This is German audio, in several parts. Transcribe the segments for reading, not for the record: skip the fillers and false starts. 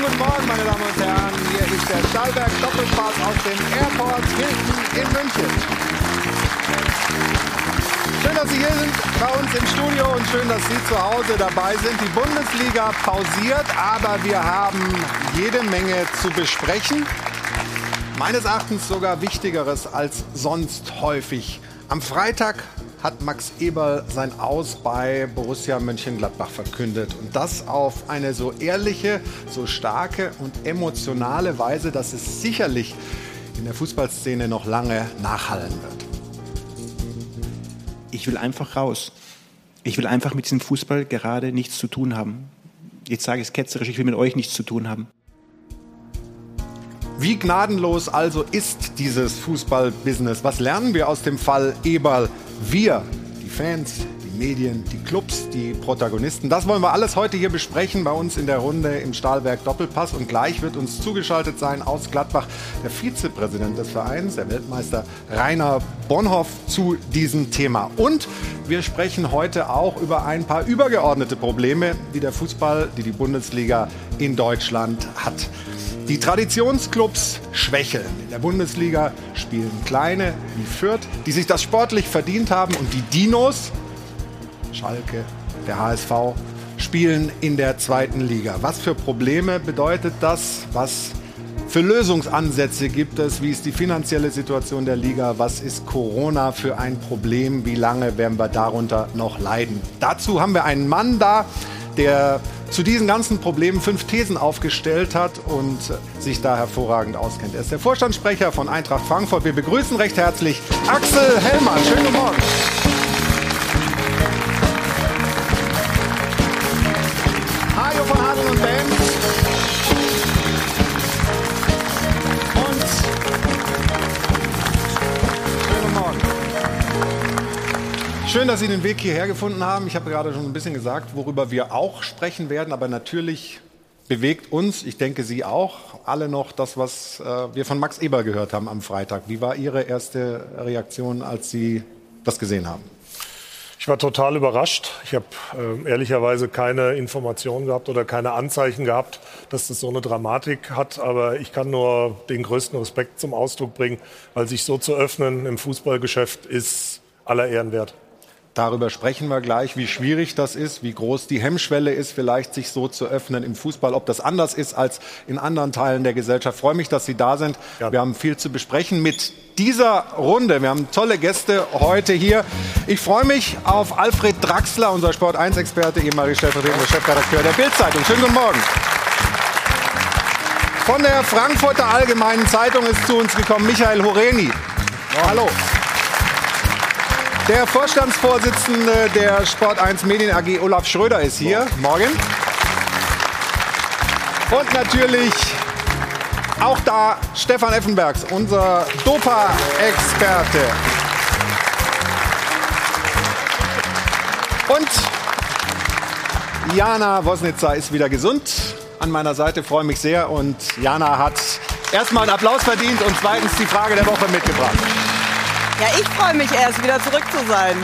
guten Morgen, meine Damen und Herren. Hier ist der Stahlberg Doppelpass aus dem Airport Hilton in München. Schön, dass Sie hier sind bei uns im Studio und schön, dass Sie zu Hause dabei sind. Die Bundesliga pausiert, aber wir haben jede Menge zu besprechen. Meines Erachtens sogar Wichtigeres als sonst häufig. Am Freitag hat Max Eberl sein Aus bei Borussia Mönchengladbach verkündet. Und das auf eine so ehrliche, so starke und emotionale Weise, dass es sicherlich in der Fußballszene noch lange nachhallen wird. Ich will einfach raus. Ich will einfach mit diesem Fußball gerade nichts zu tun haben. Jetzt sage ich es ketzerisch, ich will mit euch nichts zu tun haben. Wie gnadenlos also ist dieses Fußballbusiness? Was lernen wir aus dem Fall Eberl? Wir, die Fans, die Medien, die Clubs, die Protagonisten. Das wollen wir alles heute hier besprechen bei uns in der Runde im Stahlberg Doppelpass. Und gleich wird uns zugeschaltet sein aus Gladbach der Vizepräsident des Vereins, der Weltmeister Rainer Bonhoff, zu diesem Thema. Und wir sprechen heute auch über ein paar übergeordnete Probleme, die der Fußball, die Bundesliga in Deutschland hat. Die Traditionsclubs schwächeln. In der Bundesliga spielen Kleine wie Fürth, die sich das sportlich verdient haben. Und die Dinos, Schalke, der HSV, spielen in der zweiten Liga. Was für Probleme bedeutet das? Was für Lösungsansätze gibt es? Wie ist die finanzielle Situation der Liga? Was ist Corona für ein Problem? Wie lange werden wir darunter noch leiden? Dazu haben wir einen Mann da, der zu diesen ganzen Problemen 5 Thesen aufgestellt hat und sich da hervorragend auskennt. Er ist der Vorstandssprecher von Eintracht Frankfurt. Wir begrüßen recht herzlich Axel Hellmann. Schönen guten Morgen. Hajo von Adel und Band. Und schönen guten Morgen. Schön, dass Sie den Weg hierher gefunden haben. Ich habe gerade schon ein bisschen gesagt, worüber wir auch sprechen werden. Aber natürlich bewegt uns, ich denke Sie auch, alle noch das, was wir von Max Eberl gehört haben am Freitag. Wie war Ihre erste Reaktion, als Sie das gesehen haben? Ich war total überrascht. Ich habe ehrlicherweise keine Informationen gehabt oder keine Anzeichen gehabt, dass das so eine Dramatik hat. Aber ich kann nur den größten Respekt zum Ausdruck bringen, weil sich so zu öffnen im Fußballgeschäft ist aller Ehren wert. Darüber sprechen wir gleich, wie schwierig das ist, wie groß die Hemmschwelle ist, vielleicht sich so zu öffnen im Fußball, ob das anders ist als in anderen Teilen der Gesellschaft. Ich freue mich, dass Sie da sind. Ja. Wir haben viel zu besprechen mit dieser Runde. Wir haben tolle Gäste heute hier. Ich freue mich auf Alfred Draxler, unser Sport1-Experte, ehemaliger stellvertretender Chefredakteur der Bild-Zeitung. Schönen guten Morgen. Von der Frankfurter Allgemeinen Zeitung ist zu uns gekommen Michael Horeni. Hallo. Der Vorstandsvorsitzende der Sport1 Medien AG, Olaf Schröder, ist hier. Morgen. Und natürlich auch da Stefan Effenbergs, unser Dopa-Experte. Und Jana Wosnitzer ist wieder gesund an meiner Seite. Freue mich sehr. Und Jana hat erstmal einen Applaus verdient und zweitens die Frage der Woche mitgebracht. Ja, ich freue mich erst, wieder zurück zu sein.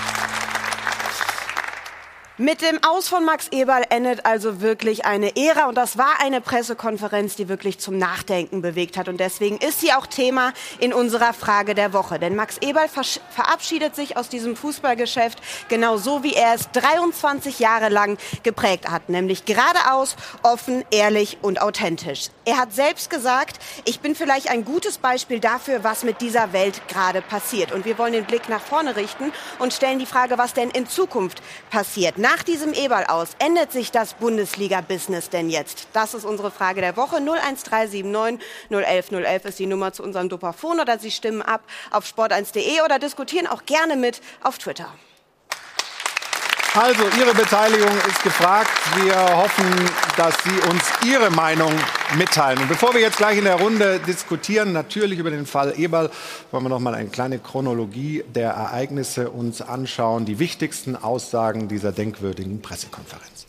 Mit dem Aus von Max Eberl endet also wirklich eine Ära. Und das war eine Pressekonferenz, die wirklich zum Nachdenken bewegt hat. Und deswegen ist sie auch Thema in unserer Frage der Woche. Denn Max Eberl verabschiedet sich aus diesem Fußballgeschäft genau so, wie er es 23 Jahre lang geprägt hat. Nämlich geradeaus, offen, ehrlich und authentisch. Er hat selbst gesagt, ich bin vielleicht ein gutes Beispiel dafür, was mit dieser Welt gerade passiert. Und wir wollen den Blick nach vorne richten und stellen die Frage, was denn in Zukunft passiert. Nach diesem Eberl aus ändert sich das Bundesliga-Business denn jetzt? Das ist unsere Frage der Woche. 01379 011 011 ist die Nummer zu unserem Dopafon. Oder Sie stimmen ab auf sport1.de oder diskutieren auch gerne mit auf Twitter. Also, Ihre Beteiligung ist gefragt. Wir hoffen, dass Sie uns Ihre Meinung mitteilen. Und bevor wir jetzt gleich in der Runde diskutieren, natürlich über den Fall Eberl, wollen wir noch mal eine kleine Chronologie der Ereignisse uns anschauen. Die wichtigsten Aussagen dieser denkwürdigen Pressekonferenz.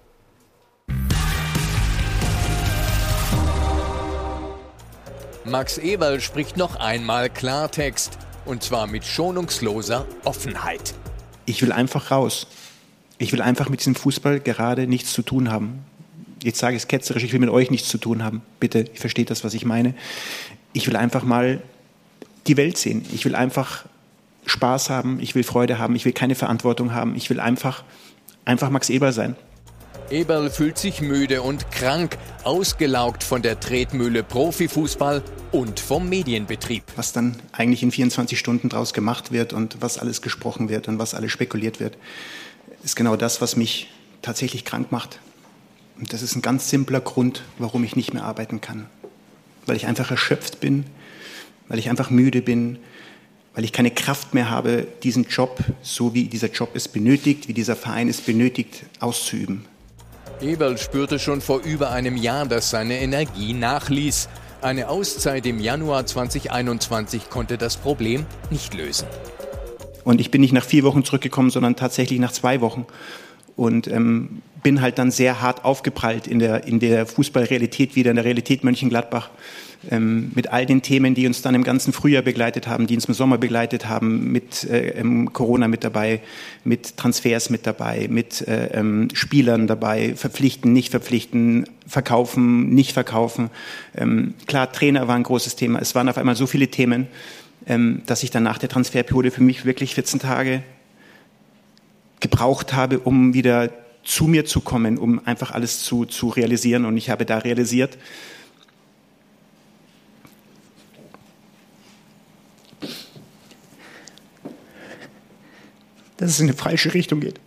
Max Eberl spricht noch einmal Klartext. Und zwar mit schonungsloser Offenheit. Ich will einfach raus. Ich will einfach mit diesem Fußball gerade nichts zu tun haben. jetzt sage ich es ketzerisch, ich will mit euch nichts zu tun haben. Bitte, ihr versteht das, was ich meine. Ich will einfach mal die Welt sehen. Ich will einfach Spaß haben, ich will Freude haben, ich will keine Verantwortung haben. Ich will einfach Max Eberl sein. Eberl fühlt sich müde und krank, ausgelaugt von der Tretmühle Profifußball und vom Medienbetrieb. Was dann eigentlich in 24 Stunden draus gemacht wird und was alles gesprochen wird und was alles spekuliert wird, ist genau das, was mich tatsächlich krank macht. Und das ist ein ganz simpler Grund, warum ich nicht mehr arbeiten kann. Weil ich einfach erschöpft bin, weil ich einfach müde bin, weil ich keine Kraft mehr habe, diesen Job, so wie dieser Job es benötigt, wie dieser Verein es benötigt, auszuüben. Eberl spürte schon vor über einem Jahr, dass seine Energie nachließ. Eine Auszeit im Januar 2021 konnte das Problem nicht lösen. Und ich bin nicht nach 4 Wochen zurückgekommen, sondern tatsächlich nach 2 Wochen. Und bin halt dann sehr hart aufgeprallt in der Fußballrealität, wieder in der Realität Mönchengladbach. Mit all den Themen, die uns dann im ganzen Frühjahr begleitet haben, die uns im Sommer begleitet haben, mit Corona mit dabei, mit Transfers mit dabei, mit Spielern dabei, verpflichten, nicht verpflichten, verkaufen, nicht verkaufen. Klar, Trainer war ein großes Thema. Es waren auf einmal so viele Themen, dass ich dann nach der Transferperiode für mich wirklich 14 Tage gebraucht habe, um wieder zu mir zu kommen, um einfach alles zu realisieren. Und ich habe da realisiert, dass es in eine falsche Richtung geht.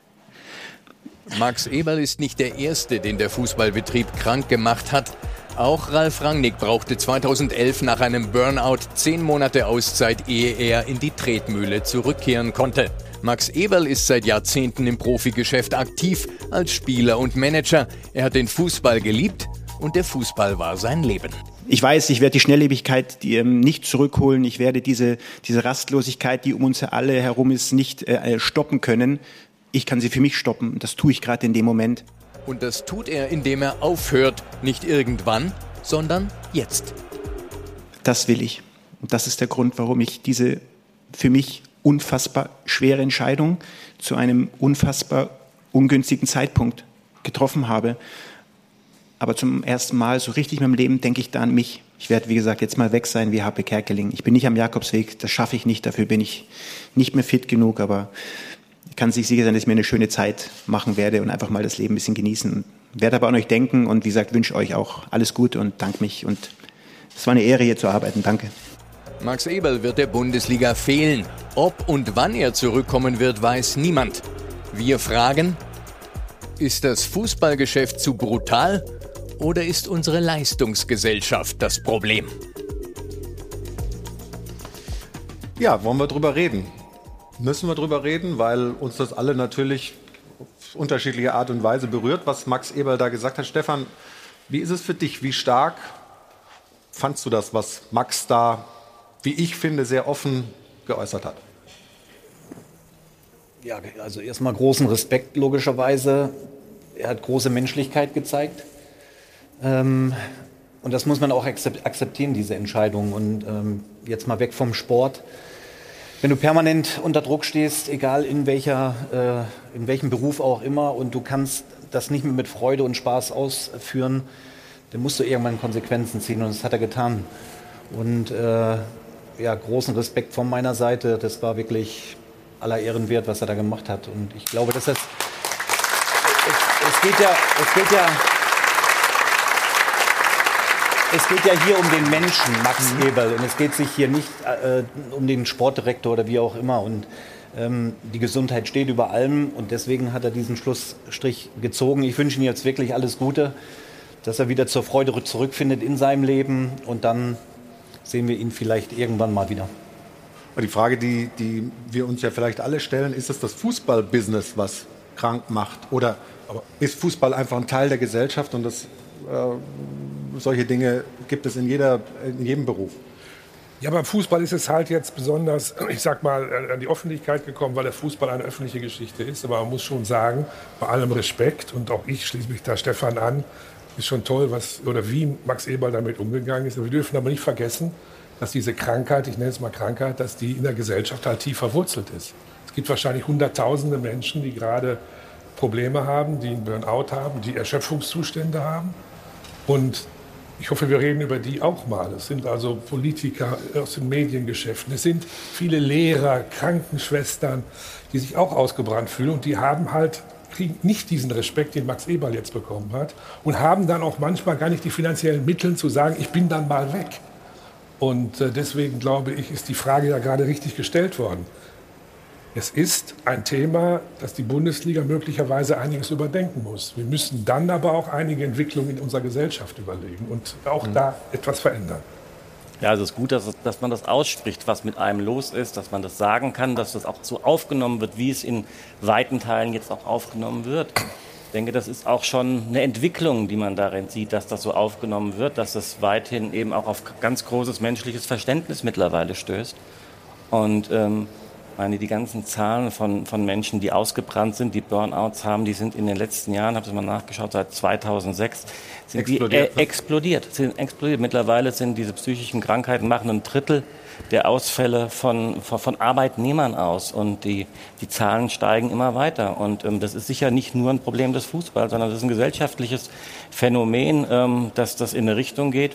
Max Eberl ist nicht der Erste, den der Fußballbetrieb krank gemacht hat. Auch Ralf Rangnick brauchte 2011 nach einem Burnout 10 Monate Auszeit, ehe er in die Tretmühle zurückkehren konnte. Max Eberl ist seit Jahrzehnten im Profigeschäft aktiv, als Spieler und Manager. Er hat den Fußball geliebt und der Fußball war sein Leben. Ich weiß, ich werde die Schnelllebigkeit nicht zurückholen. Ich werde diese Rastlosigkeit, die um uns alle herum ist, nicht stoppen können. Ich kann sie für mich stoppen. Das tue ich gerade in dem Moment. Und das tut er, indem er aufhört. Nicht irgendwann, sondern jetzt. Das will ich. Und das ist der Grund, warum ich diese für mich unfassbar schwere Entscheidung zu einem unfassbar ungünstigen Zeitpunkt getroffen habe. Aber zum ersten Mal so richtig in meinem Leben denke ich da an mich. Ich werde, wie gesagt, jetzt mal weg sein wie Happe Kerkeling. Ich bin nicht am Jakobsweg, das schaffe ich nicht. Dafür bin ich nicht mehr fit genug. Aber ich kann sich sicher sein, dass ich mir eine schöne Zeit machen werde und einfach mal das Leben ein bisschen genießen. Werde aber an euch denken und wie gesagt, wünsche euch auch alles Gute und danke mich. Und es war eine Ehre, hier zu arbeiten. Danke. Max Eberl wird der Bundesliga fehlen. Ob und wann er zurückkommen wird, weiß niemand. Wir fragen, ist das Fußballgeschäft zu brutal oder ist unsere Leistungsgesellschaft das Problem? Ja, wollen wir drüber reden? Müssen wir drüber reden, weil uns das alle natürlich auf unterschiedliche Art und Weise berührt, was Max Eberl da gesagt hat. Stefan, wie ist es für dich? Wie stark fandst du das, was Max da, wie ich finde, sehr offen geäußert hat? Ja, also erstmal großen Respekt, logischerweise. Er hat große Menschlichkeit gezeigt. Und das muss man auch akzeptieren, diese Entscheidung. Und jetzt mal weg vom Sport. Wenn du permanent unter Druck stehst, egal in welchem Beruf auch immer, und du kannst das nicht mehr mit Freude und Spaß ausführen, dann musst du irgendwann Konsequenzen ziehen. Und das hat er getan. Und ja, großen Respekt von meiner Seite. Das war wirklich aller Ehren wert, was er da gemacht hat. Und ich glaube, dass es geht ja hier um den Menschen, Max Eberl. Und es geht sich hier nicht um den Sportdirektor oder wie auch immer. Und die Gesundheit steht über allem. Und deswegen hat er diesen Schlussstrich gezogen. Ich wünsche ihm jetzt wirklich alles Gute, dass er wieder zur Freude zurückfindet in seinem Leben. Und dann sehen wir ihn vielleicht irgendwann mal wieder. Die Frage, die wir uns ja vielleicht alle stellen, ist es das Fußballbusiness, was krank macht? Oder ist Fußball einfach ein Teil der Gesellschaft und solche Dinge gibt es in jedem Beruf? Ja, beim Fußball ist es halt jetzt besonders, ich sag mal, an die Öffentlichkeit gekommen, weil der Fußball eine öffentliche Geschichte ist. Aber man muss schon sagen, bei allem Respekt, und auch ich schließe mich da Stefan an, ist schon toll, wie Max Eberl damit umgegangen ist. Wir dürfen aber nicht vergessen, dass diese Krankheit, ich nenne es mal Krankheit, dass die in der Gesellschaft halt tief verwurzelt ist. Es gibt wahrscheinlich Hunderttausende Menschen, die gerade Probleme haben, die einen Burnout haben, die Erschöpfungszustände haben. Und ich hoffe, wir reden über die auch mal. Es sind also Politiker aus den Mediengeschäften. Es sind viele Lehrer, Krankenschwestern, die sich auch ausgebrannt fühlen. Und die kriegen nicht diesen Respekt, den Max Eberl jetzt bekommen hat. Und haben dann auch manchmal gar nicht die finanziellen Mittel zu sagen, ich bin dann mal weg. Und deswegen glaube ich, ist die Frage ja gerade richtig gestellt worden. Es ist ein Thema, das die Bundesliga möglicherweise einiges überdenken muss. Wir müssen dann aber auch einige Entwicklungen in unserer Gesellschaft überlegen und auch da etwas verändern. Ja, also es ist gut, dass man das ausspricht, was mit einem los ist, dass man das sagen kann, dass das auch so aufgenommen wird, wie es in weiten Teilen jetzt auch aufgenommen wird. Ich denke, das ist auch schon eine Entwicklung, die man darin sieht, dass das so aufgenommen wird, dass es weithin eben auch auf ganz großes menschliches Verständnis mittlerweile stößt. Und die ganzen Zahlen von Menschen, die ausgebrannt sind, die Burnouts haben, die sind in den letzten Jahren, habe ich mal nachgeschaut, seit 2006, sind explodiert. Mittlerweile sind diese psychischen Krankheiten, machen ein Drittel der Ausfälle von Arbeitnehmern aus. Und die Zahlen steigen immer weiter. Und das ist sicher nicht nur ein Problem des Fußballs, sondern das ist ein gesellschaftliches Phänomen, dass das in eine Richtung geht.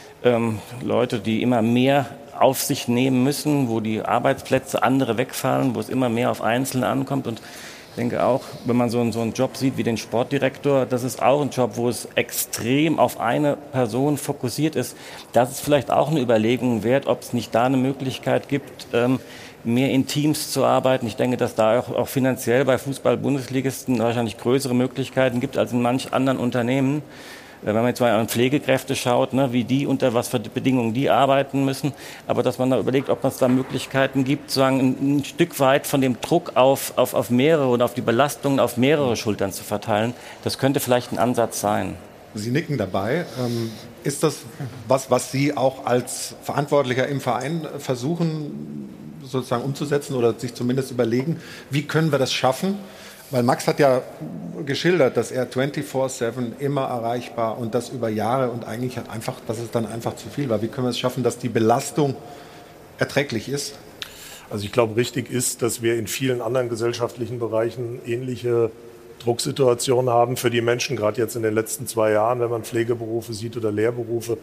Leute, die immer mehr auf sich nehmen müssen, wo die Arbeitsplätze andere wegfallen, wo es immer mehr auf Einzelne ankommt. Und ich denke auch, wenn man so einen Job sieht wie den Sportdirektor, das ist auch ein Job, wo es extrem auf eine Person fokussiert ist. Das ist vielleicht auch eine Überlegung wert, ob es nicht da eine Möglichkeit gibt, mehr in Teams zu arbeiten. Ich denke, dass da auch finanziell bei Fußball-Bundesligisten wahrscheinlich größere Möglichkeiten gibt als in manch anderen Unternehmen. Wenn man jetzt mal an Pflegekräfte schaut, wie die unter was für Bedingungen die arbeiten müssen, aber dass man da überlegt, ob es da Möglichkeiten gibt, sozusagen ein Stück weit von dem Druck auf mehrere oder auf die Belastungen auf mehrere Schultern zu verteilen, das könnte vielleicht ein Ansatz sein. Sie nicken dabei. Ist das was Sie auch als Verantwortlicher im Verein versuchen, sozusagen umzusetzen oder sich zumindest überlegen, wie können wir das schaffen? Weil Max hat ja geschildert, dass er 24/7 immer erreichbar und das über Jahre und eigentlich dass es dann einfach zu viel war. Wie können wir es schaffen, dass die Belastung erträglich ist? Also ich glaube, richtig ist, dass wir in vielen anderen gesellschaftlichen Bereichen ähnliche Drucksituationen haben für die Menschen, gerade jetzt in den letzten 2 Jahren, wenn man Pflegeberufe sieht oder Lehrberufe.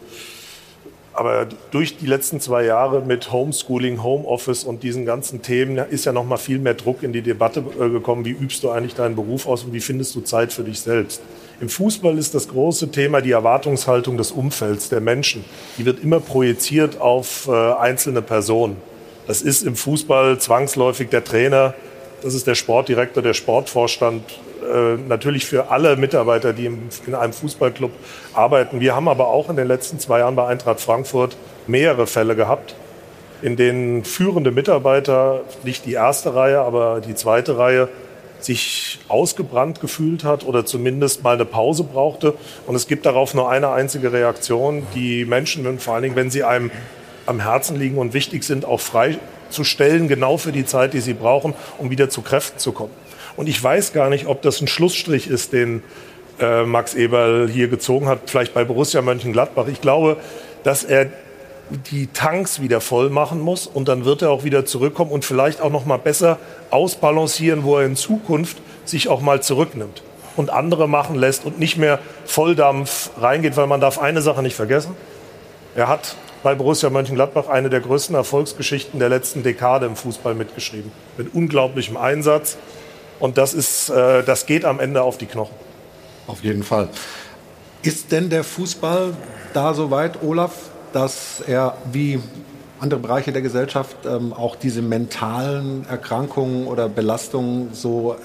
Aber durch die letzten 2 Jahre mit Homeschooling, Homeoffice und diesen ganzen Themen ist ja noch mal viel mehr Druck in die Debatte gekommen. Wie übst du eigentlich deinen Beruf aus und wie findest du Zeit für dich selbst? Im Fußball ist das große Thema die Erwartungshaltung des Umfelds, der Menschen. Die wird immer projiziert auf einzelne Personen. Das ist im Fußball zwangsläufig der Trainer, das ist der Sportdirektor, der Sportvorstand. Natürlich für alle Mitarbeiter, die in einem Fußballclub arbeiten. Wir haben aber auch in den letzten 2 Jahren bei Eintracht Frankfurt mehrere Fälle gehabt, in denen führende Mitarbeiter, nicht die erste Reihe, aber die zweite Reihe, sich ausgebrannt gefühlt hat oder zumindest mal eine Pause brauchte. Und es gibt darauf nur eine einzige Reaktion. Die Menschen, vor allen Dingen, wenn sie einem am Herzen liegen und wichtig sind, auch freizustellen, genau für die Zeit, die sie brauchen, um wieder zu Kräften zu kommen. Und ich weiß gar nicht, ob das ein Schlussstrich ist, den Max Eberl hier gezogen hat, vielleicht bei Borussia Mönchengladbach. Ich glaube, dass er die Tanks wieder voll machen muss und dann wird er auch wieder zurückkommen und vielleicht auch noch mal besser ausbalancieren, wo er in Zukunft sich auch mal zurücknimmt und andere machen lässt und nicht mehr Volldampf reingeht, weil man darf eine Sache nicht vergessen. Er hat bei Borussia Mönchengladbach eine der größten Erfolgsgeschichten der letzten Dekade im Fußball mitgeschrieben. Mit unglaublichem Einsatz. Und das geht am Ende auf die Knochen. Auf jeden Fall. Ist denn der Fußball da so weit, Olaf, dass er wie andere Bereiche der Gesellschaft auch diese mentalen Erkrankungen oder Belastungen so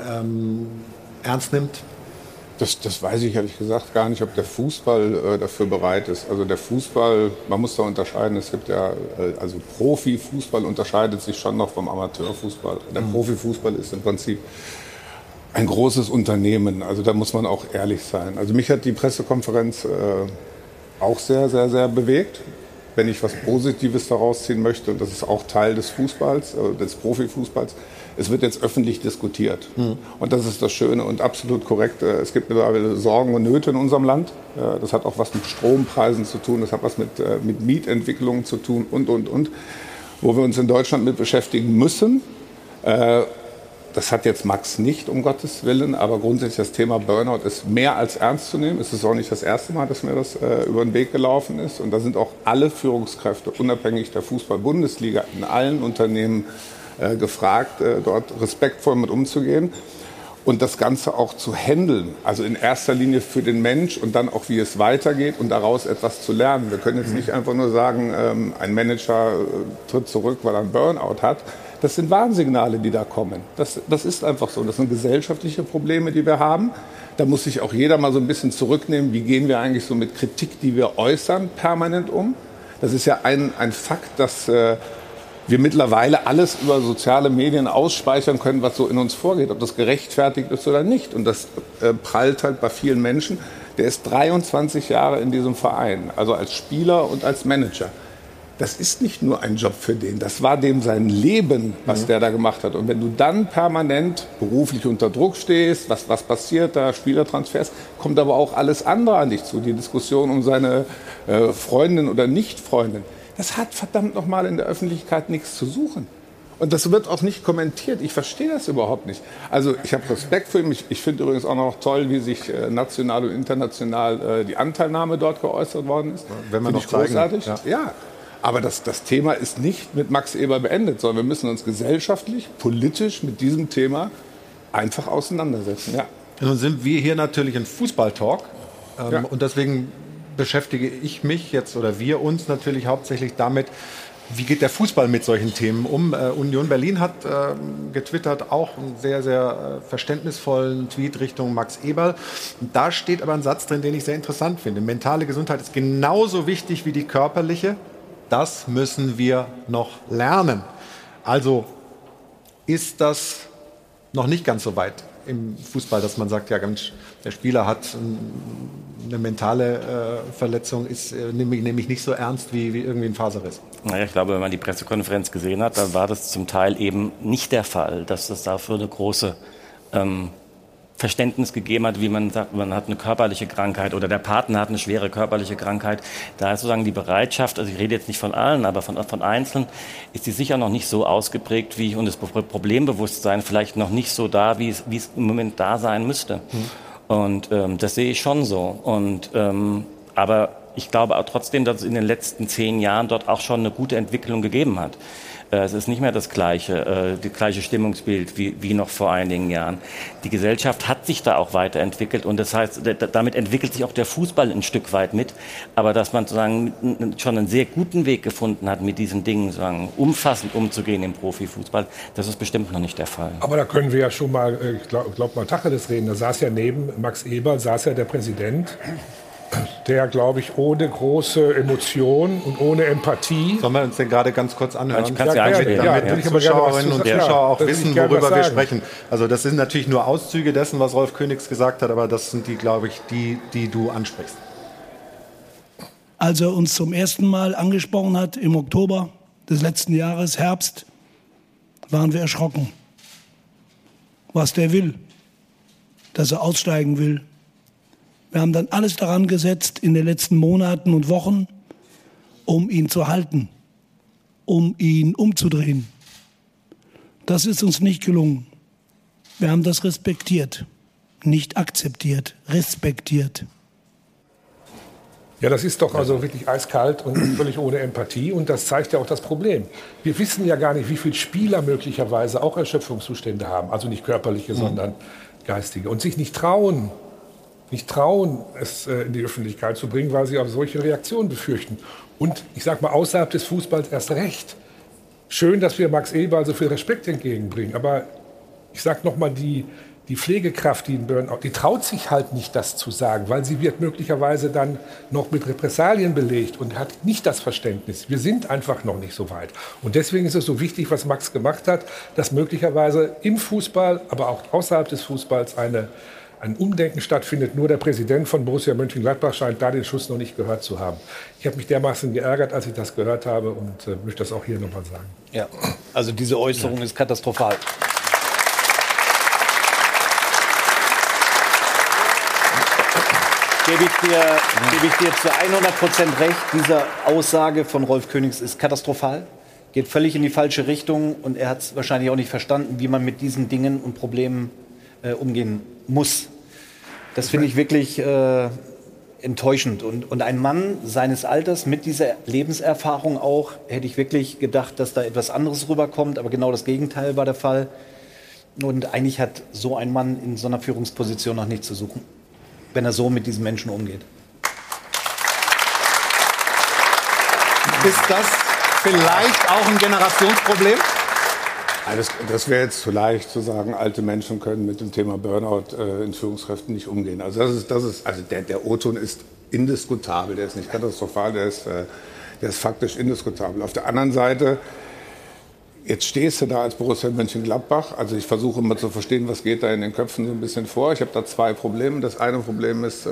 ernst nimmt? Das weiß ich ehrlich gesagt gar nicht, ob der Fußball dafür bereit ist. Also der Fußball, man muss da unterscheiden, es gibt ja, also Profifußball unterscheidet sich schon noch vom Amateurfußball. Der Profifußball ist im Prinzip ein großes Unternehmen, also da muss man auch ehrlich sein. Also mich hat die Pressekonferenz auch sehr, sehr, sehr bewegt, wenn ich was Positives daraus ziehen möchte. Und das ist auch Teil des Fußballs, des Profifußballs. Es wird jetzt öffentlich diskutiert. Und das ist das Schöne und absolut korrekt. Es gibt mittlerweile Sorgen und Nöte in unserem Land. Das hat auch was mit Strompreisen zu tun, das hat was mit Mietentwicklungen zu tun und. Wo wir uns in Deutschland mit beschäftigen müssen. das hat jetzt Max nicht, um Gottes Willen, aber grundsätzlich das Thema Burnout ist mehr als ernst zu nehmen. Es ist auch nicht das erste Mal, dass mir das über den Weg gelaufen ist. Und da sind auch alle Führungskräfte, unabhängig der Fußball-Bundesliga, in allen Unternehmen gefragt, dort respektvoll mit umzugehen. Und das Ganze auch zu handeln, also in erster Linie für den Mensch und dann auch, wie es weitergeht und daraus etwas zu lernen. Wir können jetzt nicht einfach nur sagen, ein Manager tritt zurück, weil er einen Burnout hat. Das sind Warnsignale, die da kommen. Das ist einfach so. Das sind gesellschaftliche Probleme, die wir haben. Da muss sich auch jeder mal so ein bisschen zurücknehmen. Wie gehen wir eigentlich so mit Kritik, die wir äußern, permanent um? Das ist ja ein Fakt, dass wir mittlerweile alles über soziale Medien ausspeichern können, was so in uns vorgeht, ob das gerechtfertigt ist oder nicht. Und das prallt halt bei vielen Menschen. Der ist 23 Jahre in diesem Verein, also als Spieler und als Manager. Das ist nicht nur ein Job für den, das war dem sein Leben, was der da gemacht hat. Und wenn du dann permanent beruflich unter Druck stehst, was passiert da, Spielertransfers, kommt aber auch alles andere an dich zu. Die Diskussion um seine Freundin oder Nicht-Freundin. Das hat verdammt nochmal in der Öffentlichkeit nichts zu suchen. Und das wird auch nicht kommentiert. Ich verstehe das überhaupt nicht. Also ich habe Respekt für ihn. Ich finde übrigens auch noch toll, wie sich national und international die Anteilnahme dort geäußert worden ist. Wenn man noch großartig. Ja. Aber das Thema ist nicht mit Max Eberl beendet, sondern wir müssen uns gesellschaftlich, politisch mit diesem Thema einfach auseinandersetzen. Ja. Nun sind wir hier natürlich ein Fußballtalk. Ja. Und deswegen beschäftige ich mich jetzt oder wir uns natürlich hauptsächlich damit, wie geht der Fußball mit solchen Themen um. Union Berlin hat getwittert, auch einen sehr, sehr verständnisvollen Tweet Richtung Max Eberl. Und da steht aber ein Satz drin, den ich sehr interessant finde. Mentale Gesundheit ist genauso wichtig wie die körperliche. Das müssen wir noch lernen. Also ist das noch nicht ganz so weit im Fußball, dass man sagt, ja Mensch, der Spieler hat eine mentale Verletzung, nehme ich nicht so ernst wie irgendwie ein Faserriss. Naja, ich glaube, wenn man die Pressekonferenz gesehen hat, dann war das zum Teil eben nicht der Fall, dass es dafür eine große Verständnis gegeben hat, wie man sagt, man hat eine körperliche Krankheit oder der Partner hat eine schwere körperliche Krankheit. Da ist sozusagen die Bereitschaft, also ich rede jetzt nicht von allen, aber von Einzelnen, ist die sicher noch nicht so ausgeprägt wie, und das Problembewusstsein vielleicht noch nicht so da, wie es im Moment da sein müsste. Und das sehe ich schon so. Und aber ich glaube auch trotzdem, dass es in den letzten 10 Jahren dort auch schon eine gute Entwicklung gegeben hat. Es ist nicht mehr das gleiche Stimmungsbild wie noch vor einigen Jahren. Die Gesellschaft hat sich da auch weiterentwickelt und das heißt, damit entwickelt sich auch der Fußball ein Stück weit mit. Aber dass man sozusagen schon einen sehr guten Weg gefunden hat, mit diesen Dingen sozusagen umfassend umzugehen im Profifußball, das ist bestimmt noch nicht der Fall. Aber da können wir ja schon mal, ich glaube mal Tacheles reden. Da saß ja neben Max Eberl, saß ja der Präsident, der, glaube ich, ohne große Emotion und ohne Empathie... Sollen wir uns den gerade ganz kurz anhören? Ich kann es ja einspielen. Damit die Zuschauerinnen und Zuschauer auch wissen, worüber wir sprechen. Also das sind natürlich nur Auszüge dessen, was Rolf Königs gesagt hat, aber das sind die, glaube ich, die du ansprichst. Als er uns zum ersten Mal angesprochen hat, im Oktober des letzten Jahres, Herbst, waren wir erschrocken. Was der will, dass er aussteigen will. Wir haben dann alles daran gesetzt in den letzten Monaten und Wochen, um ihn zu halten, um ihn umzudrehen. Das ist uns nicht gelungen. Wir haben das respektiert, nicht akzeptiert, respektiert. Ja, das ist doch also wirklich eiskalt und völlig ohne Empathie. Und das zeigt ja auch das Problem. Wir wissen ja gar nicht, wie viele Spieler möglicherweise auch Erschöpfungszustände haben. Also nicht körperliche, sondern geistige. Und sich nicht trauen, es in die Öffentlichkeit zu bringen, weil sie auch solche Reaktionen befürchten. Und ich sage mal, außerhalb des Fußballs erst recht. Schön, dass wir Max Eberl so viel Respekt entgegenbringen. Aber ich sage noch mal, die Pflegekraft, die in Burnout, die traut sich halt nicht, das zu sagen, weil sie wird möglicherweise dann noch mit Repressalien belegt und hat nicht das Verständnis. Wir sind einfach noch nicht so weit. Und deswegen ist es so wichtig, was Max gemacht hat, dass möglicherweise im Fußball, aber auch außerhalb des Fußballs ein Umdenken stattfindet. Nur der Präsident von Borussia Mönchengladbach scheint da den Schuss noch nicht gehört zu haben. Ich habe mich dermaßen geärgert, als ich das gehört habe und möchte das auch hier nochmal sagen. Ja, also diese Äußerung ist katastrophal. Gebe ich dir zu 100% recht. Diese Aussage von Rolf Königs ist katastrophal. geht völlig in die falsche Richtung und er hat es wahrscheinlich auch nicht verstanden, wie man mit diesen Dingen und Problemen umgehen muss. Das finde ich wirklich enttäuschend. Und ein Mann seines Alters mit dieser Lebenserfahrung auch, hätte ich wirklich gedacht, dass da etwas anderes rüberkommt, aber genau das Gegenteil war der Fall. Und eigentlich hat so ein Mann in so einer Führungsposition noch nichts zu suchen, wenn er so mit diesen Menschen umgeht. Ist das vielleicht auch ein Generationsproblem? Das wäre jetzt zu leicht zu sagen, alte Menschen können mit dem Thema Burnout in Führungskräften nicht umgehen. Also der O-Ton ist indiskutabel, der ist nicht katastrophal, der ist faktisch indiskutabel. Auf der anderen Seite, jetzt stehst du da als Borussia Mönchengladbach. Also ich versuche immer zu verstehen, was geht da in den Köpfen so ein bisschen vor. Ich habe da zwei Probleme. Das eine Problem ist,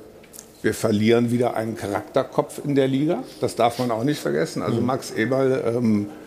wir verlieren wieder einen Charakterkopf in der Liga. Das darf man auch nicht vergessen. Also Max Eberl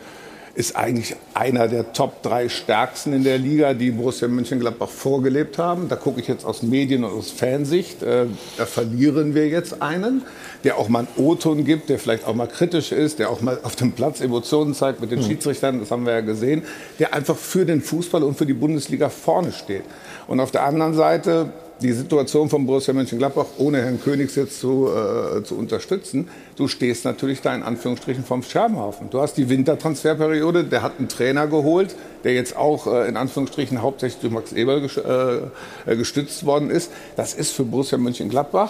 ist eigentlich einer der Top 3 Stärksten in der Liga, die Borussia Mönchengladbach vorgelebt haben. Da gucke ich jetzt aus Medien- und aus Fansicht. Da verlieren wir jetzt einen, der auch mal einen O-Ton gibt, der vielleicht auch mal kritisch ist, der auch mal auf dem Platz Emotionen zeigt mit den Schiedsrichtern, das haben wir ja gesehen, der einfach für den Fußball und für die Bundesliga vorne steht. Und auf der anderen Seite die Situation von Borussia Mönchengladbach, ohne Herrn Königs jetzt zu unterstützen, du stehst natürlich da in Anführungsstrichen vom Scherbenhaufen. Du hast die Wintertransferperiode, der hat einen Trainer geholt, der jetzt auch in Anführungsstrichen hauptsächlich durch Max Eberl gestützt worden ist. Das ist für Borussia Mönchengladbach,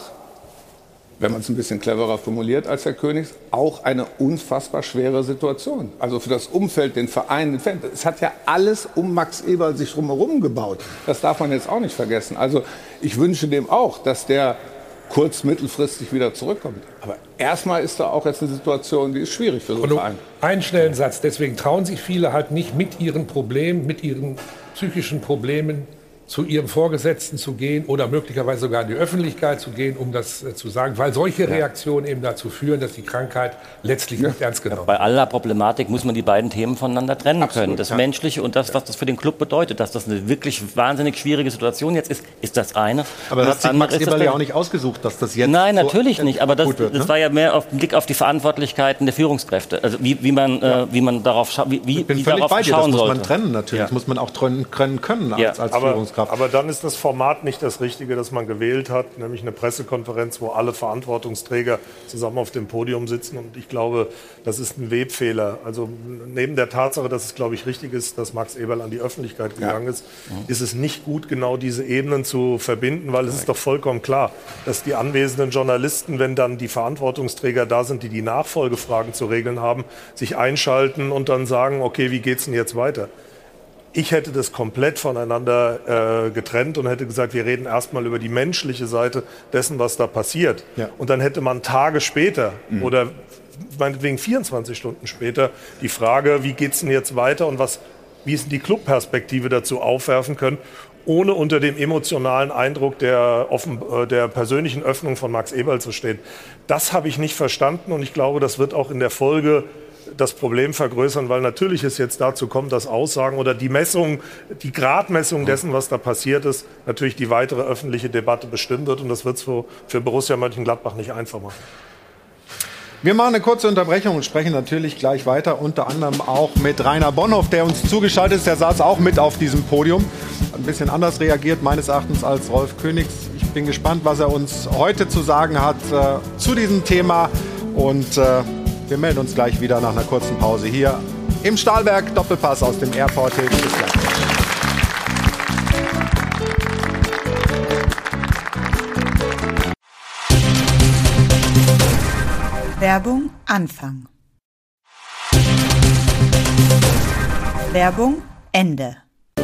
wenn man es ein bisschen cleverer formuliert als Herr Königs, auch eine unfassbar schwere Situation. Also für das Umfeld, den Verein, den Fans. Es hat ja alles um Max Eberl sich drumherum gebaut. Das darf man jetzt auch nicht vergessen. Also ich wünsche dem auch, dass der mittelfristig wieder zurückkommt. Aber erstmal ist da auch jetzt eine Situation, die ist schwierig für so einen Verein. Einen schnellen Satz. Deswegen trauen sich viele halt nicht mit ihren Problemen, mit ihren psychischen Problemen zu ihrem Vorgesetzten zu gehen oder möglicherweise sogar in die Öffentlichkeit zu gehen, um das zu sagen, weil solche Reaktionen eben dazu führen, dass die Krankheit letztlich nicht ernst genommen wird. Bei aller Problematik muss man die beiden Themen voneinander trennen können. Das Menschliche und das, was das für den Club bedeutet. Dass das eine wirklich wahnsinnig schwierige Situation jetzt ist das eine. Aber das hat sich Max Eberl ja auch nicht ausgesucht, dass das jetzt Nein, natürlich nicht. Aber das war ja mehr auf den Blick auf die Verantwortlichkeiten der Führungskräfte. Also wie man darauf schauen sollte. Ich bin völlig bei dir, das muss man trennen natürlich. Das muss man auch trennen können als Führungskraft. Aber dann ist das Format nicht das Richtige, das man gewählt hat, nämlich eine Pressekonferenz, wo alle Verantwortungsträger zusammen auf dem Podium sitzen. Und ich glaube, das ist ein Webfehler. Also neben der Tatsache, dass es, glaube ich, richtig ist, dass Max Eberl an die Öffentlichkeit gegangen ist, ist es nicht gut, genau diese Ebenen zu verbinden, weil es ist doch vollkommen klar, dass die anwesenden Journalisten, wenn dann die Verantwortungsträger da sind, die die Nachfolgefragen zu regeln haben, sich einschalten und dann sagen, okay, wie geht's denn jetzt weiter? Ich hätte das komplett voneinander getrennt und hätte gesagt, wir reden erstmal über die menschliche Seite dessen, was da passiert. Ja. Und dann hätte man Tage später oder meinetwegen 24 Stunden später die Frage, wie geht's denn jetzt weiter und wie ist denn die Clubperspektive dazu aufwerfen können, ohne unter dem emotionalen Eindruck der persönlichen Öffnung von Max Eberl zu stehen. Das habe ich nicht verstanden und ich glaube, das wird auch in der Folge das Problem vergrößern, weil natürlich es jetzt dazu kommt, dass Aussagen oder die Messung, die Gradmessung dessen, was da passiert ist, natürlich die weitere öffentliche Debatte bestimmen wird und das wird es für Borussia Mönchengladbach nicht einfach machen. Wir machen eine kurze Unterbrechung und sprechen natürlich gleich weiter, unter anderem auch mit Rainer Bonhoff, der uns zugeschaltet ist. Der saß auch mit auf diesem Podium, hat ein bisschen anders reagiert, meines Erachtens, als Rolf Königs. Ich bin gespannt, was er uns heute zu sagen hat zu diesem Thema und wir melden uns gleich wieder nach einer kurzen Pause hier im Stahlwerk. Doppelpass aus dem Airport. Bis gleich. Werbung Anfang. Werbung Ende.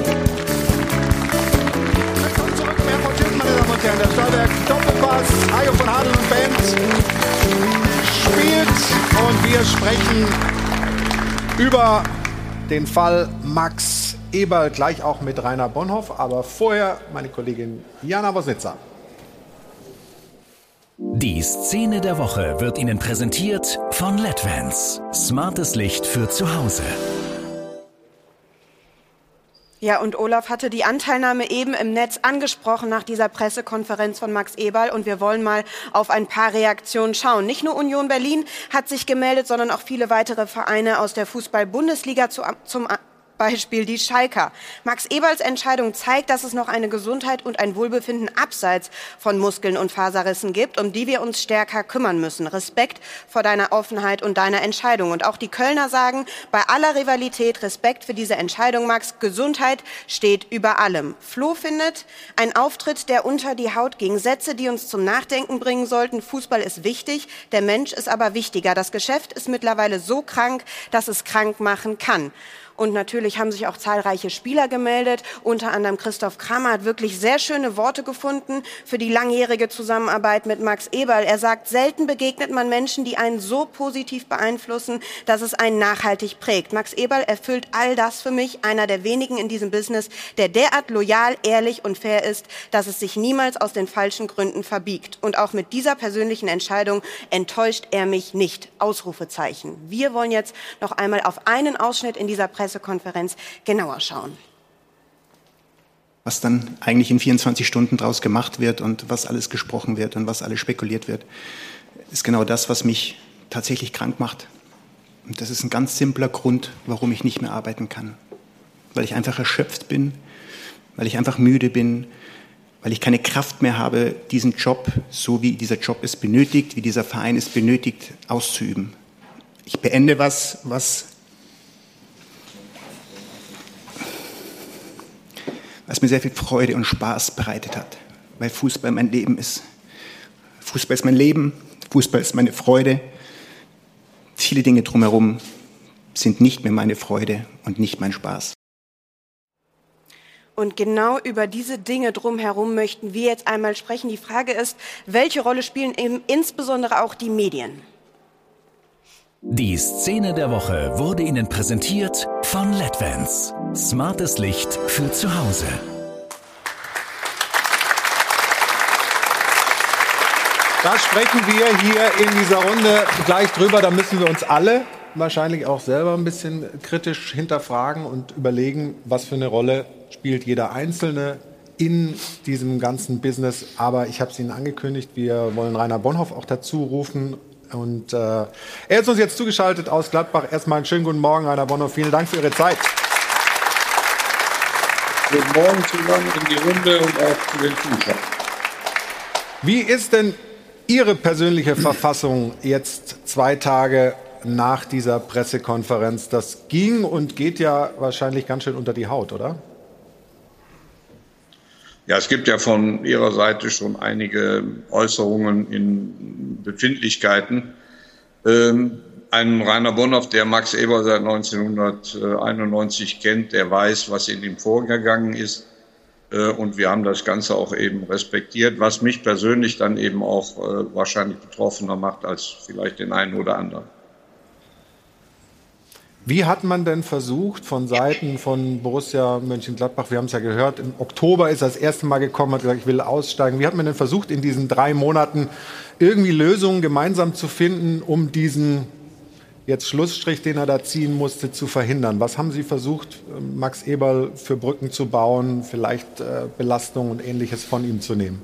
Willkommen zurück im Airport Hilton, meine Damen und Herren. Der Stahlwerk Doppelpass, Hajo von Hadel und Band spielt und wir sprechen über den Fall Max Eberl, gleich auch mit Rainer Bonhoff, aber vorher meine Kollegin Jana Wosnitzer. Die Szene der Woche wird Ihnen präsentiert von LEDvans. Smartes Licht für zu Hause. Ja, und Olaf hatte die Anteilnahme eben im Netz angesprochen nach dieser Pressekonferenz von Max Eberl. Und wir wollen mal auf ein paar Reaktionen schauen. Nicht nur Union Berlin hat sich gemeldet, sondern auch viele weitere Vereine aus der Fußball-Bundesliga zum Beispiel die Schalker. Max Eberls Entscheidung zeigt, dass es noch eine Gesundheit und ein Wohlbefinden abseits von Muskeln und Faserrissen gibt, um die wir uns stärker kümmern müssen. Respekt vor deiner Offenheit und deiner Entscheidung. Und auch die Kölner sagen, bei aller Rivalität Respekt für diese Entscheidung, Max. Gesundheit steht über allem. Flo findet, ein Auftritt, der unter die Haut ging. Sätze, die uns zum Nachdenken bringen sollten. Fußball ist wichtig, der Mensch ist aber wichtiger. Das Geschäft ist mittlerweile so krank, dass es krank machen kann. Und natürlich haben sich auch zahlreiche Spieler gemeldet. Unter anderem Christoph Kramer hat wirklich sehr schöne Worte gefunden für die langjährige Zusammenarbeit mit Max Eberl. Er sagt, selten begegnet man Menschen, die einen so positiv beeinflussen, dass es einen nachhaltig prägt. Max Eberl erfüllt all das für mich, einer der wenigen in diesem Business, der derart loyal, ehrlich und fair ist, dass es sich niemals aus den falschen Gründen verbiegt. Und auch mit dieser persönlichen Entscheidung enttäuscht er mich nicht. Ausrufezeichen. Wir wollen jetzt noch einmal auf einen Ausschnitt in dieser Pressekonferenz genauer schauen. Was dann eigentlich in 24 Stunden draus gemacht wird und was alles gesprochen wird und was alles spekuliert wird, ist genau das, was mich tatsächlich krank macht. Und das ist ein ganz simpler Grund, warum ich nicht mehr arbeiten kann. Weil ich einfach erschöpft bin, weil ich einfach müde bin, weil ich keine Kraft mehr habe, diesen Job, so wie dieser Job es benötigt, wie dieser Verein es benötigt, auszuüben. Ich beende was mir sehr viel Freude und Spaß bereitet hat, weil Fußball mein Leben ist. Fußball ist mein Leben, Fußball ist meine Freude. Viele Dinge drumherum sind nicht mehr meine Freude und nicht mein Spaß. Und genau über diese Dinge drumherum möchten wir jetzt einmal sprechen. Die Frage ist, welche Rolle spielen eben insbesondere auch die Medien? Die Szene der Woche wurde Ihnen präsentiert von LEDvans. Smartes Licht für zu Hause. Da sprechen wir hier in dieser Runde gleich drüber. Da müssen wir uns alle wahrscheinlich auch selber ein bisschen kritisch hinterfragen und überlegen, was für eine Rolle spielt jeder Einzelne in diesem ganzen Business. Aber ich habe es Ihnen angekündigt, wir wollen Rainer Bonhoff auch dazu rufen. Und er ist uns jetzt zugeschaltet aus Gladbach. Erstmal einen schönen guten Morgen, Rainer Bonhoff. Vielen Dank für Ihre Zeit. Guten Morgen zusammen in die Runde und auch zu den Zuschauern. Wie ist denn Ihre persönliche Verfassung jetzt 2 Tage nach dieser Pressekonferenz? Das ging und geht ja wahrscheinlich ganz schön unter die Haut, oder? Ja, es gibt ja von Ihrer Seite schon einige Äußerungen in Befindlichkeiten. Ein Rainer Bonhoff, der Max Eberl seit 1991 kennt, der weiß, was in ihm vorgegangen ist. Und wir haben das Ganze auch eben respektiert, was mich persönlich dann eben auch wahrscheinlich betroffener macht als vielleicht den einen oder anderen. Wie hat man denn versucht von Seiten von Borussia Mönchengladbach, wir haben es ja gehört, im Oktober ist er das erste Mal gekommen, hat gesagt, ich will aussteigen. Wie hat man denn versucht, in diesen 3 Monaten irgendwie Lösungen gemeinsam zu finden, um diesen jetzt Schlussstrich, den er da ziehen musste, zu verhindern? Was haben Sie versucht, Max Eberl für Brücken zu bauen, vielleicht Belastungen und Ähnliches von ihm zu nehmen?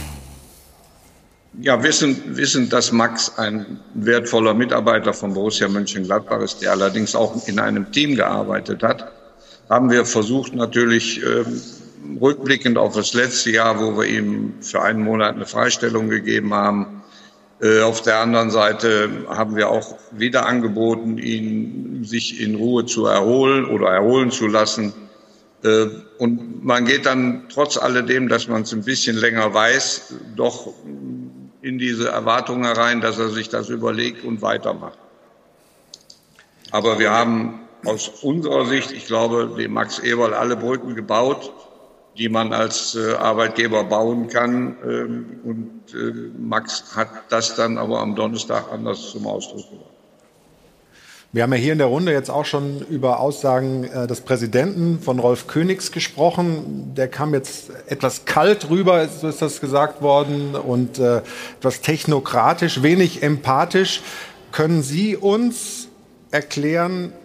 Ja, wissen, dass Max ein wertvoller Mitarbeiter von Borussia Mönchengladbach ist, der allerdings auch in einem Team gearbeitet hat, haben wir versucht, natürlich rückblickend auf das letzte Jahr, wo wir ihm für einen Monat eine Freistellung gegeben haben. Auf der anderen Seite haben wir auch wieder angeboten, ihn sich in Ruhe zu erholen oder erholen zu lassen. Und man geht dann trotz alledem, dass man es ein bisschen länger weiß, doch in diese Erwartung herein, dass er sich das überlegt und weitermacht. Aber wir haben aus unserer Sicht, ich glaube, dem Max Eberl alle Brücken gebaut, die man als Arbeitgeber bauen kann. Und Max hat das dann aber am Donnerstag anders zum Ausdruck gebracht. Wir haben ja hier in der Runde jetzt auch schon über Aussagen des Präsidenten von Rolf Königs gesprochen. Der kam jetzt etwas kalt rüber, so ist das gesagt worden, und etwas technokratisch, wenig empathisch. Können Sie uns erklären,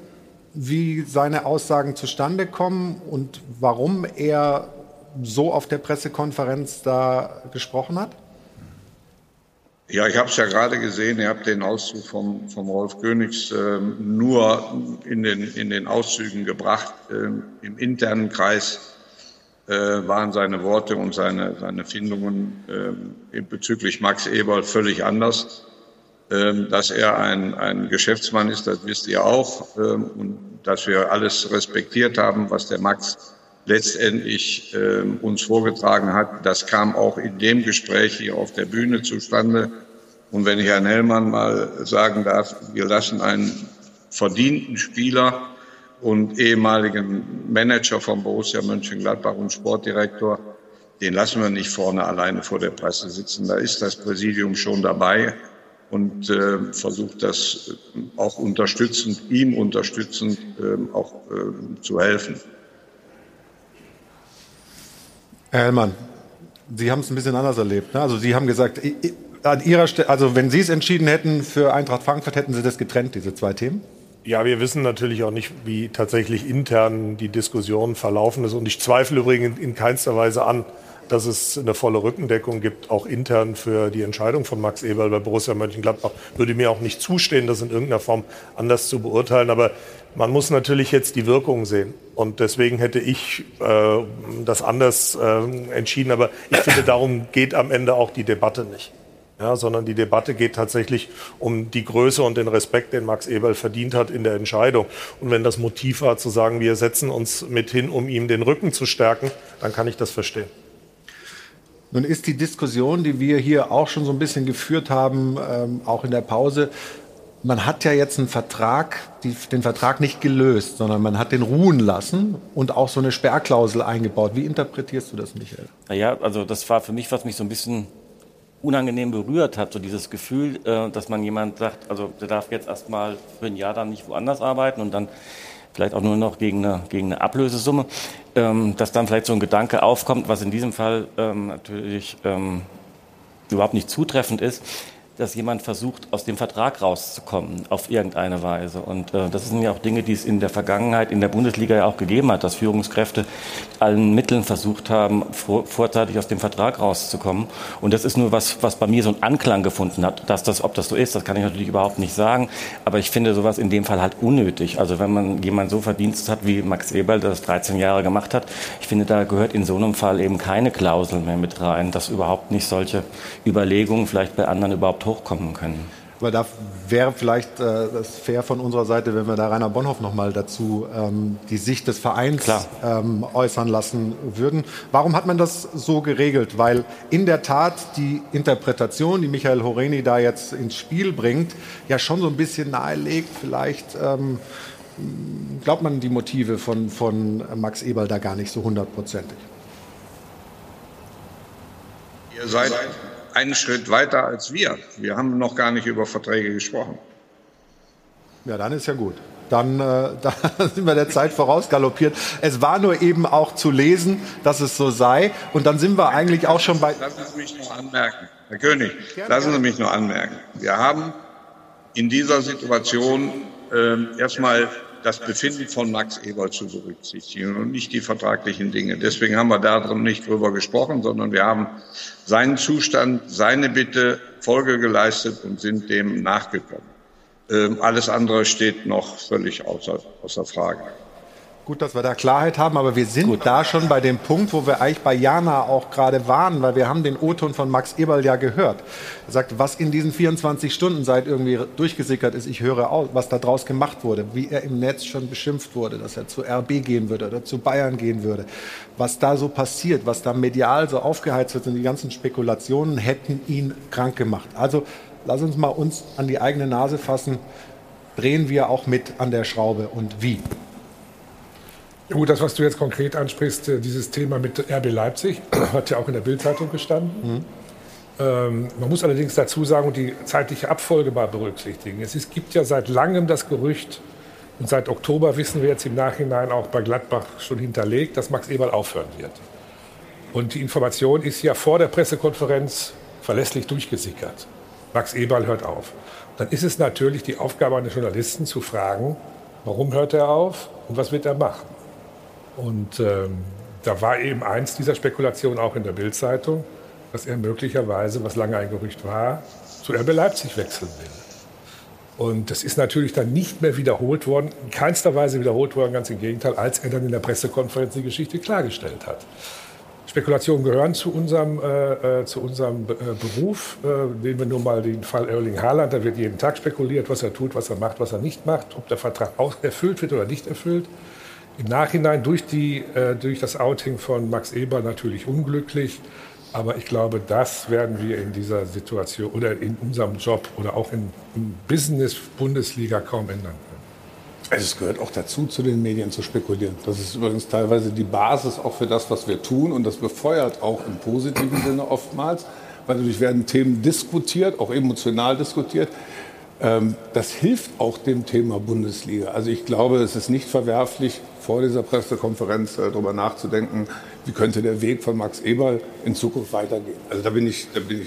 wie seine Aussagen zustande kommen und warum er so auf der Pressekonferenz da gesprochen hat? Ja, ich habe es ja gerade gesehen. Ihr habt den Auszug vom Rolf Königs nur in den Auszügen gebracht. Im internen Kreis waren seine Worte und seine Findungen bezüglich Max Eberl völlig anders. Dass er ein Geschäftsmann ist, das wisst ihr auch. Und dass wir alles respektiert haben, was der Max letztendlich uns vorgetragen hat. Das kam auch in dem Gespräch hier auf der Bühne zustande. Und wenn ich Herrn Hellmann mal sagen darf, wir lassen einen verdienten Spieler und ehemaligen Manager von Borussia Mönchengladbach und Sportdirektor, den lassen wir nicht vorne alleine vor der Presse sitzen. Da ist das Präsidium schon dabei und versucht das auch ihm unterstützend auch zu helfen. Herr Hellmann, Sie haben es ein bisschen anders erlebt, ne? Also Sie haben gesagt, an Ihrer Stelle, also wenn Sie es entschieden hätten für Eintracht Frankfurt, hätten Sie das getrennt, diese zwei Themen? Ja, wir wissen natürlich auch nicht, wie tatsächlich intern die Diskussion verlaufen ist. Und ich zweifle übrigens in keinster Weise an, dass es eine volle Rückendeckung gibt, auch intern für die Entscheidung von Max Eberl bei Borussia Mönchengladbach. Würde mir auch nicht zustehen, das in irgendeiner Form anders zu beurteilen. Aber man muss natürlich jetzt die Wirkung sehen. Und deswegen hätte ich das anders entschieden. Aber ich finde, darum geht am Ende auch die Debatte nicht. Ja, sondern die Debatte geht tatsächlich um die Größe und den Respekt, den Max Eberl verdient hat in der Entscheidung. Und wenn das Motiv war, zu sagen, wir setzen uns mit hin, um ihm den Rücken zu stärken, dann kann ich das verstehen. Nun ist die Diskussion, die wir hier auch schon so ein bisschen geführt haben, auch in der Pause, man hat ja jetzt einen Vertrag, den Vertrag nicht gelöst, sondern man hat den ruhen lassen und auch so eine Sperrklausel eingebaut. Wie interpretierst du das, Michael? Naja, also das war für mich, was mich so ein bisschen unangenehm berührt hat, so dieses Gefühl, dass man jemand sagt, also der darf jetzt erstmal für ein Jahr dann nicht woanders arbeiten und dann vielleicht auch nur noch gegen eine Ablösesumme, dass dann vielleicht so ein Gedanke aufkommt, was in diesem Fall natürlich überhaupt nicht zutreffend ist, dass jemand versucht, aus dem Vertrag rauszukommen, auf irgendeine Weise. Und das sind ja auch Dinge, die es in der Vergangenheit in der Bundesliga ja auch gegeben hat, dass Führungskräfte mit allen Mitteln versucht haben, vorzeitig aus dem Vertrag rauszukommen. Und das ist nur was bei mir so einen Anklang gefunden hat. Ob das so ist, das kann ich natürlich überhaupt nicht sagen. Aber ich finde sowas in dem Fall halt unnötig. Also wenn man jemand so Verdienst hat, wie Max Eberl, der das 13 Jahre gemacht hat, ich finde, da gehört in so einem Fall eben keine Klausel mehr mit rein, dass überhaupt nicht solche Überlegungen vielleicht bei anderen überhaupt hochkommen können. Aber da wäre vielleicht das fair von unserer Seite, wenn wir da Rainer Bonhoff noch mal dazu die Sicht des Vereins äußern lassen würden. Warum hat man das so geregelt? Weil in der Tat die Interpretation, die Michael Horeni da jetzt ins Spiel bringt, ja schon so ein bisschen nahelegt. Vielleicht glaubt man die Motive von Max Eberl da gar nicht so 100%. Ihr seid einen Schritt weiter als wir. Wir haben noch gar nicht über Verträge gesprochen. Ja, dann ist ja gut. Dann da sind wir der Zeit vorausgaloppiert. Es war nur eben auch zu lesen, dass es so sei. Und dann sind wir eigentlich auch schon bei... Lassen Sie mich noch anmerken. Herr König, lassen Sie mich noch anmerken. Wir haben in dieser Situation erstmal das Befinden von Max Eberl zu berücksichtigen und nicht die vertraglichen Dinge. Deswegen haben wir darum nicht drüber gesprochen, sondern wir haben seinen Zustand, seine Bitte Folge geleistet und sind dem nachgekommen. Alles andere steht noch völlig außer Frage. Gut, dass wir da Klarheit haben, aber wir sind da schon bei dem Punkt, wo wir eigentlich bei Jana auch gerade waren, weil wir haben den O-Ton von Max Eberl ja gehört. Er sagt, was in diesen 24 Stunden seit irgendwie durchgesickert ist, ich höre aus, was da draus gemacht wurde, wie er im Netz schon beschimpft wurde, dass er zu RB gehen würde oder zu Bayern gehen würde. Was da so passiert, was da medial so aufgeheizt wird und die ganzen Spekulationen hätten ihn krank gemacht. Also lass uns mal uns an die eigene Nase fassen. Drehen wir auch mit an der Schraube und wie? Ja, gut, das, was du jetzt konkret ansprichst, dieses Thema mit RB Leipzig, hat ja auch in der Bild-Zeitung gestanden. Man muss allerdings dazu sagen und die zeitliche Abfolge mal berücksichtigen. Es gibt ja seit langem das Gerücht, und seit Oktober wissen wir jetzt im Nachhinein auch bei Gladbach schon hinterlegt, dass Max Eberl aufhören wird. Und die Information ist ja vor der Pressekonferenz verlässlich durchgesickert. Max Eberl hört auf. Dann ist es natürlich die Aufgabe eines Journalisten zu fragen, Warum hört er auf und was wird er machen? Und da war eben eins dieser Spekulationen auch in der Bild-Zeitung, dass er möglicherweise, was lange ein Gerücht war, zu RB Leipzig wechseln will. Und das ist natürlich dann nicht mehr wiederholt worden, in keinster Weise wiederholt worden, ganz im Gegenteil, als er dann in der Pressekonferenz die Geschichte klargestellt hat. Spekulationen gehören zu unserem Beruf. Nehmen wir nur mal den Fall Erling Haaland. Da wird jeden Tag spekuliert, was er tut, was er macht, was er nicht macht, ob der Vertrag erfüllt wird oder nicht erfüllt. Im Nachhinein durch das Outing von Max Eberl natürlich unglücklich. Aber ich glaube, das werden wir in dieser Situation oder in unserem Job oder auch im Business Bundesliga kaum ändern können. Also es gehört auch dazu, zu den Medien zu spekulieren. Das ist übrigens teilweise die Basis auch für das, was wir tun. Und das befeuert auch im positiven Sinne oftmals, weil dadurch werden Themen diskutiert, auch emotional diskutiert. Das hilft auch dem Thema Bundesliga. Also ich glaube, es ist nicht verwerflich, vor dieser Pressekonferenz darüber nachzudenken, wie könnte der Weg von Max Eberl in Zukunft weitergehen. Also da bin ich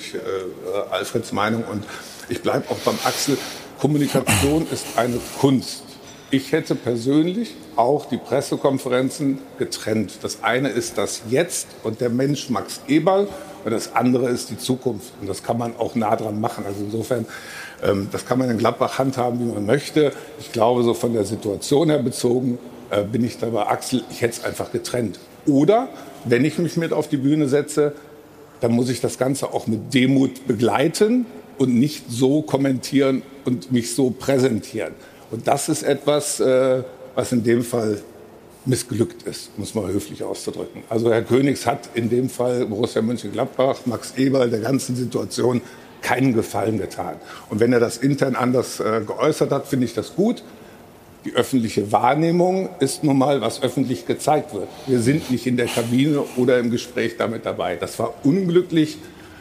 Alfreds Meinung. Und ich bleibe auch beim Axel. Kommunikation ist eine Kunst. Ich hätte persönlich auch die Pressekonferenzen getrennt. Das eine ist das Jetzt und der Mensch Max Eberl und das andere ist die Zukunft. Und das kann man auch nah dran machen. Also insofern, das kann man in Gladbach handhaben, wie man möchte. Ich glaube, so von der Situation her bezogen bin ich da bei Axel. Ich hätte es einfach getrennt. Oder, wenn ich mich mit auf die Bühne setze, dann muss ich das Ganze auch mit Demut begleiten und nicht so kommentieren und mich so präsentieren. Und das ist etwas, was in dem Fall missglückt ist, um es mal höflich auszudrücken. Also Herr Königs hat in dem Fall Borussia Mönchengladbach, Max Eberl, der ganzen Situation keinen Gefallen getan. Und wenn er das intern anders geäußert hat, finde ich das gut. Die öffentliche Wahrnehmung ist nun mal, was öffentlich gezeigt wird. Wir sind nicht in der Kabine oder im Gespräch damit dabei. Das war unglücklich.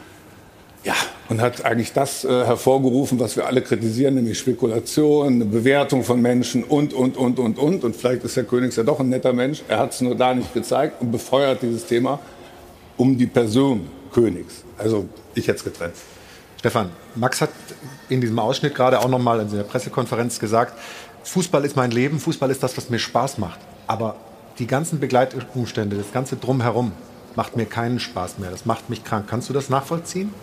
Ja, und hat eigentlich das hervorgerufen, was wir alle kritisieren, nämlich Spekulation, eine Bewertung von Menschen und. Und vielleicht ist Herr Königs ja doch ein netter Mensch. Er hat es nur da nicht gezeigt und befeuert dieses Thema um die Person Königs. Also ich hätte es getrennt. Stefan, Max hat in diesem Ausschnitt gerade auch noch mal in der Pressekonferenz gesagt, Fußball ist mein Leben, Fußball ist das, was mir Spaß macht. Aber die ganzen Begleitumstände, das ganze Drumherum macht mir keinen Spaß mehr. Das macht mich krank. Kannst du das nachvollziehen?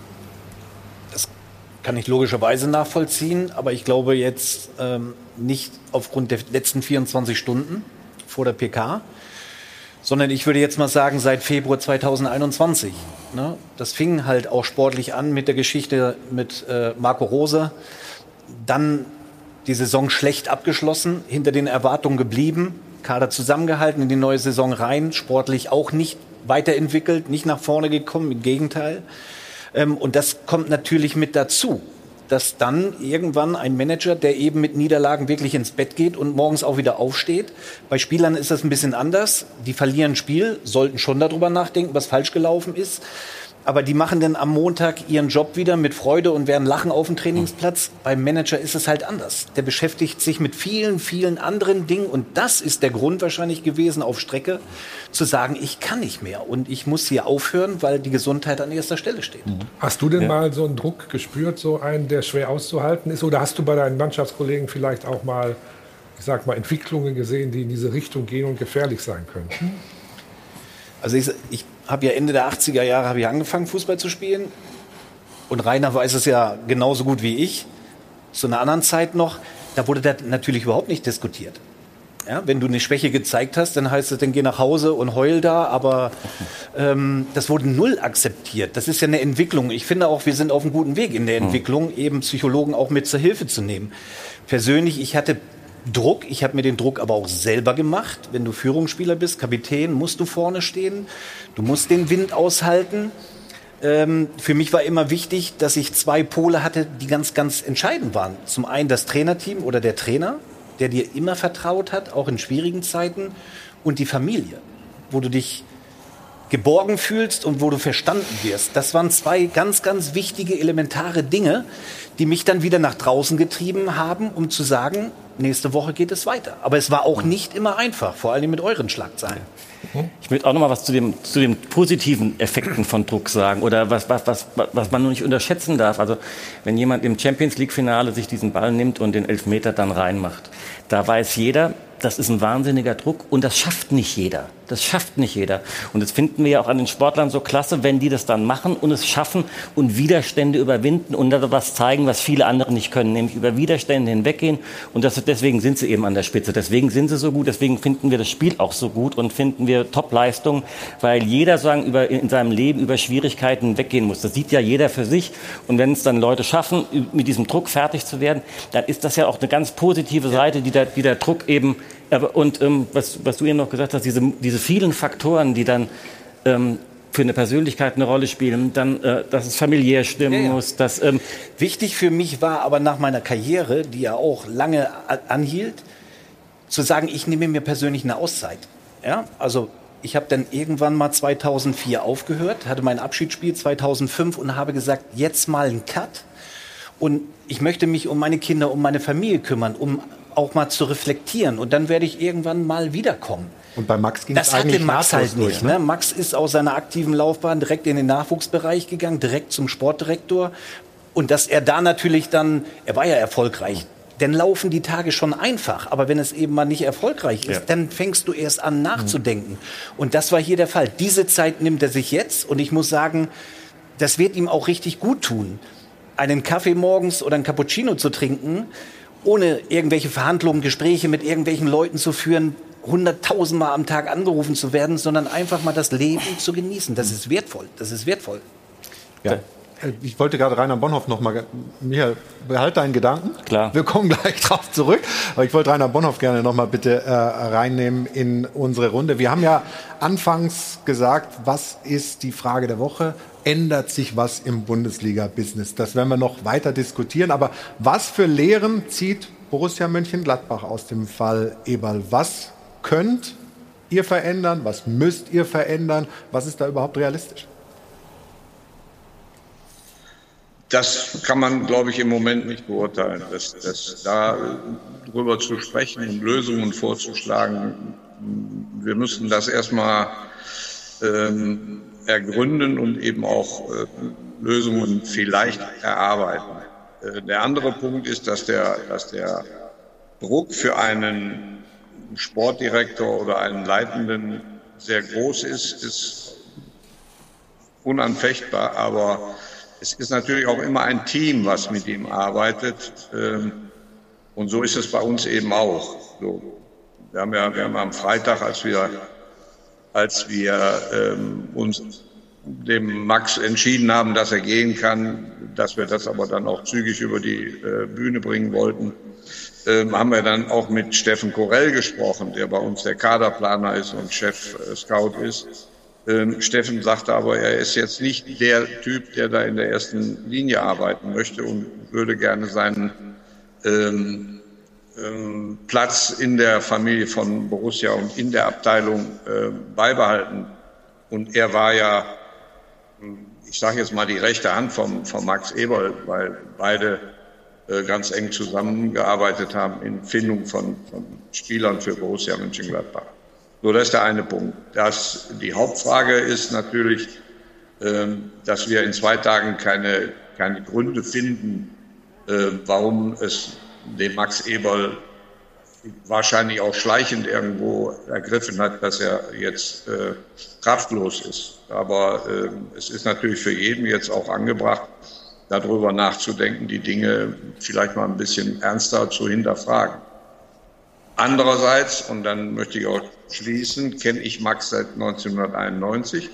Kann ich logischerweise nachvollziehen, aber ich glaube jetzt nicht aufgrund der letzten 24 Stunden vor der PK, sondern ich würde jetzt mal sagen, seit Februar 2021. Ne? Das fing halt auch sportlich an mit der Geschichte mit Marco Rose, dann die Saison schlecht abgeschlossen, hinter den Erwartungen geblieben, Kader zusammengehalten, in die neue Saison rein, sportlich auch nicht weiterentwickelt, nicht nach vorne gekommen, im Gegenteil. Und das kommt natürlich mit dazu, dass dann irgendwann ein Manager, der eben mit Niederlagen wirklich ins Bett geht und morgens auch wieder aufsteht. Bei Spielern ist das ein bisschen anders. Die verlieren ein Spiel, sollten schon darüber nachdenken, was falsch gelaufen ist. Aber die machen dann am Montag ihren Job wieder mit Freude und werden lachen auf dem Trainingsplatz. Beim Manager ist es halt anders. Der beschäftigt sich mit vielen, vielen anderen Dingen. Und das ist der Grund wahrscheinlich gewesen, auf Strecke zu sagen, ich kann nicht mehr. Und ich muss hier aufhören, weil die Gesundheit an erster Stelle steht. Hast du denn mal so einen Druck gespürt, so einen, der schwer auszuhalten ist? Oder hast du bei deinen Mannschaftskollegen vielleicht auch mal, ich sag mal, Entwicklungen gesehen, die in diese Richtung gehen und gefährlich sein könnten? Also ich habe ja Ende der 80er Jahre angefangen, Fußball zu spielen. Und Rainer weiß es ja genauso gut wie ich. Zu einer anderen Zeit noch, da wurde das natürlich überhaupt nicht diskutiert. Ja, wenn du eine Schwäche gezeigt hast, dann heißt es, dann geh nach Hause und heul da. Aber das wurde null akzeptiert. Das ist ja eine Entwicklung. Ich finde auch, wir sind auf einem guten Weg in der Entwicklung, eben Psychologen auch mit zur Hilfe zu nehmen. Persönlich, ich hatte Druck. Ich habe mir den Druck aber auch selber gemacht. Wenn du Führungsspieler bist, Kapitän, musst du vorne stehen. Du musst den Wind aushalten. Für mich war immer wichtig, dass ich zwei Pole hatte, die ganz, ganz entscheidend waren. Zum einen das Trainerteam oder der Trainer, der dir immer vertraut hat, auch in schwierigen Zeiten. Und die Familie, wo du dich geborgen fühlst und wo du verstanden wirst. Das waren zwei ganz, ganz wichtige, elementare Dinge, die mich dann wieder nach draußen getrieben haben, um zu sagen, nächste Woche geht es weiter. Aber es war auch nicht immer einfach, vor allem mit euren Schlagzeilen. Ich möchte auch noch mal was zu den positiven Effekten von Druck sagen oder was man nur nicht unterschätzen darf. Also wenn jemand im Champions-League-Finale sich diesen Ball nimmt und den Elfmeter dann reinmacht, da weiß jeder, das ist ein wahnsinniger Druck und das schafft nicht jeder. Das schafft nicht jeder. Und das finden wir ja auch an den Sportlern so klasse, wenn die das dann machen und es schaffen und Widerstände überwinden und da was zeigen, was viele andere nicht können, nämlich über Widerstände hinweggehen. Und deswegen sind sie eben an der Spitze. Deswegen sind sie so gut. Deswegen finden wir das Spiel auch so gut und finden wir Top-Leistungen, weil jeder in seinem Leben über Schwierigkeiten weggehen muss. Das sieht ja jeder für sich. Und wenn es dann Leute schaffen, mit diesem Druck fertig zu werden, dann ist das ja auch eine ganz positive Seite, die der Druck eben. Und was du eben noch gesagt hast, diese vielen Faktoren, die dann für eine Persönlichkeit eine Rolle spielen, dann, dass es familiär stimmen muss. Dass, wichtig für mich war aber nach meiner Karriere, die ja auch lange anhielt, zu sagen, ich nehme mir persönlich eine Auszeit. Ja? Also ich habe dann irgendwann mal 2004 aufgehört, hatte mein Abschiedsspiel 2005 und habe gesagt, jetzt mal einen Cut. Und ich möchte mich um meine Kinder, um meine Familie kümmern, um auch mal zu reflektieren. Und dann werde ich irgendwann mal wiederkommen. Und bei Max ging es eigentlich Das hatte Max halt nicht. Ne? Max ist aus seiner aktiven Laufbahn direkt in den Nachwuchsbereich gegangen, direkt zum Sportdirektor. Und dass er da natürlich dann, er war ja erfolgreich, dann laufen die Tage schon einfach. Aber wenn es eben mal nicht erfolgreich ist, dann fängst du erst an nachzudenken. Und das war hier der Fall. Diese Zeit nimmt er sich jetzt. Und ich muss sagen, das wird ihm auch richtig gut tun, einen Kaffee morgens oder einen Cappuccino zu trinken, ohne irgendwelche Verhandlungen, Gespräche mit irgendwelchen Leuten zu führen, 100.000 Mal am Tag angerufen zu werden, sondern einfach mal das Leben zu genießen. Das ist wertvoll. Das ist wertvoll. Ja. Ich wollte gerade Rainer Bonhoff noch mal, Michael, behalte deinen Gedanken. Klar. Wir kommen gleich drauf zurück. Aber ich wollte Rainer Bonhoff gerne noch mal bitte reinnehmen in unsere Runde. Wir haben ja anfangs gesagt, was ist die Frage der Woche? Ändert sich was im Bundesliga-Business? Das werden wir noch weiter diskutieren. Aber was für Lehren zieht Borussia Mönchengladbach aus dem Fall Eberl? Was könnt ihr verändern? Was müsst ihr verändern? Was ist da überhaupt realistisch? Das kann man, glaube ich, im Moment nicht beurteilen. Darüber zu sprechen und Lösungen vorzuschlagen, wir müssen das erstmal ergründen und eben auch Lösungen vielleicht erarbeiten. Der andere Punkt ist, dass der Druck für einen Sportdirektor oder einen Leitenden sehr groß ist unanfechtbar, aber es ist natürlich auch immer ein Team, was mit ihm arbeitet. Und so ist es bei uns eben auch. So, wir haben am Freitag, als wir uns dem Max entschieden haben, dass er gehen kann, dass wir das aber dann auch zügig über die Bühne bringen wollten, haben wir dann auch mit Steffen Korell gesprochen, der bei uns der Kaderplaner ist und Chef Scout ist. Steffen sagte aber, er ist jetzt nicht der Typ, der da in der ersten Linie arbeiten möchte und würde gerne seinen Platz in der Familie von Borussia und in der Abteilung beibehalten. Und er war ja, ich sage jetzt mal, die rechte Hand von Max Eberl, weil beide ganz eng zusammengearbeitet haben in Findung von Spielern für Borussia Mönchengladbach. So, das ist der eine Punkt. Die Hauptfrage ist natürlich, dass wir in 2 Tagen keine Gründe finden, warum es dem Max Eberl wahrscheinlich auch schleichend irgendwo ergriffen hat, dass er jetzt kraftlos ist. Aber es ist natürlich für jeden jetzt auch angebracht, darüber nachzudenken, die Dinge vielleicht mal ein bisschen ernster zu hinterfragen. Andererseits, und dann möchte ich auch schließen, kenne ich Max seit 1991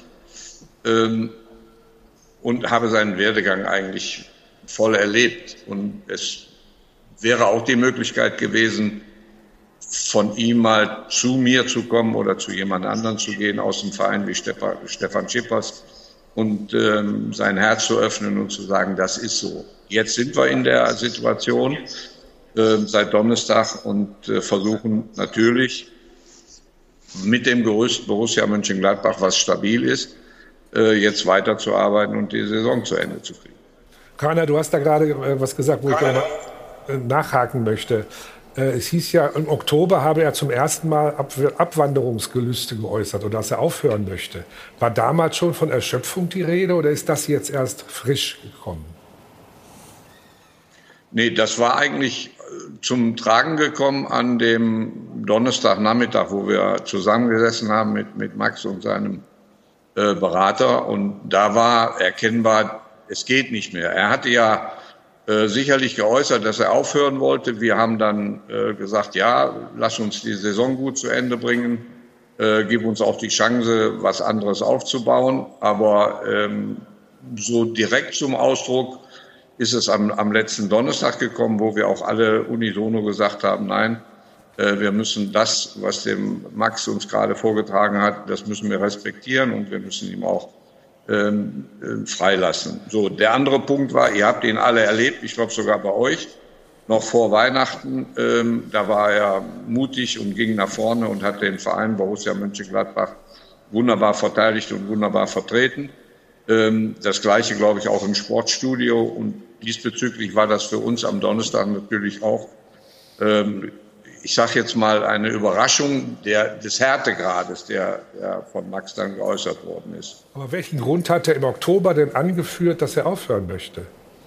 und habe seinen Werdegang eigentlich voll erlebt. Und es wäre auch die Möglichkeit gewesen, von ihm mal zu mir zu kommen oder zu jemand anderem zu gehen aus dem Verein wie Stefan Schippers und sein Herz zu öffnen und zu sagen, das ist so. Jetzt sind wir in der Situation seit Donnerstag und versuchen natürlich mit dem Gerüst Borussia Mönchengladbach, was stabil ist, jetzt weiterzuarbeiten und die Saison zu Ende zu kriegen. Rainer, du hast da gerade was gesagt, wo ich gerne nachhaken möchte. Es hieß ja, im Oktober habe er zum ersten Mal Abwanderungsgelüste geäußert oder dass er aufhören möchte. War damals schon von Erschöpfung die Rede oder ist das jetzt erst frisch gekommen? Nee, das war eigentlich zum Tragen gekommen an dem Donnerstagnachmittag, wo wir zusammengesessen haben mit Max und seinem Berater. Und da war erkennbar, es geht nicht mehr. Er hatte ja sicherlich geäußert, dass er aufhören wollte. Wir haben dann gesagt, ja, lass uns die Saison gut zu Ende bringen, gib uns auch die Chance, was anderes aufzubauen. Aber so direkt zum Ausdruck ist es am letzten Donnerstag gekommen, wo wir auch alle unisono gesagt haben, nein, wir müssen das, was dem Max uns gerade vorgetragen hat, das müssen wir respektieren und wir müssen ihm auch freilassen. So, der andere Punkt war, ihr habt ihn alle erlebt, ich glaube sogar bei euch, noch vor Weihnachten. Da war er mutig und ging nach vorne und hat den Verein Borussia Mönchengladbach wunderbar verteidigt und wunderbar vertreten. Das Gleiche, glaube ich, auch im Sportstudio. Und diesbezüglich war das für uns am Donnerstag natürlich auch, ich sage jetzt mal, eine Überraschung des Härtegrades, der von Max dann geäußert worden ist. Aber welchen Grund hat er im Oktober denn angeführt, dass er aufhören möchte?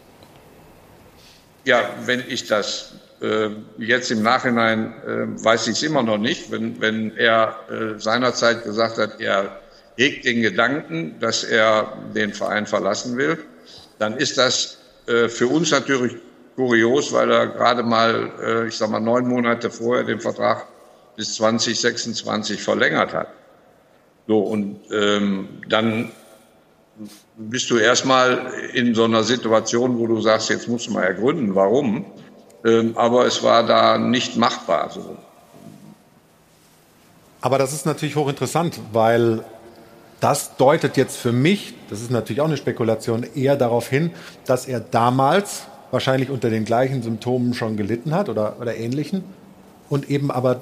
Ja, wenn ich das jetzt im Nachhinein weiß ich es immer noch nicht. Wenn er seinerzeit gesagt hat, er hegt den Gedanken, dass er den Verein verlassen will, dann ist das für uns natürlich kurios, weil er gerade mal, 9 Monate vorher den Vertrag bis 2026 verlängert hat. So, und dann bist du erstmal in so einer Situation, wo du sagst, jetzt musst du mal ergründen, warum. Aber es war da nicht machbar. So. Aber das ist natürlich hochinteressant, weil das deutet jetzt für mich, das ist natürlich auch eine Spekulation, eher darauf hin, dass er damals wahrscheinlich unter den gleichen Symptomen schon gelitten hat oder ähnlichen und eben aber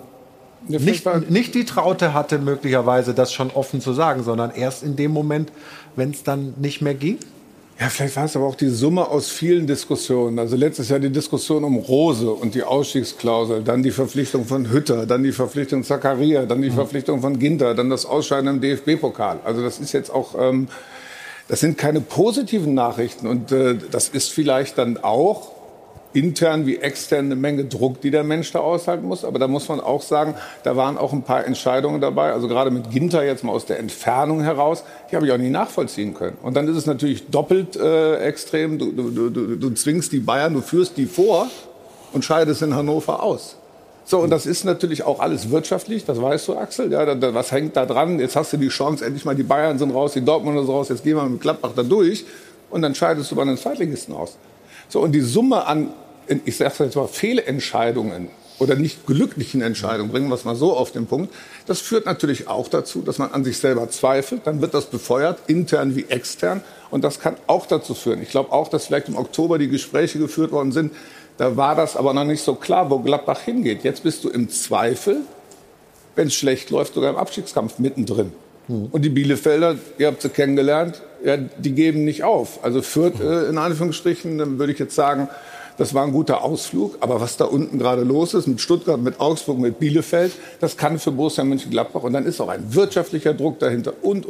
nicht die Traute hatte, möglicherweise das schon offen zu sagen, sondern erst in dem Moment, wenn es dann nicht mehr ging. Ja, vielleicht war es aber auch die Summe aus vielen Diskussionen. Also letztes Jahr die Diskussion um Rose und die Ausstiegsklausel, dann die Verpflichtung von Hütter, dann die Verpflichtung Zakaria, dann die Verpflichtung von Ginter, dann das Ausscheiden im DFB-Pokal. Also das ist jetzt auch, das sind keine positiven Nachrichten und das ist vielleicht dann auch intern wie extern eine Menge Druck, die der Mensch da aushalten muss. Aber da muss man auch sagen, da waren auch ein paar Entscheidungen dabei. Also gerade mit Ginter jetzt mal aus der Entfernung heraus, die habe ich auch nicht nachvollziehen können. Und dann ist es natürlich doppelt extrem. Du zwingst die Bayern, du führst die vor und scheidest in Hannover aus. So, und das ist natürlich auch alles wirtschaftlich, das weißt du, Axel. Ja, was hängt da dran? Jetzt hast du die Chance, endlich mal die Bayern sind raus, die Dortmunder sind raus, jetzt gehen wir mit Gladbach da durch. Und dann scheidest du bei den Zweitligisten aus. So, und die Summe an, ich sage jetzt mal, Fehlentscheidungen oder nicht glücklichen Entscheidungen, bringen wir es mal so auf den Punkt, das führt natürlich auch dazu, dass man an sich selber zweifelt. Dann wird das befeuert, intern wie extern. Und das kann auch dazu führen. Ich glaube auch, dass vielleicht im Oktober die Gespräche geführt worden sind. Da war das aber noch nicht so klar, wo Gladbach hingeht. Jetzt bist du im Zweifel, wenn es schlecht läuft, sogar im Abstiegskampf mittendrin. Und die Bielefelder, ihr habt sie kennengelernt, ja, die geben nicht auf. Also Fürth, in Anführungsstrichen, dann würde ich jetzt sagen, das war ein guter Ausflug. Aber was da unten gerade los ist, mit Stuttgart, mit Augsburg, mit Bielefeld, das kann für Borussia Mönchengladbach. Und dann ist auch ein wirtschaftlicher Druck dahinter und.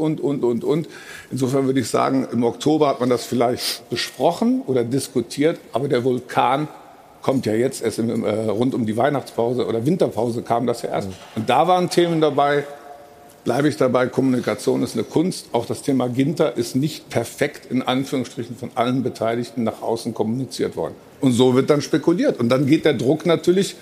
Insofern würde ich sagen, im Oktober hat man das vielleicht besprochen oder diskutiert. Aber der Vulkan kommt ja jetzt erst rund um die Weihnachtspause oder Winterpause kam das ja erst. Und da waren Themen dabei. Bleibe ich dabei, Kommunikation ist eine Kunst. Auch das Thema Ginter ist nicht perfekt, in Anführungsstrichen, von allen Beteiligten nach außen kommuniziert worden. Und so wird dann spekuliert. Und dann geht der Druck natürlich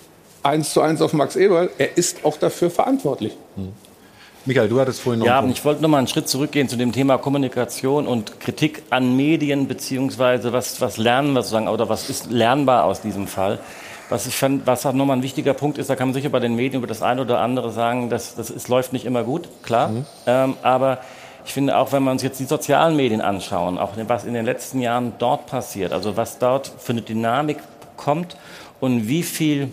1:1 auf Max Eberl. Er ist auch dafür verantwortlich. Michael, du hattest vorhin noch... Ja, ich wollte noch mal einen Schritt zurückgehen zu dem Thema Kommunikation und Kritik an Medien, beziehungsweise was lernen wir sozusagen, oder was ist lernbar aus diesem Fall. Was ich fand, was auch nochmal ein wichtiger Punkt ist, da kann man sicher bei den Medien über das eine oder andere sagen, es läuft nicht immer gut, klar. Aber ich finde auch, wenn wir uns jetzt die sozialen Medien anschauen, auch was in den letzten Jahren dort passiert, also was dort für eine Dynamik kommt und wie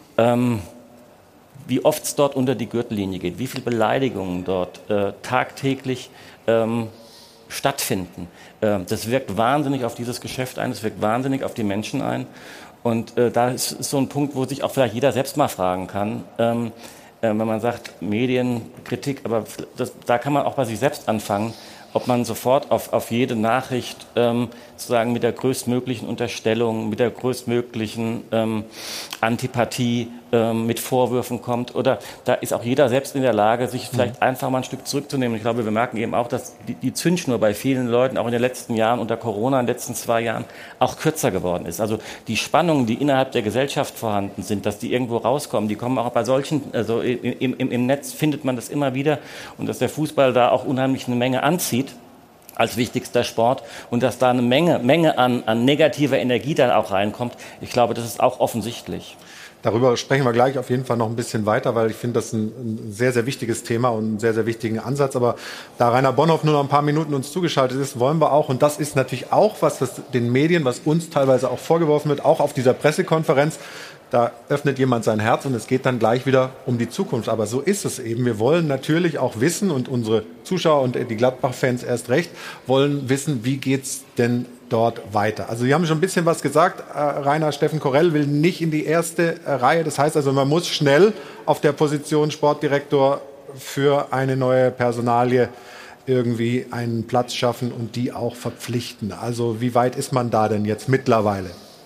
oft es dort unter die Gürtellinie geht, wie viel Beleidigungen dort tagtäglich stattfinden. Das wirkt wahnsinnig auf dieses Geschäft ein, das wirkt wahnsinnig auf die Menschen ein. Und da ist so ein Punkt, wo sich auch vielleicht jeder selbst mal fragen kann, wenn man sagt, Medienkritik, aber da kann man auch bei sich selbst anfangen, ob man sofort auf jede Nachricht sozusagen mit der größtmöglichen Unterstellung, mit der größtmöglichen Antipathie, mit Vorwürfen kommt. Oder da ist auch jeder selbst in der Lage, sich vielleicht einfach mal ein Stück zurückzunehmen. Ich glaube, wir merken eben auch, dass die Zündschnur bei vielen Leuten auch in den letzten Jahren unter Corona, in den letzten 2 Jahren, auch kürzer geworden ist. Also die Spannungen, die innerhalb der Gesellschaft vorhanden sind, dass die irgendwo rauskommen, die kommen auch bei solchen, also im Netz findet man das immer wieder. Und dass der Fußball da auch unheimlich eine Menge anzieht als wichtigster Sport und dass da eine Menge an negativer Energie dann auch reinkommt. Ich glaube, das ist auch offensichtlich. Darüber sprechen wir gleich auf jeden Fall noch ein bisschen weiter, weil ich finde, das ein sehr, sehr wichtiges Thema und einen sehr, sehr wichtigen Ansatz. Aber da Rainer Bonhoff nur noch ein paar Minuten uns zugeschaltet ist, wollen wir auch, und das ist natürlich auch, was den Medien, was uns teilweise auch vorgeworfen wird, auch auf dieser Pressekonferenz, da öffnet jemand sein Herz und es geht dann gleich wieder um die Zukunft. Aber so ist es eben. Wir wollen natürlich auch wissen, und unsere Zuschauer und die Gladbach-Fans erst recht, wollen wissen, wie geht's denn dort weiter. Also Sie haben schon ein bisschen was gesagt. Rainer, Steffen Korell will nicht in die erste Reihe. Das heißt also, man muss schnell auf der Position Sportdirektor für eine neue Personalie irgendwie einen Platz schaffen und die auch verpflichten. Also wie weit ist man da denn jetzt mittlerweile?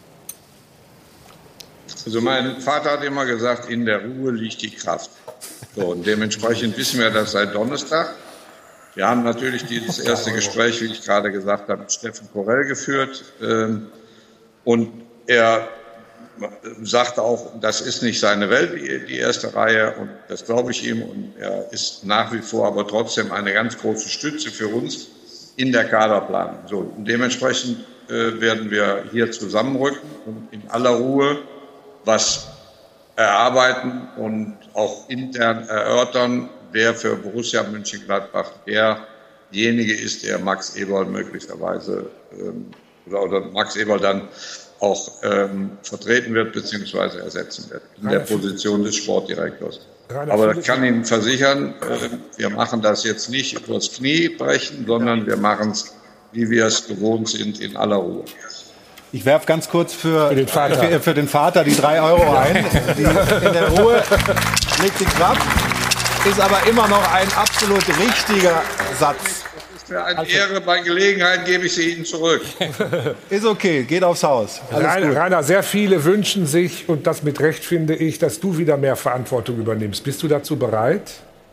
Also mein Vater hat immer gesagt, in der Ruhe liegt die Kraft. So, und dementsprechend wissen wir das seit Donnerstag. Wir haben natürlich dieses erste Gespräch, wie ich gerade gesagt habe, mit Steffen Korell geführt. Und er sagte auch, das ist nicht seine Welt, die erste Reihe. Und das glaube ich ihm. Und er ist nach wie vor aber trotzdem eine ganz große Stütze für uns in der Kaderplanung. So, und dementsprechend werden wir hier zusammenrücken und in aller Ruhe was erarbeiten und auch intern erörtern, wer für Borussia Mönchengladbach derjenige ist, der Max Eberl möglicherweise oder Max Eberl dann auch vertreten wird bzw. ersetzen wird in der Position des Sportdirektors. Aber ich kann Ihnen versichern, wir machen das jetzt nicht übers Knie brechen, sondern wir machen es, wie wir es gewohnt sind, in aller Ruhe. Ich werfe ganz kurz für den Vater die 3 Euro ein. In der Ruhe liegt die Kraft. Ist aber immer noch ein absolut richtiger Satz. Das ist mir eine Ehre. Bei Gelegenheit gebe ich sie Ihnen zurück. Ist okay, geht aufs Haus. Rainer, sehr viele wünschen sich, und das mit Recht finde ich, dass du wieder mehr Verantwortung übernimmst. Bist du dazu bereit?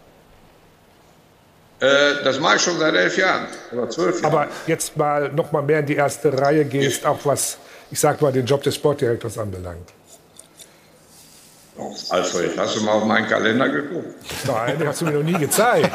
Das mache ich schon seit 11 Jahren oder 12 Jahren. Aber jetzt mal noch mal mehr in die erste Reihe gehst, auch was, ich sag mal, den Job des Sportdirektors anbelangt. Alfred, hast du mal auf meinen Kalender geguckt? Nein, den hast du mir noch nie gezeigt.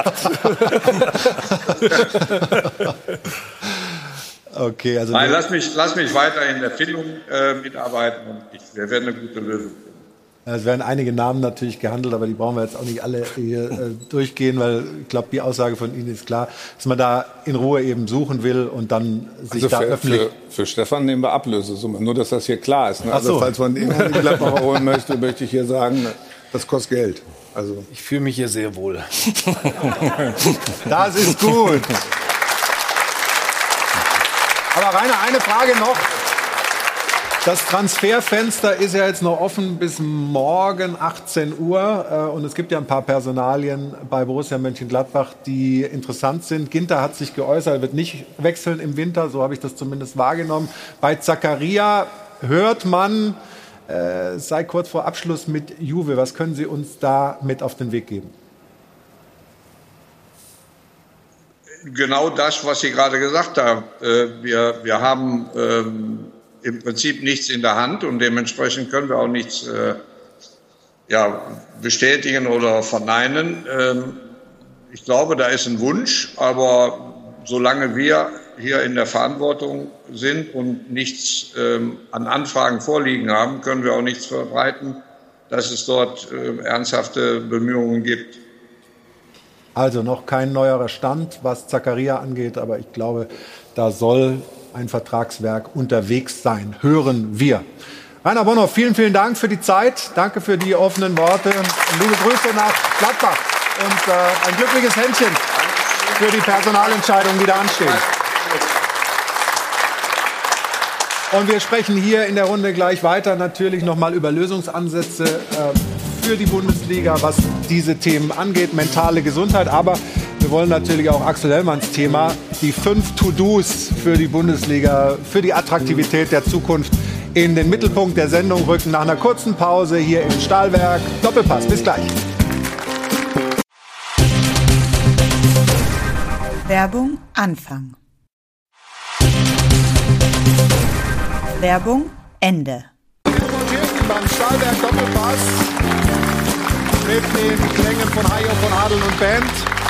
Okay, also nein, lass mich weiter in der Findung mitarbeiten und wir werden eine gute Lösung finden. Es werden einige Namen natürlich gehandelt, aber die brauchen wir jetzt auch nicht alle hier durchgehen, weil ich glaube, die Aussage von Ihnen ist klar, dass man da in Ruhe eben suchen will und dann sich also da öffentlich... Für Stefan nehmen wir Ablösesumme, nur dass das hier klar ist. Ne? Ach so. Also falls man ihn in die Gladbacher holen möchte, möchte ich hier sagen, das kostet Geld. Also ich fühle mich hier sehr wohl. Das ist gut. Aber Rainer, eine Frage noch. Das Transferfenster ist ja jetzt noch offen bis morgen 18 Uhr. Und es gibt ja ein paar Personalien bei Borussia Mönchengladbach, die interessant sind. Ginter hat sich geäußert, er wird nicht wechseln im Winter. So habe ich das zumindest wahrgenommen. Bei Zakaria hört man, sei kurz vor Abschluss mit Juve. Was können Sie uns da mit auf den Weg geben? Genau das, was Sie gerade gesagt haben. Wir haben im Prinzip nichts in der Hand und dementsprechend können wir auch nichts bestätigen oder verneinen. Ich glaube, da ist ein Wunsch, aber solange wir hier in der Verantwortung sind und nichts an Anfragen vorliegen haben, können wir auch nichts verbreiten, dass es dort ernsthafte Bemühungen gibt. Also noch kein neuerer Stand, was Zakaria angeht, aber ich glaube, da soll ein Vertragswerk unterwegs sein. Hören wir. Rainer Bonhoff, vielen, vielen Dank für die Zeit. Danke für die offenen Worte. Liebe Grüße nach Gladbach und ein glückliches Händchen. für die Personalentscheidungen, die da anstehen. Und wir sprechen hier in der Runde gleich weiter natürlich nochmal über Lösungsansätze für die Bundesliga, was diese Themen angeht, mentale Gesundheit. Aber wir wollen natürlich auch Axel Hellmanns Thema, die 5 To-Dos für die Bundesliga, für die Attraktivität der Zukunft in den Mittelpunkt der Sendung rücken. Nach einer kurzen Pause hier im Stahlwerk. Doppelpass, bis gleich. Werbung Anfang. Werbung Ende. Beim Stahlwerk Doppelpass mit den Klängen von Hajo von Adel und Band.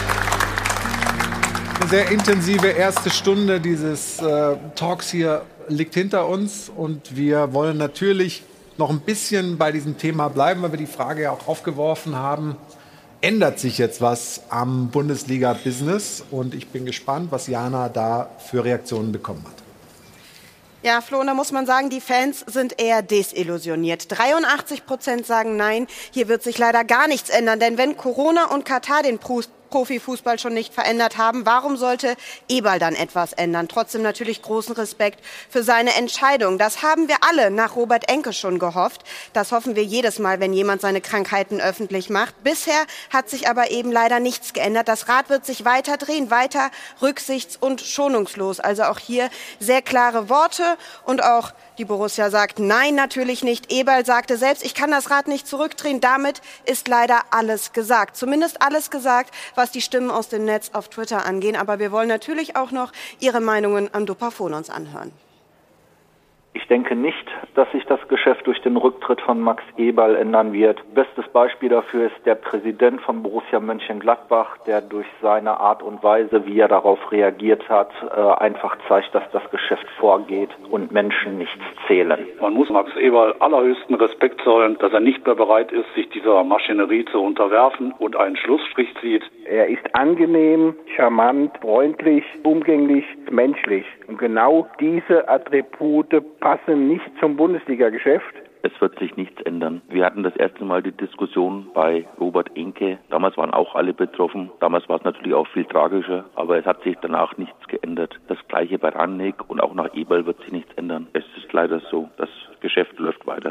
Eine sehr intensive erste Stunde dieses Talks hier liegt hinter uns und wir wollen natürlich noch ein bisschen bei diesem Thema bleiben, weil wir die Frage ja auch aufgeworfen haben, ändert sich jetzt was am Bundesliga-Business? Und ich bin gespannt, was Jana da für Reaktionen bekommen hat. Ja, Flo, da muss man sagen, die Fans sind eher desillusioniert. 83% sagen nein, hier wird sich leider gar nichts ändern. Denn wenn Corona und Katar den Profifußball schon nicht verändert haben, warum sollte Eberl dann etwas ändern? Trotzdem natürlich großen Respekt für seine Entscheidung. Das haben wir alle nach Robert Enke schon gehofft. Das hoffen wir jedes Mal, wenn jemand seine Krankheiten öffentlich macht. Bisher hat sich aber eben leider nichts geändert. Das Rad wird sich weiter drehen, weiter rücksichts- und schonungslos. Also auch hier sehr klare Worte und auch die Borussia sagt nein, natürlich nicht. Eberl sagte selbst, ich kann das Rad nicht zurückdrehen. Damit ist leider alles gesagt. Zumindest alles gesagt, was die Stimmen aus dem Netz auf Twitter angehen. Aber wir wollen natürlich auch noch Ihre Meinungen am Dopafon uns anhören. Ich denke nicht, dass sich das Geschäft durch den Rücktritt von Max Eberl ändern wird. Bestes Beispiel dafür ist der Präsident von Borussia Mönchengladbach, der durch seine Art und Weise, wie er darauf reagiert hat, einfach zeigt, dass das Geschäft vorgeht und Menschen nichts zählen. Man muss Max Eberl allerhöchsten Respekt zollen, dass er nicht mehr bereit ist, sich dieser Maschinerie zu unterwerfen und einen Schlussstrich zieht. Er ist angenehm, charmant, freundlich, umgänglich, menschlich. Und genau diese Attribute passen nicht zum Bundesliga-Geschäft. Es wird sich nichts ändern. Wir hatten das erste Mal die Diskussion bei Robert Enke. Damals waren auch alle betroffen. Damals war es natürlich auch viel tragischer, aber es hat sich danach nichts geändert. Das Gleiche bei Rangnick und auch nach Eberl wird sich nichts ändern. Es ist leider so. Das Geschäft läuft weiter.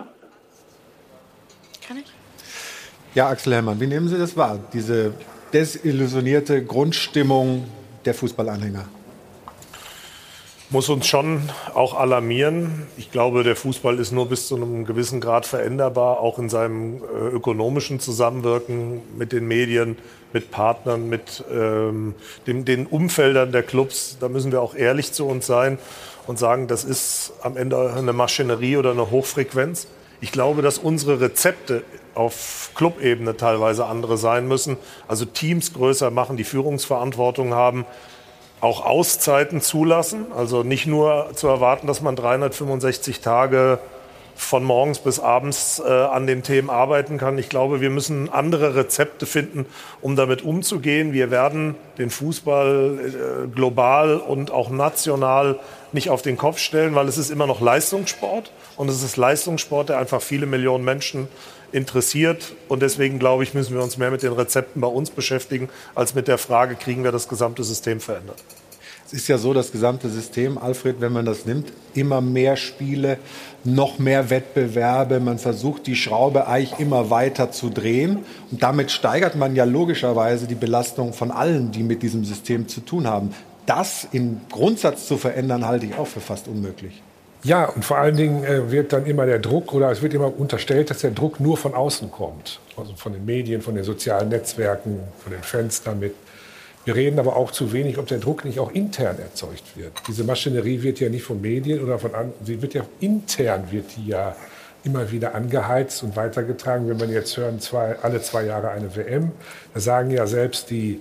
Kann ich? Ja, Axel Hellmann, wie nehmen Sie das wahr? Diese desillusionierte Grundstimmung der Fußballanhänger? Muss uns schon auch alarmieren. Ich glaube, der Fußball ist nur bis zu einem gewissen Grad veränderbar, auch in seinem ökonomischen Zusammenwirken mit den Medien, mit Partnern, mit den Umfeldern der Clubs. Da müssen wir auch ehrlich zu uns sein und sagen, das ist am Ende eine Maschinerie oder eine Hochfrequenz. Ich glaube, dass unsere Rezepte auf Clubebene teilweise andere sein müssen. Also Teams größer machen, die Führungsverantwortung haben, auch Auszeiten zulassen. Also nicht nur zu erwarten, dass man 365 Tage von morgens bis abends an den Themen arbeiten kann. Ich glaube, wir müssen andere Rezepte finden, um damit umzugehen. Wir werden den Fußball global und auch national nicht auf den Kopf stellen, weil es ist immer noch Leistungssport. Und es ist Leistungssport, der einfach viele Millionen Menschen interessiert. Und deswegen, glaube ich, müssen wir uns mehr mit den Rezepten bei uns beschäftigen, als mit der Frage, kriegen wir das gesamte System verändert. Es ist ja so, das gesamte System, Alfred, wenn man das nimmt, immer mehr Spiele, noch mehr Wettbewerbe. Man versucht, die Schraube eigentlich immer weiter zu drehen. Und damit steigert man ja logischerweise die Belastung von allen, die mit diesem System zu tun haben. Das im Grundsatz zu verändern, halte ich auch für fast unmöglich. Ja, und vor allen Dingen wird dann immer der Druck, oder es wird immer unterstellt, dass der Druck nur von außen kommt. Also von den Medien, von den sozialen Netzwerken, von den Fans damit. Wir reden aber auch zu wenig, ob der Druck nicht auch intern erzeugt wird. Diese Maschinerie wird ja nicht von Medien oder von anderen, sie wird ja intern, wird die ja immer wieder angeheizt und weitergetragen. Wenn man jetzt hören, alle 2 Jahre eine WM, da sagen ja selbst die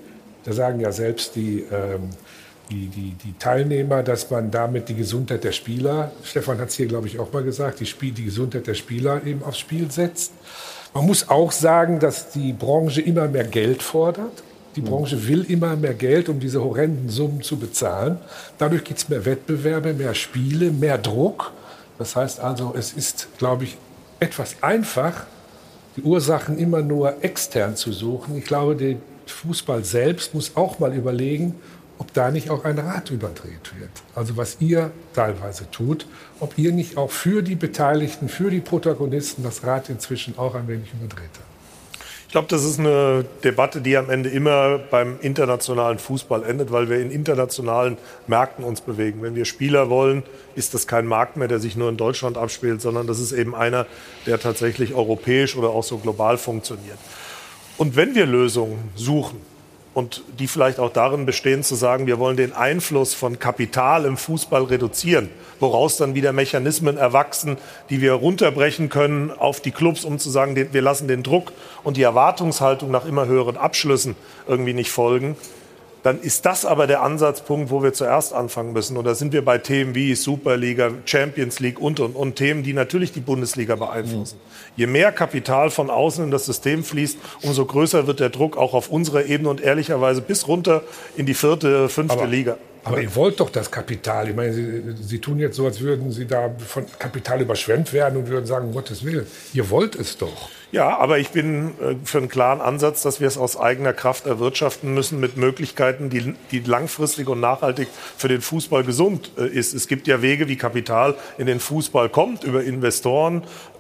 Teilnehmer, dass man damit die Gesundheit der Spieler, Stefan hat es hier, glaube ich, auch mal gesagt, die Gesundheit der Spieler eben aufs Spiel setzt. Man muss auch sagen, dass die Branche immer mehr Geld fordert. Die Branche will immer mehr Geld, um diese horrenden Summen zu bezahlen. Dadurch gibt es mehr Wettbewerbe, mehr Spiele, mehr Druck. Das heißt also, es ist, glaube ich, etwas einfach, die Ursachen immer nur extern zu suchen. Ich glaube, Fußball selbst muss auch mal überlegen, ob da nicht auch ein Rad überdreht wird. Also was ihr teilweise tut, ob ihr nicht auch für die Beteiligten, für die Protagonisten das Rad inzwischen auch ein wenig überdreht habt. Ich glaube, das ist eine Debatte, die am Ende immer beim internationalen Fußball endet, weil wir in internationalen Märkten uns bewegen. Wenn wir Spieler wollen, ist das kein Markt mehr, der sich nur in Deutschland abspielt, sondern das ist eben einer, der tatsächlich europäisch oder auch so global funktioniert. Und wenn wir Lösungen suchen, und die vielleicht auch darin bestehen, zu sagen, wir wollen den Einfluss von Kapital im Fußball reduzieren, woraus dann wieder Mechanismen erwachsen, die wir runterbrechen können auf die Clubs, um zu sagen, wir lassen den Druck und die Erwartungshaltung nach immer höheren Abschlüssen irgendwie nicht folgen, dann ist das aber der Ansatzpunkt, wo wir zuerst anfangen müssen. Und da sind wir bei Themen wie Superliga, Champions League und Themen, die natürlich die Bundesliga beeinflussen. Je mehr Kapital von außen in das System fließt, umso größer wird der Druck auch auf unserer Ebene und ehrlicherweise bis runter in die 4., 5. Liga. Aber ihr wollt doch das Kapital. Ich meine, Sie tun jetzt so, als würden Sie da von Kapital überschwemmt werden und würden sagen, um Gottes Willen, ihr wollt es doch. Ja, aber ich bin für einen klaren Ansatz, dass wir es aus eigener Kraft erwirtschaften müssen mit Möglichkeiten, die langfristig und nachhaltig für den Fußball gesund ist. Es gibt ja Wege, wie Kapital in den Fußball kommt, über Investoren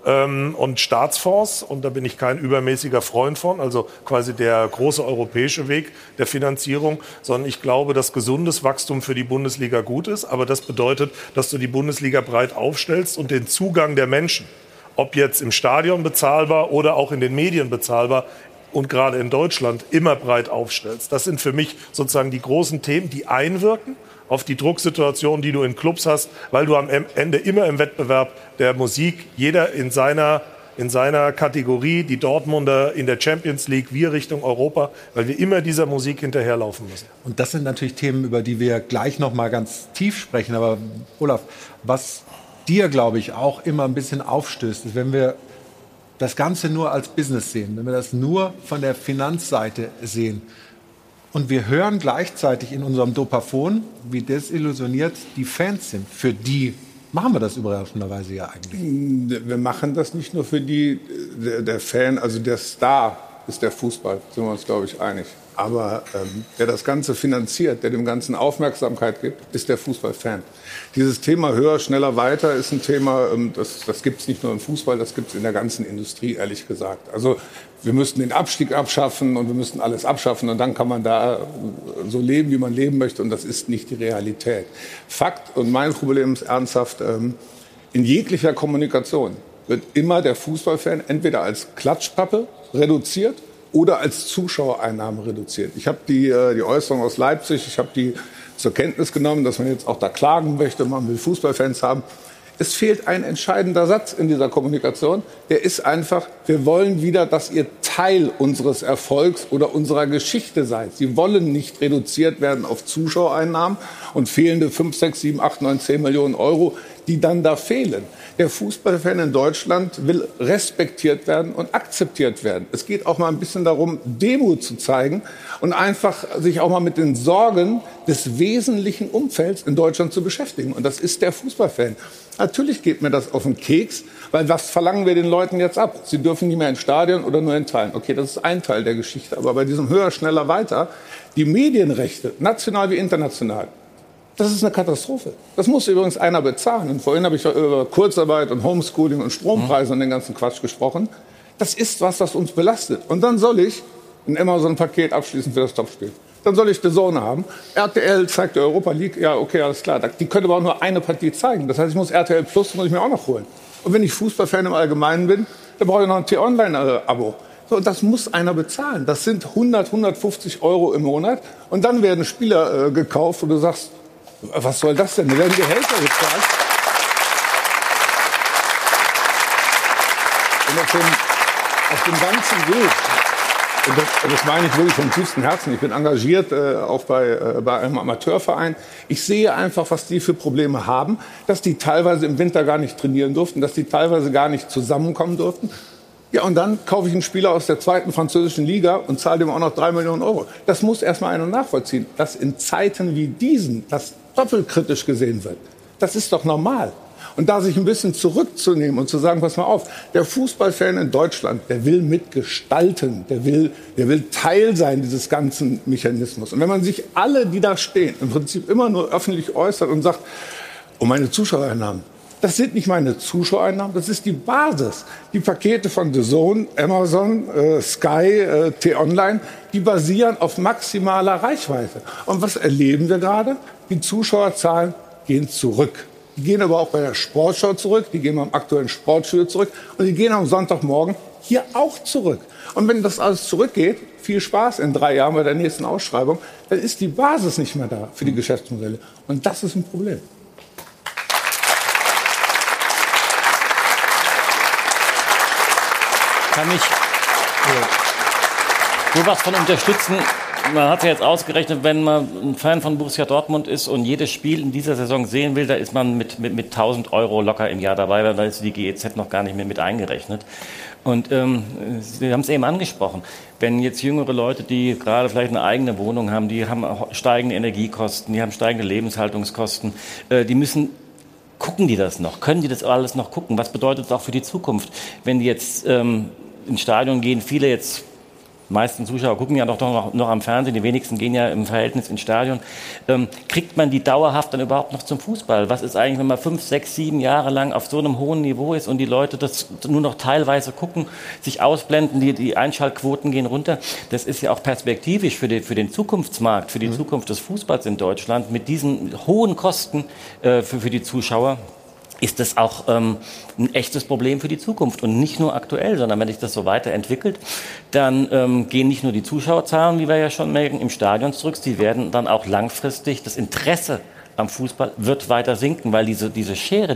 und Staatsfonds. Und da bin ich kein übermäßiger Freund von, also quasi der große europäische Weg der Finanzierung, sondern ich glaube, dass gesundes Wachstum für die Bundesliga gut ist. Aber das bedeutet, dass du die Bundesliga breit aufstellst und den Zugang der Menschen, ob jetzt im Stadion bezahlbar oder auch in den Medien bezahlbar und gerade in Deutschland immer breit aufstellst. Das sind für mich sozusagen die großen Themen, die einwirken auf die Drucksituation, die du in Clubs hast, weil du am Ende immer im Wettbewerb der Musik, jeder in seiner Kategorie, die Dortmunder in der Champions League, wir Richtung Europa, weil wir immer dieser Musik hinterherlaufen müssen. Und das sind natürlich Themen, über die wir gleich noch mal ganz tief sprechen. Aber Olaf, was dir, glaube ich, auch immer ein bisschen aufstößt, ist, wenn wir das Ganze nur als Business sehen, wenn wir das nur von der Finanzseite sehen und wir hören gleichzeitig in unserem Dopaphon, wie desillusioniert die Fans sind. Für die machen wir das überraschenderweise ja eigentlich. Wir machen das nicht nur für die, der Fan, also der Star ist der Fußball, sind wir uns, glaube ich, einig. Aber der das Ganze finanziert, der dem Ganzen Aufmerksamkeit gibt, ist der Fußballfan. Dieses Thema höher, schneller, weiter ist ein Thema, das gibt es nicht nur im Fußball, das gibt es in der ganzen Industrie, ehrlich gesagt. Also wir müssten den Abstieg abschaffen und wir müssten alles abschaffen und dann kann man da so leben, wie man leben möchte und das ist nicht die Realität. Fakt, und mein Problem ist ernsthaft, in jeglicher Kommunikation wird immer der Fußballfan entweder als Klatschpappe reduziert oder als Zuschauereinnahmen reduziert. Ich habe die Äußerung aus Leipzig, ich habe die zur Kenntnis genommen, dass man jetzt auch da klagen möchte, man will Fußballfans haben. Es fehlt ein entscheidender Satz in dieser Kommunikation. Der ist einfach, wir wollen wieder, dass ihr Teil unseres Erfolgs oder unserer Geschichte seid. Sie wollen nicht reduziert werden auf Zuschauereinnahmen und fehlende 5, 6, 7, 8, 9, 10 Millionen Euro, die dann da fehlen. Der Fußballfan in Deutschland will respektiert werden und akzeptiert werden. Es geht auch mal ein bisschen darum, Demut zu zeigen und einfach sich auch mal mit den Sorgen des wesentlichen Umfelds in Deutschland zu beschäftigen. Und das ist der Fußballfan. Natürlich geht mir das auf den Keks, weil was verlangen wir den Leuten jetzt ab? Sie dürfen nicht mehr ins Stadion oder nur in Teilen. Okay, das ist ein Teil der Geschichte. Aber bei diesem höher, schneller, weiter, die Medienrechte, national wie international, das ist eine Katastrophe. Das muss übrigens einer bezahlen. Und vorhin habe ich über Kurzarbeit und Homeschooling und Strompreise und den ganzen Quatsch gesprochen. Das ist was uns belastet. Und dann soll ich ein Amazon-Paket abschließen für das Topspiel. Dann soll ich DAZN haben. RTL zeigt die Europa League. Ja, okay, alles klar. Die können aber auch nur eine Partie zeigen. Das heißt, ich muss RTL Plus muss ich mir auch noch holen. Und wenn ich Fußballfan im Allgemeinen bin, dann brauche ich noch ein T-Online-Abo. So, das muss einer bezahlen. Das sind 100, 150 Euro im Monat. Und dann werden Spieler gekauft, wo du sagst, was soll das denn? Da werden Gehälter gezahlt. Und auf dem ganzen Weg, und das meine ich wirklich vom tiefsten Herzen, ich bin engagiert auch bei einem Amateurverein. Ich sehe einfach, was die für Probleme haben, dass die teilweise im Winter gar nicht trainieren durften, dass die teilweise gar nicht zusammenkommen durften. Ja, und dann kaufe ich einen Spieler aus der 2. französischen Liga und zahle dem auch noch 3 Millionen Euro. Das muss erstmal einer nachvollziehen. Dass in Zeiten wie diesen das doppelt kritisch gesehen wird, das ist doch normal. Und da sich ein bisschen zurückzunehmen und zu sagen, pass mal auf, der Fußballfan in Deutschland, der will mitgestalten, der will Teil sein dieses ganzen Mechanismus. Und wenn man sich alle, die da stehen, im Prinzip immer nur öffentlich äußert und sagt, oh, meine Zuschauereinnahmen, das sind nicht meine Zuschauereinnahmen, das ist die Basis. Die Pakete von The Zone, Amazon, Sky, T-Online, die basieren auf maximaler Reichweite. Und was erleben wir gerade? Die Zuschauerzahlen gehen zurück. Die gehen aber auch bei der Sportschau zurück, die gehen beim aktuellen Sportstudio zurück und die gehen am Sonntagmorgen hier auch zurück. Und wenn das alles zurückgeht, viel Spaß in 3 Jahren bei der nächsten Ausschreibung, dann ist die Basis nicht mehr da für die Geschäftsmodelle. Und das ist ein Problem. Kann ich nur was von unterstützen. Man hat ja jetzt ausgerechnet, wenn man ein Fan von Borussia Dortmund ist und jedes Spiel in dieser Saison sehen will, da ist man mit 1.000 € locker im Jahr dabei, weil da ist die GEZ noch gar nicht mehr mit eingerechnet. Und Sie haben es eben angesprochen, wenn jetzt jüngere Leute, die gerade vielleicht eine eigene Wohnung haben, die haben steigende Energiekosten, die haben steigende Lebenshaltungskosten, die müssen... Gucken die das noch? Können die das alles noch gucken? Was bedeutet es auch für die Zukunft? Wenn die jetzt ins Stadion gehen, viele jetzt, meisten Zuschauer gucken ja doch noch am Fernsehen, die wenigsten gehen ja im Verhältnis ins Stadion. Kriegt man die dauerhaft dann überhaupt noch zum Fußball? Was ist eigentlich, wenn man 5, 6, 7 Jahre lang auf so einem hohen Niveau ist und die Leute das nur noch teilweise gucken, sich ausblenden, die Einschaltquoten gehen runter? Das ist ja auch perspektivisch für den Zukunftsmarkt, für die Zukunft des Fußballs in Deutschland mit diesen hohen Kosten für die Zuschauer. Ist das auch ein echtes Problem für die Zukunft und nicht nur aktuell, sondern wenn sich das so weiterentwickelt, dann gehen nicht nur die Zuschauerzahlen, wie wir ja schon merken, im Stadion zurück, sie werden dann auch langfristig das Interesse am Fußball wird weiter sinken, weil diese Schere,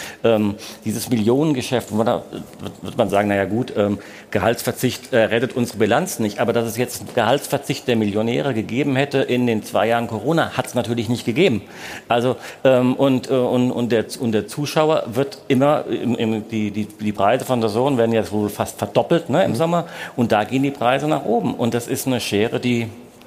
dieses Millionengeschäft, da wird man sagen, naja gut, Gehaltsverzicht rettet unsere Bilanz nicht, aber dass es jetzt einen Gehaltsverzicht der Millionäre gegeben hätte in den 2 Jahren Corona, hat es natürlich nicht gegeben. Also und der Zuschauer wird immer, die Preise von der Zone werden jetzt wohl fast verdoppelt, ne, im Sommer, und da gehen die Preise nach oben und das ist eine Schere, die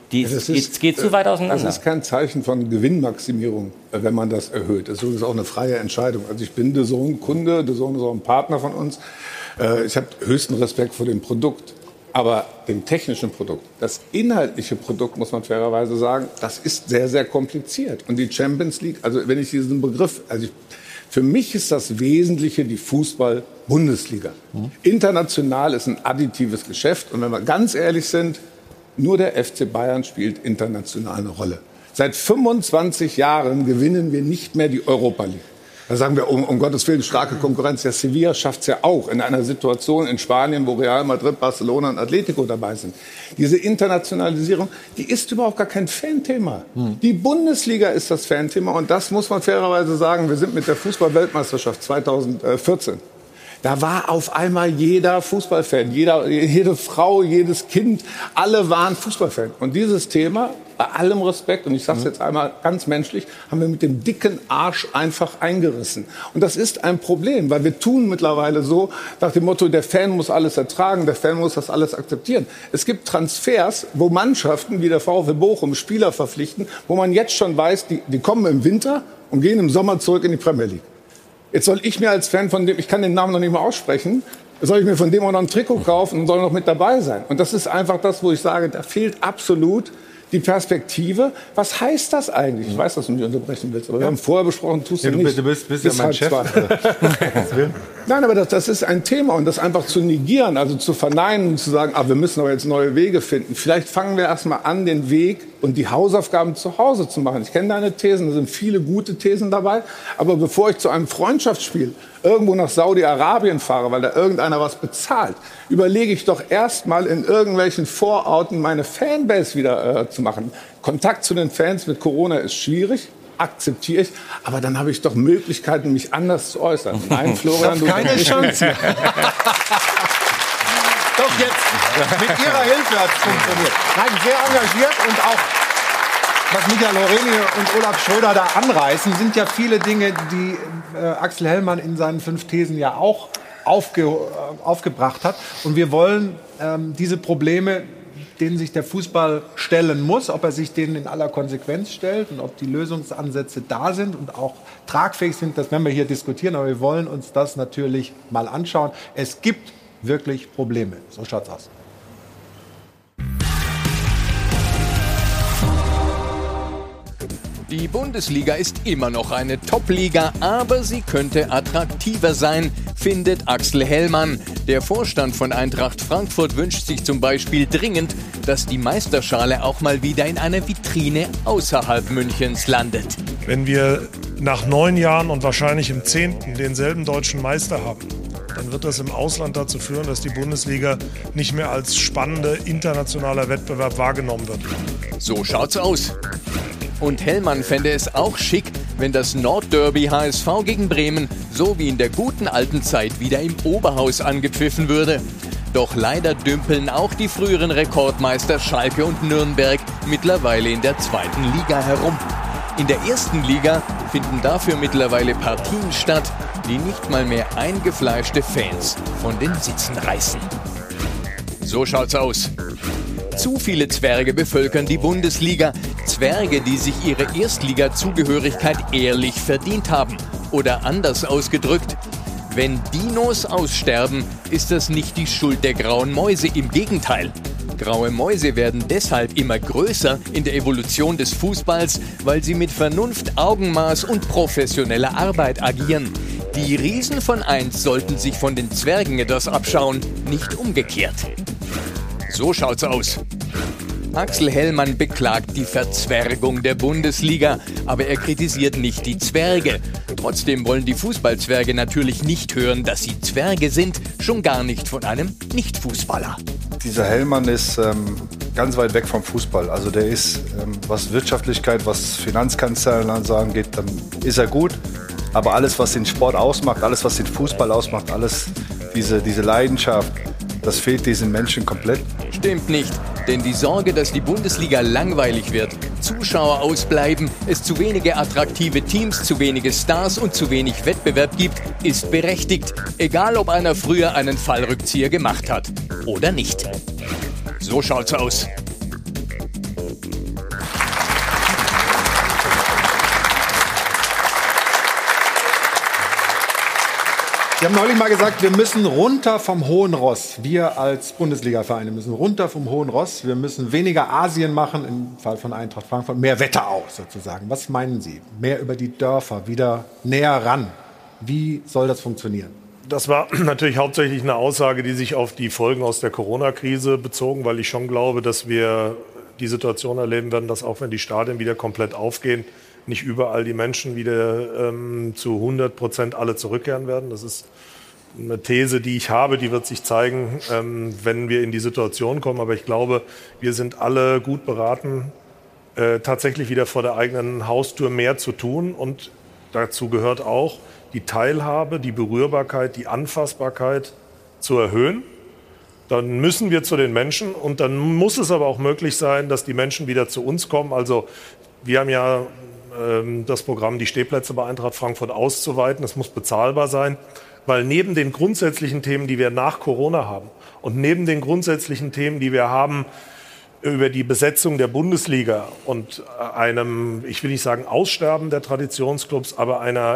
geht zu weit auseinander. Das ist kein Zeichen von Gewinnmaximierung, wenn man das erhöht. Das ist übrigens auch eine freie Entscheidung. Also ich bin The Zone-Kunde, The Zone ist auch ein Partner von uns. Ich habe höchsten Respekt vor dem Produkt. Aber dem technischen Produkt, das inhaltliche Produkt, muss man fairerweise sagen, das ist sehr, sehr kompliziert. Und die Champions League, also wenn ich diesen Begriff, für mich ist das Wesentliche die Fußball-Bundesliga. International ist ein additives Geschäft. Und wenn wir ganz ehrlich sind, nur der FC Bayern spielt international eine Rolle. Seit 25 Jahren gewinnen wir nicht mehr die Europa League. Da sagen wir, um Gottes Willen, starke Konkurrenz. Der Sevilla schafft es ja auch in einer Situation in Spanien, wo Real Madrid, Barcelona und Atletico dabei sind. Diese Internationalisierung, die ist überhaupt gar kein Fanthema. Die Bundesliga ist das Fanthema. Und das muss man fairerweise sagen. Wir sind mit der Fußball-Weltmeisterschaft 2014. Da war auf einmal jeder Fußballfan, jede Frau, jedes Kind, alle waren Fußballfan. Und dieses Thema, bei allem Respekt, und ich sage es jetzt einmal ganz menschlich, haben wir mit dem dicken Arsch einfach eingerissen. Und das ist ein Problem, weil wir tun mittlerweile so nach dem Motto, der Fan muss alles ertragen, der Fan muss das alles akzeptieren. Es gibt Transfers, wo Mannschaften wie der VfL Bochum Spieler verpflichten, wo man jetzt schon weiß, die kommen im Winter und gehen im Sommer zurück in die Premier League. Jetzt soll ich mir als Fan von dem, ich kann den Namen noch nicht mal aussprechen, soll ich mir von dem auch noch ein Trikot kaufen und soll noch mit dabei sein. Und das ist einfach das, wo ich sage, da fehlt absolut die Perspektive. Was heißt das eigentlich? Ich weiß, dass du mich unterbrechen willst, aber wir haben vorher besprochen, tust du nicht. Du bist ja mein Chef. Nein, aber das ist ein Thema und das einfach zu negieren, also zu verneinen und zu sagen, wir müssen aber jetzt neue Wege finden. Vielleicht fangen wir erst mal an, den Weg und die Hausaufgaben zu Hause zu machen. Ich kenne deine Thesen, da sind viele gute Thesen dabei. Aber bevor ich zu einem Freundschaftsspiel irgendwo nach Saudi-Arabien fahre, weil da irgendeiner was bezahlt, überlege ich doch erst mal in irgendwelchen Vororten meine Fanbase wieder zu machen. Kontakt zu den Fans mit Corona ist schwierig, akzeptiere ich, aber dann habe ich doch Möglichkeiten, mich anders zu äußern. Nein, Florian, du keine Chance. Doch jetzt, mit Ihrer Hilfe hat es funktioniert. Nein, sehr engagiert und auch, was Michael Aureli und Olaf Schröder da anreißen, sind ja viele Dinge, die Axel Hellmann in seinen 5 Thesen ja auch aufgebracht hat. Und wir wollen diese Probleme denen sich der Fußball stellen muss, ob er sich denen in aller Konsequenz stellt und ob die Lösungsansätze da sind und auch tragfähig sind, das werden wir hier diskutieren, aber wir wollen uns das natürlich mal anschauen. Es gibt wirklich Probleme. So schaut's aus. Die Bundesliga ist immer noch eine Top-Liga, aber sie könnte attraktiver sein, findet Axel Hellmann. Der Vorstand von Eintracht Frankfurt wünscht sich zum Beispiel dringend, dass die Meisterschale auch mal wieder in einer Vitrine außerhalb Münchens landet. Wenn wir nach 9 Jahren und wahrscheinlich im 10. denselben deutschen Meister haben, dann wird das im Ausland dazu führen, dass die Bundesliga nicht mehr als spannender internationaler Wettbewerb wahrgenommen wird. So schaut's aus. Und Hellmann fände es auch schick, wenn das Nordderby HSV gegen Bremen so wie in der guten alten Zeit wieder im Oberhaus angepfiffen würde. Doch leider dümpeln auch die früheren Rekordmeister Schalke und Nürnberg mittlerweile in der 2. Liga herum. In der 1. Liga finden dafür mittlerweile Partien statt, die nicht mal mehr eingefleischte Fans von den Sitzen reißen. So schaut's aus. Zu viele Zwerge bevölkern die Bundesliga. Zwerge, die sich ihre Erstliga-Zugehörigkeit ehrlich verdient haben. Oder anders ausgedrückt, wenn Dinos aussterben, ist das nicht die Schuld der grauen Mäuse. Im Gegenteil. Graue Mäuse werden deshalb immer größer in der Evolution des Fußballs, weil sie mit Vernunft, Augenmaß und professioneller Arbeit agieren. Die Riesen von einst sollten sich von den Zwergen etwas abschauen, nicht umgekehrt. So schaut's aus. Axel Hellmann beklagt die Verzwergung der Bundesliga, aber er kritisiert nicht die Zwerge. Trotzdem wollen die Fußballzwerge natürlich nicht hören, dass sie Zwerge sind, schon gar nicht von einem Nicht-Fußballer. Dieser Hellmann ist ganz weit weg vom Fußball. Also der ist, was Wirtschaftlichkeit, was Finanzkonzerne angeht, dann ist er gut. Aber alles, was den Sport ausmacht, alles, was den Fußball ausmacht, alles diese Leidenschaft, das fehlt diesen Menschen komplett. Stimmt nicht, denn die Sorge, dass die Bundesliga langweilig wird, Zuschauer ausbleiben, es zu wenige attraktive Teams, zu wenige Stars und zu wenig Wettbewerb gibt, ist berechtigt. Egal, ob einer früher einen Fallrückzieher gemacht hat oder nicht. So schaut's aus. Sie haben neulich mal gesagt, wir müssen runter vom hohen Ross. Wir als Bundesliga-Vereine müssen runter vom hohen Ross. Wir müssen weniger Asien machen, im Fall von Eintracht Frankfurt, mehr Wetterau sozusagen. Was meinen Sie? Mehr über die Dörfer, wieder näher ran. Wie soll das funktionieren? Das war natürlich hauptsächlich eine Aussage, die sich auf die Folgen aus der Corona-Krise bezogen, weil ich schon glaube, dass wir die Situation erleben werden, dass auch wenn die Stadien wieder komplett aufgehen, nicht überall die Menschen wieder zu 100% alle zurückkehren werden. Das ist eine These, die ich habe, die wird sich zeigen, wenn wir in die Situation kommen. Aber ich glaube, wir sind alle gut beraten, tatsächlich wieder vor der eigenen Haustür mehr zu tun. Und dazu gehört auch, die Teilhabe, die Berührbarkeit, die Anfassbarkeit zu erhöhen. Dann müssen wir zu den Menschen und dann muss es aber auch möglich sein, dass die Menschen wieder zu uns kommen. Also wir haben ja das Programm, die Stehplätze bei Eintracht Frankfurt auszuweiten. Das muss bezahlbar sein, weil neben den grundsätzlichen Themen, die wir nach Corona haben und neben den grundsätzlichen Themen, die wir haben über die Besetzung der Bundesliga und einem, ich will nicht sagen Aussterben der Traditionsclubs, aber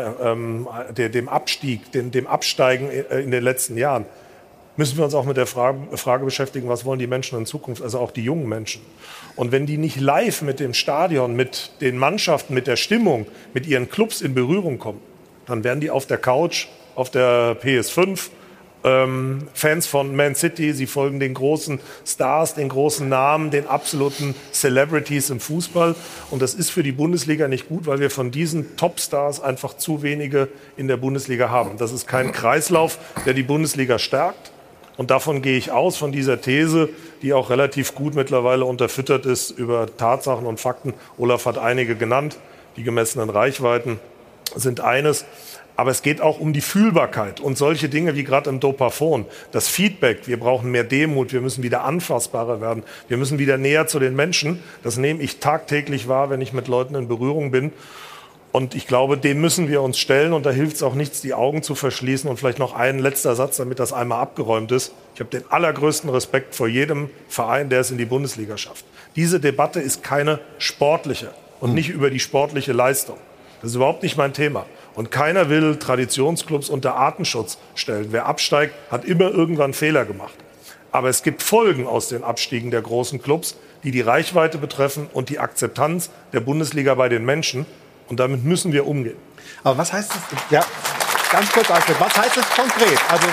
dem Abstieg, dem Absteigen in den letzten Jahren, müssen wir uns auch mit der Frage beschäftigen, was wollen die Menschen in Zukunft, also auch die jungen Menschen. Und wenn die nicht live mit dem Stadion, mit den Mannschaften, mit der Stimmung, mit ihren Clubs in Berührung kommen, dann werden die auf der Couch, auf der PS5, Fans von Man City, sie folgen den großen Stars, den großen Namen, den absoluten Celebrities im Fußball. Und das ist für die Bundesliga nicht gut, weil wir von diesen Topstars einfach zu wenige in der Bundesliga haben. Das ist kein Kreislauf, der die Bundesliga stärkt. Und davon gehe ich aus, von dieser These, die auch relativ gut mittlerweile unterfüttert ist über Tatsachen und Fakten. Olaf hat einige genannt. Die gemessenen Reichweiten sind eines. Aber es geht auch um die Fühlbarkeit und solche Dinge wie gerade im Dopafon. Das Feedback, wir brauchen mehr Demut, wir müssen wieder anfassbarer werden. Wir müssen wieder näher zu den Menschen. Das nehme ich tagtäglich wahr, wenn ich mit Leuten in Berührung bin. Und ich glaube, dem müssen wir uns stellen. Und da hilft es auch nichts, die Augen zu verschließen. Und vielleicht noch ein letzter Satz, damit das einmal abgeräumt ist. Ich habe den allergrößten Respekt vor jedem Verein, der es in die Bundesliga schafft. Diese Debatte ist keine sportliche und nicht über die sportliche Leistung. Das ist überhaupt nicht mein Thema. Und keiner will Traditionsclubs unter Artenschutz stellen. Wer absteigt, hat immer irgendwann Fehler gemacht. Aber es gibt Folgen aus den Abstiegen der großen Clubs, die die Reichweite betreffen und die Akzeptanz der Bundesliga bei den Menschen. Und damit müssen wir umgehen. Aber was heißt das? Ja, ganz kurz, Alfred, was heißt das konkret? Also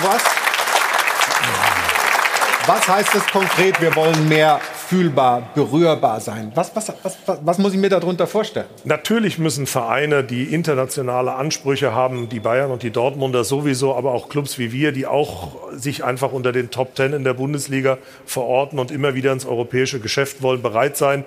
was heißt das konkret? Wir wollen mehr fühlbar, berührbar sein. Was muss ich mir darunter vorstellen? Natürlich müssen Vereine, die internationale Ansprüche haben, die Bayern und die Dortmunder sowieso, aber auch Clubs wie wir, die auch sich einfach unter den Top 10 in der Bundesliga verorten und immer wieder ins europäische Geschäft wollen, bereit sein,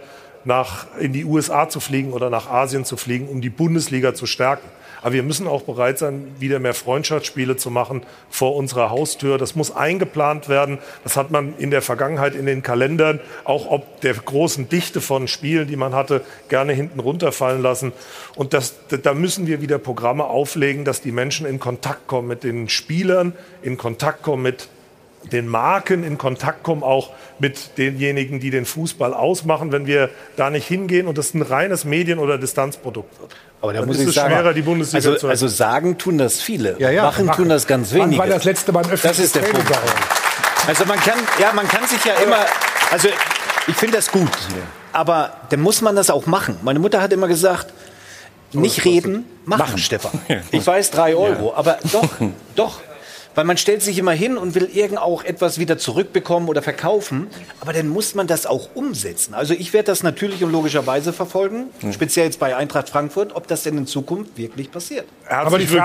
in die USA zu fliegen oder nach Asien zu fliegen, um die Bundesliga zu stärken. Aber wir müssen auch bereit sein, wieder mehr Freundschaftsspiele zu machen vor unserer Haustür. Das muss eingeplant werden. Das hat man in der Vergangenheit in den Kalendern, auch ob der großen Dichte von Spielen, die man hatte, gerne hinten runterfallen lassen. Und da müssen wir wieder Programme auflegen, dass die Menschen in Kontakt kommen mit den Spielern, in Kontakt kommen mit den Marken, in Kontakt kommen auch mit denjenigen, die den Fußball ausmachen. Wenn wir da nicht hingehen und das ein reines Medien- oder Distanzprodukt wird, aber da dann muss ist ich es sagen, schwerer, die Bundesliga zu also sagen tun das viele, ja. machen tun das ganz wenige. Wann war das letzte Mal ein öffentliches Das ist der Punkt. Also man kann sich ja immer, also ich finde das gut, aber dann muss man das auch machen. Meine Mutter hat immer gesagt, nicht reden, machen, Stefan. Ich weiß 3 Euro, aber doch. Weil man stellt sich immer hin und will auch etwas wieder zurückbekommen oder verkaufen. Aber dann muss man das auch umsetzen. Also ich werde das natürlich und logischerweise verfolgen. Speziell jetzt bei Eintracht Frankfurt, ob das denn in Zukunft wirklich passiert. Aber die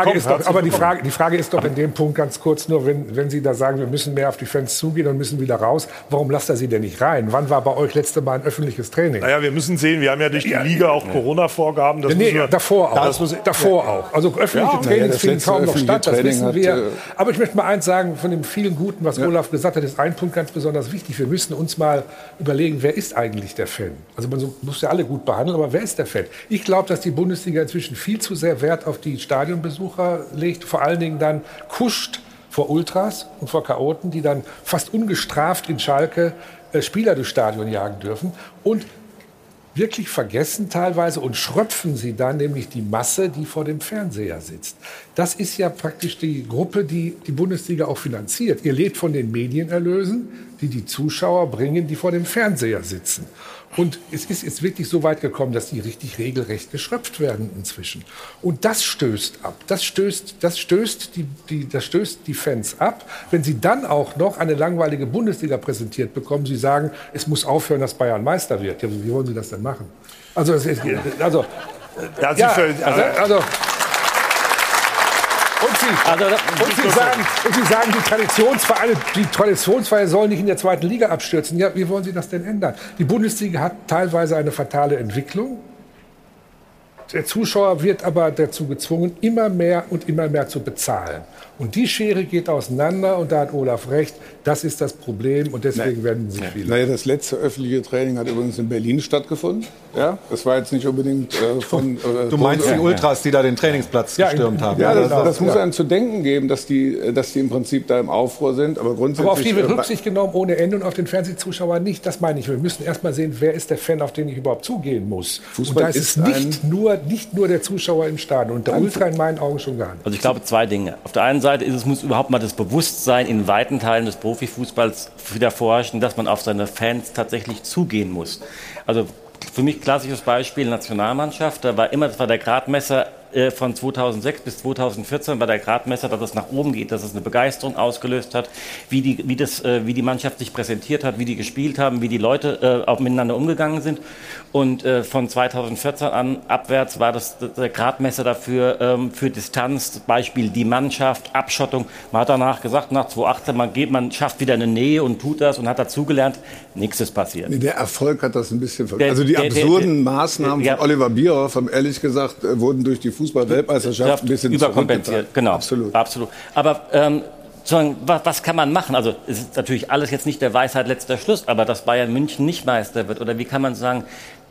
Frage ist doch in dem Punkt ganz kurz nur, wenn Sie da sagen, wir müssen mehr auf die Fans zugehen und müssen wieder raus, warum lasst ihr sie denn nicht rein? Wann war bei euch letzte Mal ein öffentliches Training? Naja, wir müssen sehen, wir haben ja durch die Liga auch Corona-Vorgaben. Davor auch. Also öffentliche Trainings finden kaum noch statt, das wissen wir. Aber ich möchte mal eins sagen, von dem vielen Guten, was Olaf gesagt hat, ist ein Punkt ganz besonders wichtig. Wir müssen uns mal überlegen, wer ist eigentlich der Fan? Also man muss ja alle gut behandeln, aber wer ist der Fan? Ich glaube, dass die Bundesliga inzwischen viel zu sehr Wert auf die Stadionbesucher legt, vor allen Dingen dann kuscht vor Ultras und vor Chaoten, die dann fast ungestraft in Schalke Spieler durchs Stadion jagen dürfen und wirklich vergessen teilweise und schröpfen sie dann nämlich die Masse, die vor dem Fernseher sitzt. Das ist ja praktisch die Gruppe, die die Bundesliga auch finanziert. Ihr lebt von den Medienerlösen, die die Zuschauer bringen, die vor dem Fernseher sitzen. Und es ist jetzt wirklich so weit gekommen, dass die richtig regelrecht geschröpft werden inzwischen. Und das stößt ab. Das stößt die Fans ab. Wenn sie dann auch noch eine langweilige Bundesliga präsentiert bekommen, sie sagen, es muss aufhören, dass Bayern Meister wird. Ja, wie wollen sie das denn machen? Und Sie sagen, die Traditionsvereine sollen nicht in der zweiten Liga abstürzen. Ja, wie wollen Sie das denn ändern? Die Bundesliga hat teilweise eine fatale Entwicklung. Der Zuschauer wird aber dazu gezwungen, immer mehr zu bezahlen. Und die Schere geht auseinander und da hat Olaf recht, das ist das Problem und deswegen werden sich viele. Naja, das letzte öffentliche Training hat übrigens in Berlin stattgefunden. Ja, das war jetzt nicht unbedingt von... du meinst die Ultras, die da den Trainingsplatz gestürmt haben? Ja, das muss einem zu denken geben, dass die im Prinzip da im Aufruhr sind. Aber grundsätzlich... Aber auf die wird Rücksicht genommen ohne Ende und auf den Fernsehzuschauer nicht. Das meine ich. Wir müssen erst mal sehen, wer ist der Fan, auf den ich überhaupt zugehen muss. Fußball und da ist es nicht nur der Zuschauer im Stadion und der Ultra in meinen Augen schon gar nicht. Also ich glaube 2 Dinge. Auf der einen Seite muss überhaupt mal das Bewusstsein in weiten Teilen des Profifußballs wieder vorherrschen, dass man auf seine Fans tatsächlich zugehen muss. Also für mich klassisches Beispiel Nationalmannschaft. Das war der Gradmesser von 2006 bis 2014 war der Gradmesser, dass es nach oben geht, dass es eine Begeisterung ausgelöst hat, wie die Mannschaft sich präsentiert hat, wie die gespielt haben, wie die Leute auch miteinander umgegangen sind. Und von 2014 an abwärts war das der Gradmesser dafür für Distanz, Beispiel die Mannschaft, Abschottung. Man hat danach gesagt, nach 2018, man schafft wieder eine Nähe und tut das und hat dazugelernt, nichts ist passiert. Nee, der Erfolg hat das ein bisschen vergessen. Also die absurden Maßnahmen von Oliver Bierhoff, haben ehrlich gesagt, wurden durch die Fußball-Weltmeisterschaft ein bisschen überkompensiert. Genau, absolut. Aber was kann man machen? Also es ist natürlich alles jetzt nicht der Weisheit letzter Schluss, aber dass Bayern München nicht Meister wird oder wie kann man sagen,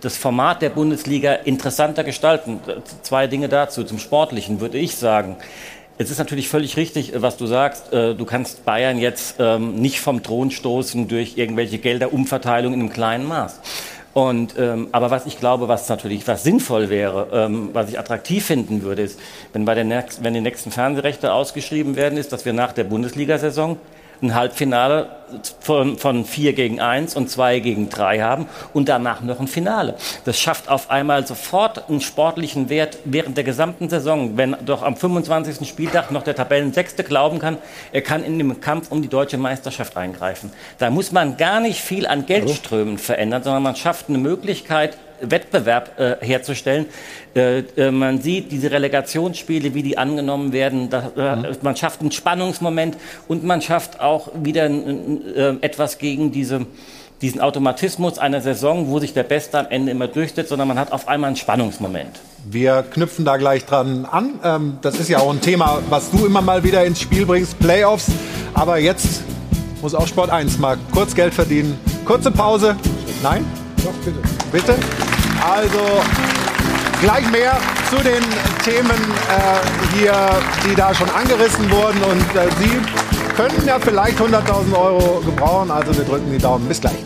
das Format der Bundesliga interessanter gestalten. 2 Dinge dazu. Zum Sportlichen würde ich sagen, es ist natürlich völlig richtig, was du sagst. Du kannst Bayern jetzt nicht vom Thron stoßen durch irgendwelche Gelderumverteilung in einem kleinen Maß. Aber was ich glaube, was sinnvoll wäre, was ich attraktiv finden würde, ist, wenn die nächsten Fernsehrechte ausgeschrieben werden, ist, dass wir nach der Bundesliga-Saison ein Halbfinale von 4-1 und 2-3 haben und danach noch ein Finale. Das schafft auf einmal sofort einen sportlichen Wert während der gesamten Saison. Wenn doch am 25. Spieltag noch der Tabellensechste glauben kann, er kann in dem Kampf um die deutsche Meisterschaft eingreifen. Da muss man gar nicht viel an Geldströmen verändern, sondern man schafft eine Möglichkeit, Wettbewerb herzustellen. Man sieht diese Relegationsspiele, wie die angenommen werden. Man schafft einen Spannungsmoment und man schafft auch wieder etwas gegen diesen Automatismus einer Saison, wo sich der Beste am Ende immer durchsetzt, sondern man hat auf einmal einen Spannungsmoment. Wir knüpfen da gleich dran an. Das ist ja auch ein Thema, was du immer mal wieder ins Spiel bringst, Playoffs. Aber jetzt muss auch Sport 1 mal kurz Geld verdienen. Kurze Pause. Nein? Doch, bitte. Bitte? Also gleich mehr zu den Themen hier, die da schon angerissen wurden. Und Sie könnten ja vielleicht 100.000 Euro gebrauchen. Also wir drücken die Daumen. Bis gleich.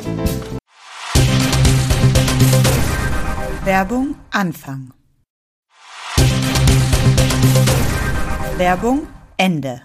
Werbung Anfang. Werbung Ende.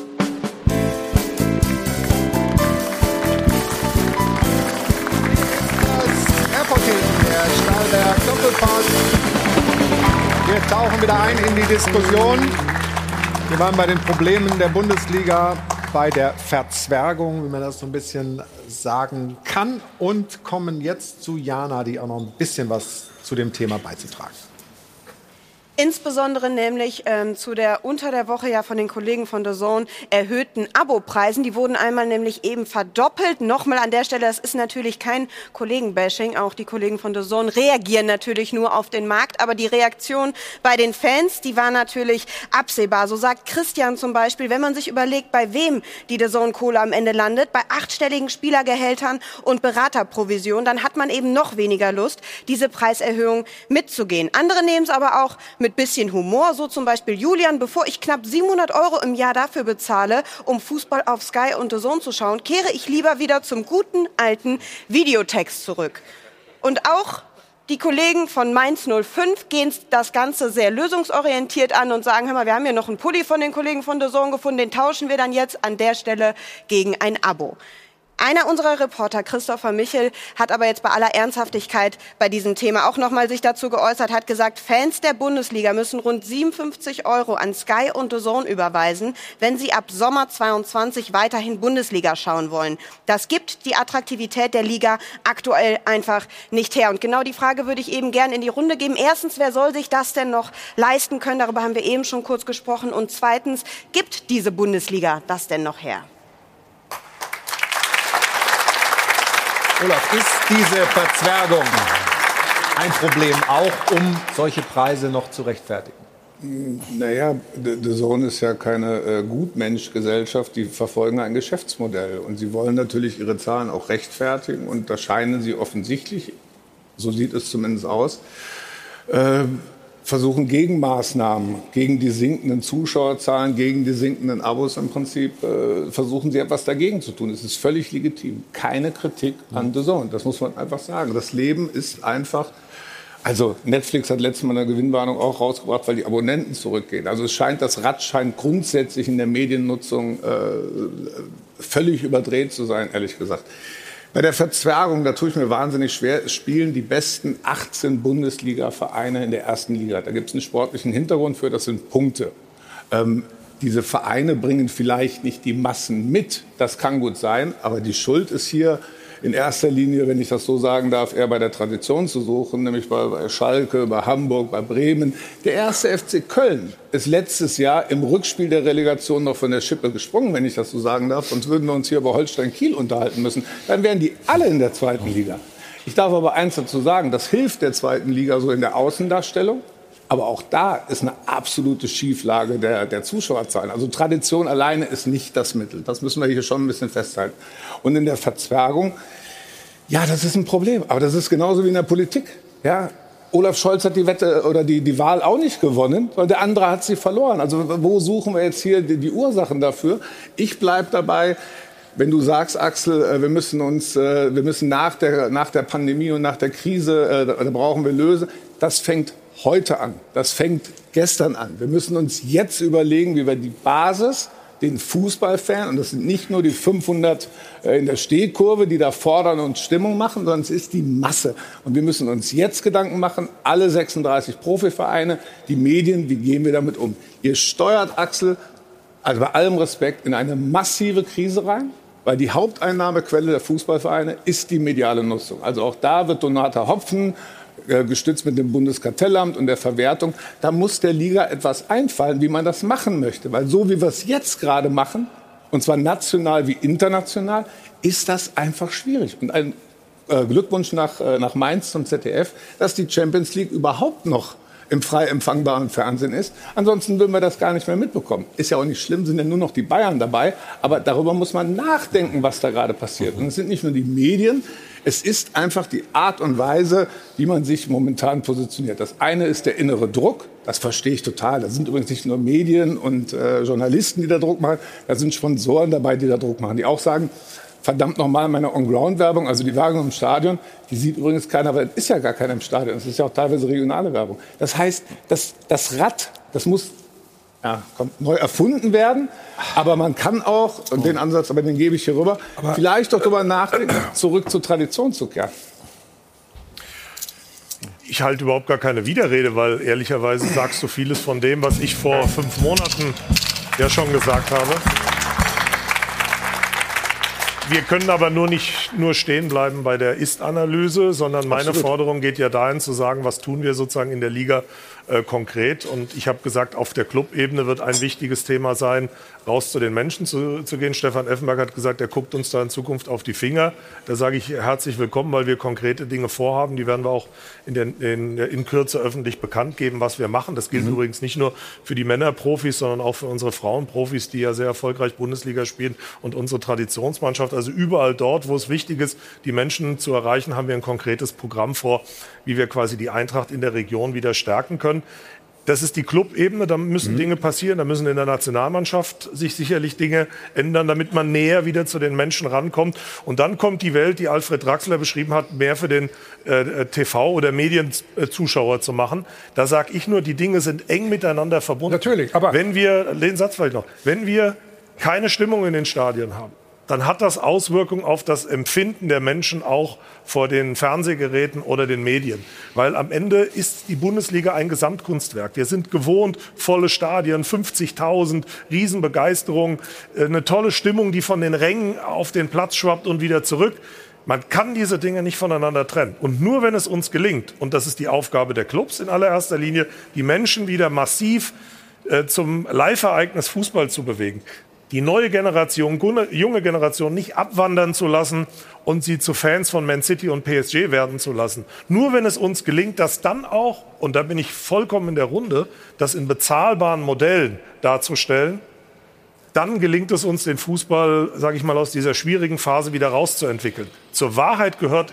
Der Stahlberg Doppelpass. Wir tauchen wieder ein in die Diskussion. Wir waren bei den Problemen der Bundesliga, bei der Verzwergung, wie man das so ein bisschen sagen kann, und kommen jetzt zu Jana, die auch noch ein bisschen was zu dem Thema beizutragen. Insbesondere nämlich zu der unter der Woche ja von den Kollegen von DAZN erhöhten Abopreisen. Die wurden einmal nämlich eben verdoppelt. Nochmal an der Stelle, das ist natürlich kein Kollegenbashing. Auch die Kollegen von DAZN reagieren natürlich nur auf den Markt. Aber die Reaktion bei den Fans, die war natürlich absehbar. So sagt Christian zum Beispiel, wenn man sich überlegt, bei wem die DAZN-Kohle am Ende landet, bei 8-stelligen Spielergehältern und Beraterprovision, dann hat man eben noch weniger Lust, diese Preiserhöhung mitzugehen. Andere nehmen es aber auch mit bisschen Humor, so zum Beispiel Julian: Bevor ich knapp 700 Euro im Jahr dafür bezahle, um Fußball auf Sky und DAZN zu schauen, kehre ich lieber wieder zum guten alten Videotext zurück. Und auch die Kollegen von Mainz 05 gehen das Ganze sehr lösungsorientiert an und sagen, hör mal, wir haben hier noch einen Pulli von den Kollegen von DAZN gefunden, den tauschen wir dann jetzt an der Stelle gegen ein Abo. Einer unserer Reporter, Christopher Michel, hat aber jetzt bei aller Ernsthaftigkeit bei diesem Thema auch nochmal sich dazu geäußert, hat gesagt, Fans der Bundesliga müssen rund 57 Euro an Sky und DAZN überweisen, wenn sie ab Sommer 22 weiterhin Bundesliga schauen wollen. Das gibt die Attraktivität der Liga aktuell einfach nicht her. Und genau die Frage würde ich eben gern in die Runde geben. Erstens, wer soll sich das denn noch leisten können? Darüber haben wir eben schon kurz gesprochen. Und zweitens, gibt diese Bundesliga das denn noch her? Olaf, ist diese Verzwergung ein Problem, auch um solche Preise noch zu rechtfertigen? Naja, DAZN ist ja keine Gutmenschgesellschaft, die verfolgen ein Geschäftsmodell. Und sie wollen natürlich ihre Zahlen auch rechtfertigen. Und da scheinen sie offensichtlich, so sieht es zumindest aus, versuchen Gegenmaßnahmen gegen die sinkenden Zuschauerzahlen, gegen die sinkenden Abos im Prinzip, versuchen sie etwas dagegen zu tun. Es ist völlig legitim. Keine Kritik an DAZN, das muss man einfach sagen. Das Leben ist einfach, also Netflix hat letztes Mal eine Gewinnwarnung auch rausgebracht, weil die Abonnenten zurückgehen. Also es scheint, das Rad scheint grundsätzlich in der Mediennutzung völlig überdreht zu sein, ehrlich gesagt. Bei der Verzwergung, da tue ich mir wahnsinnig schwer, es spielen die besten 18 Bundesliga-Vereine in der ersten Liga. Da gibt es einen sportlichen Hintergrund für, das sind Punkte. Diese Vereine bringen vielleicht nicht die Massen mit, das kann gut sein, aber die Schuld ist hier in erster Linie, wenn ich das so sagen darf, eher bei der Tradition zu suchen, nämlich bei Schalke, bei Hamburg, bei Bremen. Der erste FC Köln ist letztes Jahr im Rückspiel der Relegation noch von der Schippe gesprungen, wenn ich das so sagen darf. Sonst würden wir uns hier über Holstein Kiel unterhalten müssen. Dann wären die alle in der zweiten Liga. Ich darf aber eins dazu sagen, das hilft der zweiten Liga so in der Außendarstellung. Aber auch da ist eine absolute Schieflage der Zuschauerzahlen. Also Tradition alleine ist nicht das Mittel. Das müssen wir hier schon ein bisschen festhalten. Und in der Verzwergung, ja, das ist ein Problem. Aber das ist genauso wie in der Politik. Ja, Olaf Scholz hat die Wette oder die Wahl auch nicht gewonnen, weil der andere hat sie verloren. Also wo suchen wir jetzt hier die Ursachen dafür? Ich bleibe dabei, wenn du sagst, Axel, wir müssen nach der Pandemie und nach der Krise, da brauchen wir Lösungen. Das fängt heute an. Das fängt gestern an. Wir müssen uns jetzt überlegen, wie wir die Basis, den Fußballfan, und das sind nicht nur die 500 in der Stehkurve, die da fordern und Stimmung machen, sondern es ist die Masse. Und wir müssen uns jetzt Gedanken machen, alle 36 Profivereine, die Medien, wie gehen wir damit um? Ihr steuert, Axel, also bei allem Respekt, in eine massive Krise rein, weil die Haupteinnahmequelle der Fußballvereine ist die mediale Nutzung. Also auch da wird Donata Hopfen, gestützt mit dem Bundeskartellamt und der Verwertung, da muss der Liga etwas einfallen, wie man das machen möchte. Weil so wie wir es jetzt gerade machen, und zwar national wie international, ist das einfach schwierig. Und ein Glückwunsch nach Mainz zum ZDF, dass die Champions League überhaupt noch im frei empfangbaren Fernsehen ist. Ansonsten würden wir das gar nicht mehr mitbekommen. Ist ja auch nicht schlimm, sind ja nur noch die Bayern dabei. Aber darüber muss man nachdenken, was da gerade passiert. Und es sind nicht nur die Medien, es ist einfach die Art und Weise, wie man sich momentan positioniert. Das eine ist der innere Druck, das verstehe ich total. Da sind übrigens nicht nur Medien und Journalisten, die da Druck machen, da sind Sponsoren dabei, die da Druck machen, die auch sagen, verdammt nochmal, meine On-Ground-Werbung, also die Werbung im Stadion, die sieht übrigens keiner, weil es ist ja gar keiner im Stadion. Es ist ja auch teilweise regionale Werbung. Das heißt, das Rad, das muss neu erfunden werden. Aber man kann auch, und den Ansatz, aber den gebe ich hier rüber, vielleicht doch darüber nachdenken, zurück zur Tradition zu kehren. Ich halte überhaupt gar keine Widerrede, weil ehrlicherweise sagst du vieles von dem, was ich vor 5 Monaten ja schon gesagt habe. Wir können aber nicht nur stehen bleiben bei der Ist-Analyse, sondern meine Forderung geht ja dahin zu sagen, was tun wir sozusagen in der Liga konkret. Und ich habe gesagt, auf der Clubebene wird ein wichtiges Thema sein, raus zu den Menschen zu gehen. Stefan Effenberg hat gesagt, er guckt uns da in Zukunft auf die Finger. Da sage ich herzlich willkommen, weil wir konkrete Dinge vorhaben. Die werden wir auch in Kürze öffentlich bekannt geben, was wir machen. Das gilt übrigens nicht nur für die Männerprofis, sondern auch für unsere Frauenprofis, die ja sehr erfolgreich Bundesliga spielen, und unsere Traditionsmannschaft. Also überall dort, wo es wichtig ist, die Menschen zu erreichen, haben wir ein konkretes Programm vor, wie wir quasi die Eintracht in der Region wieder stärken können. Das ist die Clubebene, da müssen Dinge passieren, da müssen in der Nationalmannschaft sich sicherlich Dinge ändern, damit man näher wieder zu den Menschen rankommt. Und dann kommt die Welt, die Alfred Draxler beschrieben hat, mehr für den TV- oder Medienzuschauer zu machen. Da sage ich nur, die Dinge sind eng miteinander verbunden. Natürlich, aber wenn wir, den Satz vielleicht noch, wenn wir keine Stimmung in den Stadien haben, dann hat das Auswirkungen auf das Empfinden der Menschen auch vor den Fernsehgeräten oder den Medien. Weil am Ende ist die Bundesliga ein Gesamtkunstwerk. Wir sind gewohnt, volle Stadien, 50.000, Riesenbegeisterung, eine tolle Stimmung, die von den Rängen auf den Platz schwappt und wieder zurück. Man kann diese Dinge nicht voneinander trennen. Und nur wenn es uns gelingt, und das ist die Aufgabe der Clubs in allererster Linie, die Menschen wieder massiv zum Live-Ereignis Fußball zu bewegen, die neue Generation, junge Generation nicht abwandern zu lassen und sie zu Fans von Man City und PSG werden zu lassen. Nur wenn es uns gelingt, das dann auch, und da bin ich vollkommen in der Runde, das in bezahlbaren Modellen darzustellen, dann gelingt es uns, den Fußball, sage ich mal, aus dieser schwierigen Phase wieder rauszuentwickeln. Zur Wahrheit gehört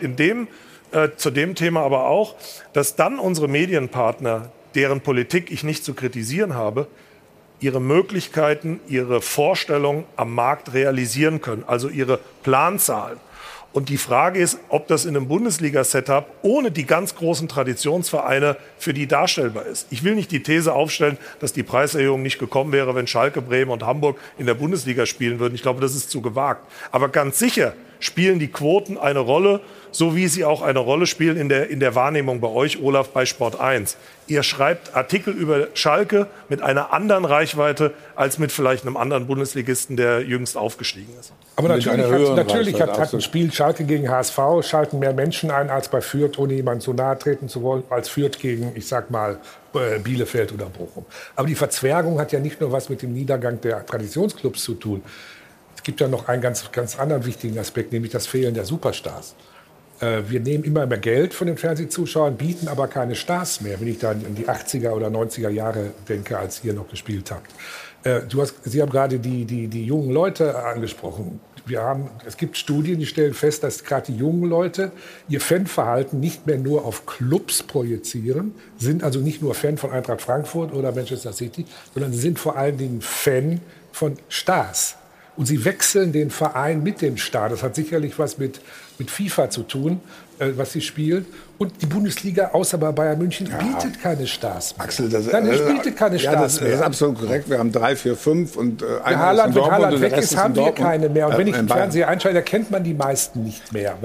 zu dem Thema aber auch, dass dann unsere Medienpartner, deren Politik ich nicht zu kritisieren habe, ihre Möglichkeiten, ihre Vorstellungen am Markt realisieren können, also ihre Planzahlen. Und die Frage ist, ob das in einem Bundesliga-Setup ohne die ganz großen Traditionsvereine für die darstellbar ist. Ich will nicht die These aufstellen, dass die Preiserhöhung nicht gekommen wäre, wenn Schalke, Bremen und Hamburg in der Bundesliga spielen würden. Ich glaube, das ist zu gewagt. Aber ganz sicher spielen die Quoten eine Rolle, so wie sie auch eine Rolle spielen in der Wahrnehmung bei euch, Olaf, bei Sport 1. Ihr schreibt Artikel über Schalke mit einer anderen Reichweite als mit vielleicht einem anderen Bundesligisten, der jüngst aufgestiegen ist. Aber natürlich hat ein Spiel Schalke gegen HSV, schalten mehr Menschen ein als bei Fürth, ohne jemand so nahe treten zu wollen, als Fürth gegen, ich sag mal, Bielefeld oder Bochum. Aber die Verzwergung hat ja nicht nur was mit dem Niedergang der Traditionsclubs zu tun. Es gibt ja noch einen ganz, ganz anderen wichtigen Aspekt, nämlich das Fehlen der Superstars. Wir nehmen immer mehr Geld von den Fernsehzuschauern, bieten aber keine Stars mehr, wenn ich da an die 80er oder 90er Jahre denke, als ihr noch gespielt habt. Sie haben gerade die jungen Leute angesprochen. es gibt Studien, die stellen fest, dass gerade die jungen Leute ihr Fanverhalten nicht mehr nur auf Clubs projizieren, sind also nicht nur Fan von Eintracht Frankfurt oder Manchester City, sondern sie sind vor allen Dingen Fan von Stars. Und sie wechseln den Verein mit dem Star. Das hat sicherlich was mit FIFA zu tun, was sie spielen. Und die Bundesliga, außer bei Bayern München, bietet keine Stars mehr. Axel, bietet keine Stars mehr. Das ist absolut korrekt. Wir haben 3, 4, 5 und wenn Haaland weg ist, haben wir keine mehr. Und wenn ich den Fernseher einschalte, erkennt man die meisten nicht mehr.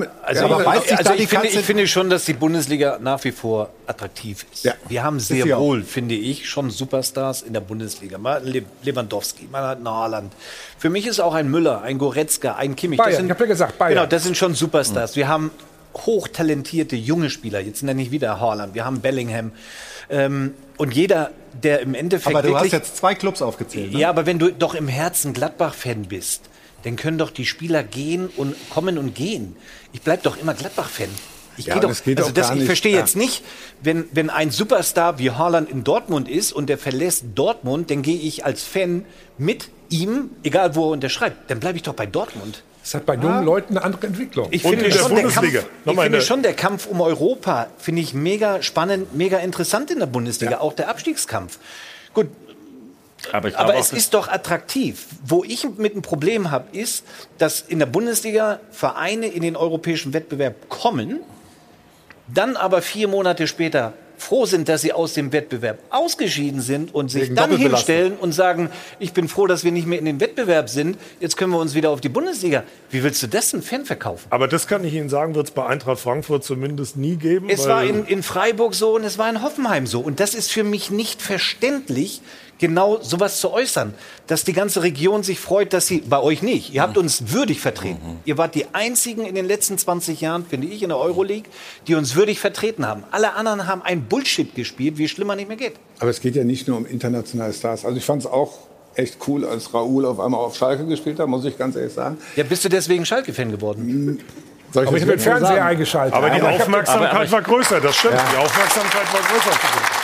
Ich finde schon, dass die Bundesliga nach wie vor attraktiv ist. Ja. Wir haben sehr wohl, finde ich, schon Superstars in der Bundesliga. Man hat Lewandowski, man hat einen Haaland. Für mich ist auch ein Müller, ein Goretzka, ein Kimmich. Bayern, ich habe ja gesagt, Bayern. Genau, das sind schon Superstars. Wir haben hochtalentierte junge Spieler. Jetzt nenne ich wieder Haaland. Wir haben Bellingham. Und jeder, der im Endeffekt. Aber du hast jetzt 2 Clubs aufgezählt. Ne? Ja, aber wenn du doch im Herzen Gladbach-Fan bist, dann können doch die Spieler gehen und kommen und gehen. Ich bleib doch immer Gladbach-Fan. Ich verstehe jetzt nicht, wenn ein Superstar wie Haaland in Dortmund ist und der verlässt Dortmund, dann gehe ich als Fan mit ihm, egal wo er unterschreibt, dann bleibe ich doch bei Dortmund. Das hat bei jungen Leuten eine andere Entwicklung. Ich finde schon, der Kampf um Europa, finde ich mega spannend, mega interessant in der Bundesliga, auch der Abstiegskampf. Gut, aber es ist doch attraktiv. Wo ich mit einem Problem habe, ist, dass in der Bundesliga Vereine in den europäischen Wettbewerb kommen, dann aber 4 Monate später froh sind, dass sie aus dem Wettbewerb ausgeschieden sind und sich dann hinstellen und sagen, ich bin froh, dass wir nicht mehr in dem Wettbewerb sind, jetzt können wir uns wieder auf die Bundesliga. Wie willst du das einem Fan verkaufen? Aber das kann ich Ihnen sagen, wird es bei Eintracht Frankfurt zumindest nie geben. Es war in Freiburg so und es war in Hoffenheim so. Und das ist für mich nicht verständlich, genau sowas zu äußern. Dass die ganze Region sich freut, dass sie, bei euch nicht, ihr habt uns würdig vertreten. Ihr wart die einzigen in den letzten 20 Jahren, finde ich, in der Euroleague, die uns würdig vertreten haben. Alle anderen haben ein Bullshit gespielt, wie es schlimmer nicht mehr geht. Aber es geht ja nicht nur um internationale Stars. Also ich fand es auch echt cool, als Raúl auf einmal auf Schalke gespielt hat, muss ich ganz ehrlich sagen. Ja, bist du deswegen Schalke-Fan geworden? Aber ich habe den Fernseher eingeschaltet. Aber die Aufmerksamkeit war größer, das stimmt. Ja. Die Aufmerksamkeit war größer.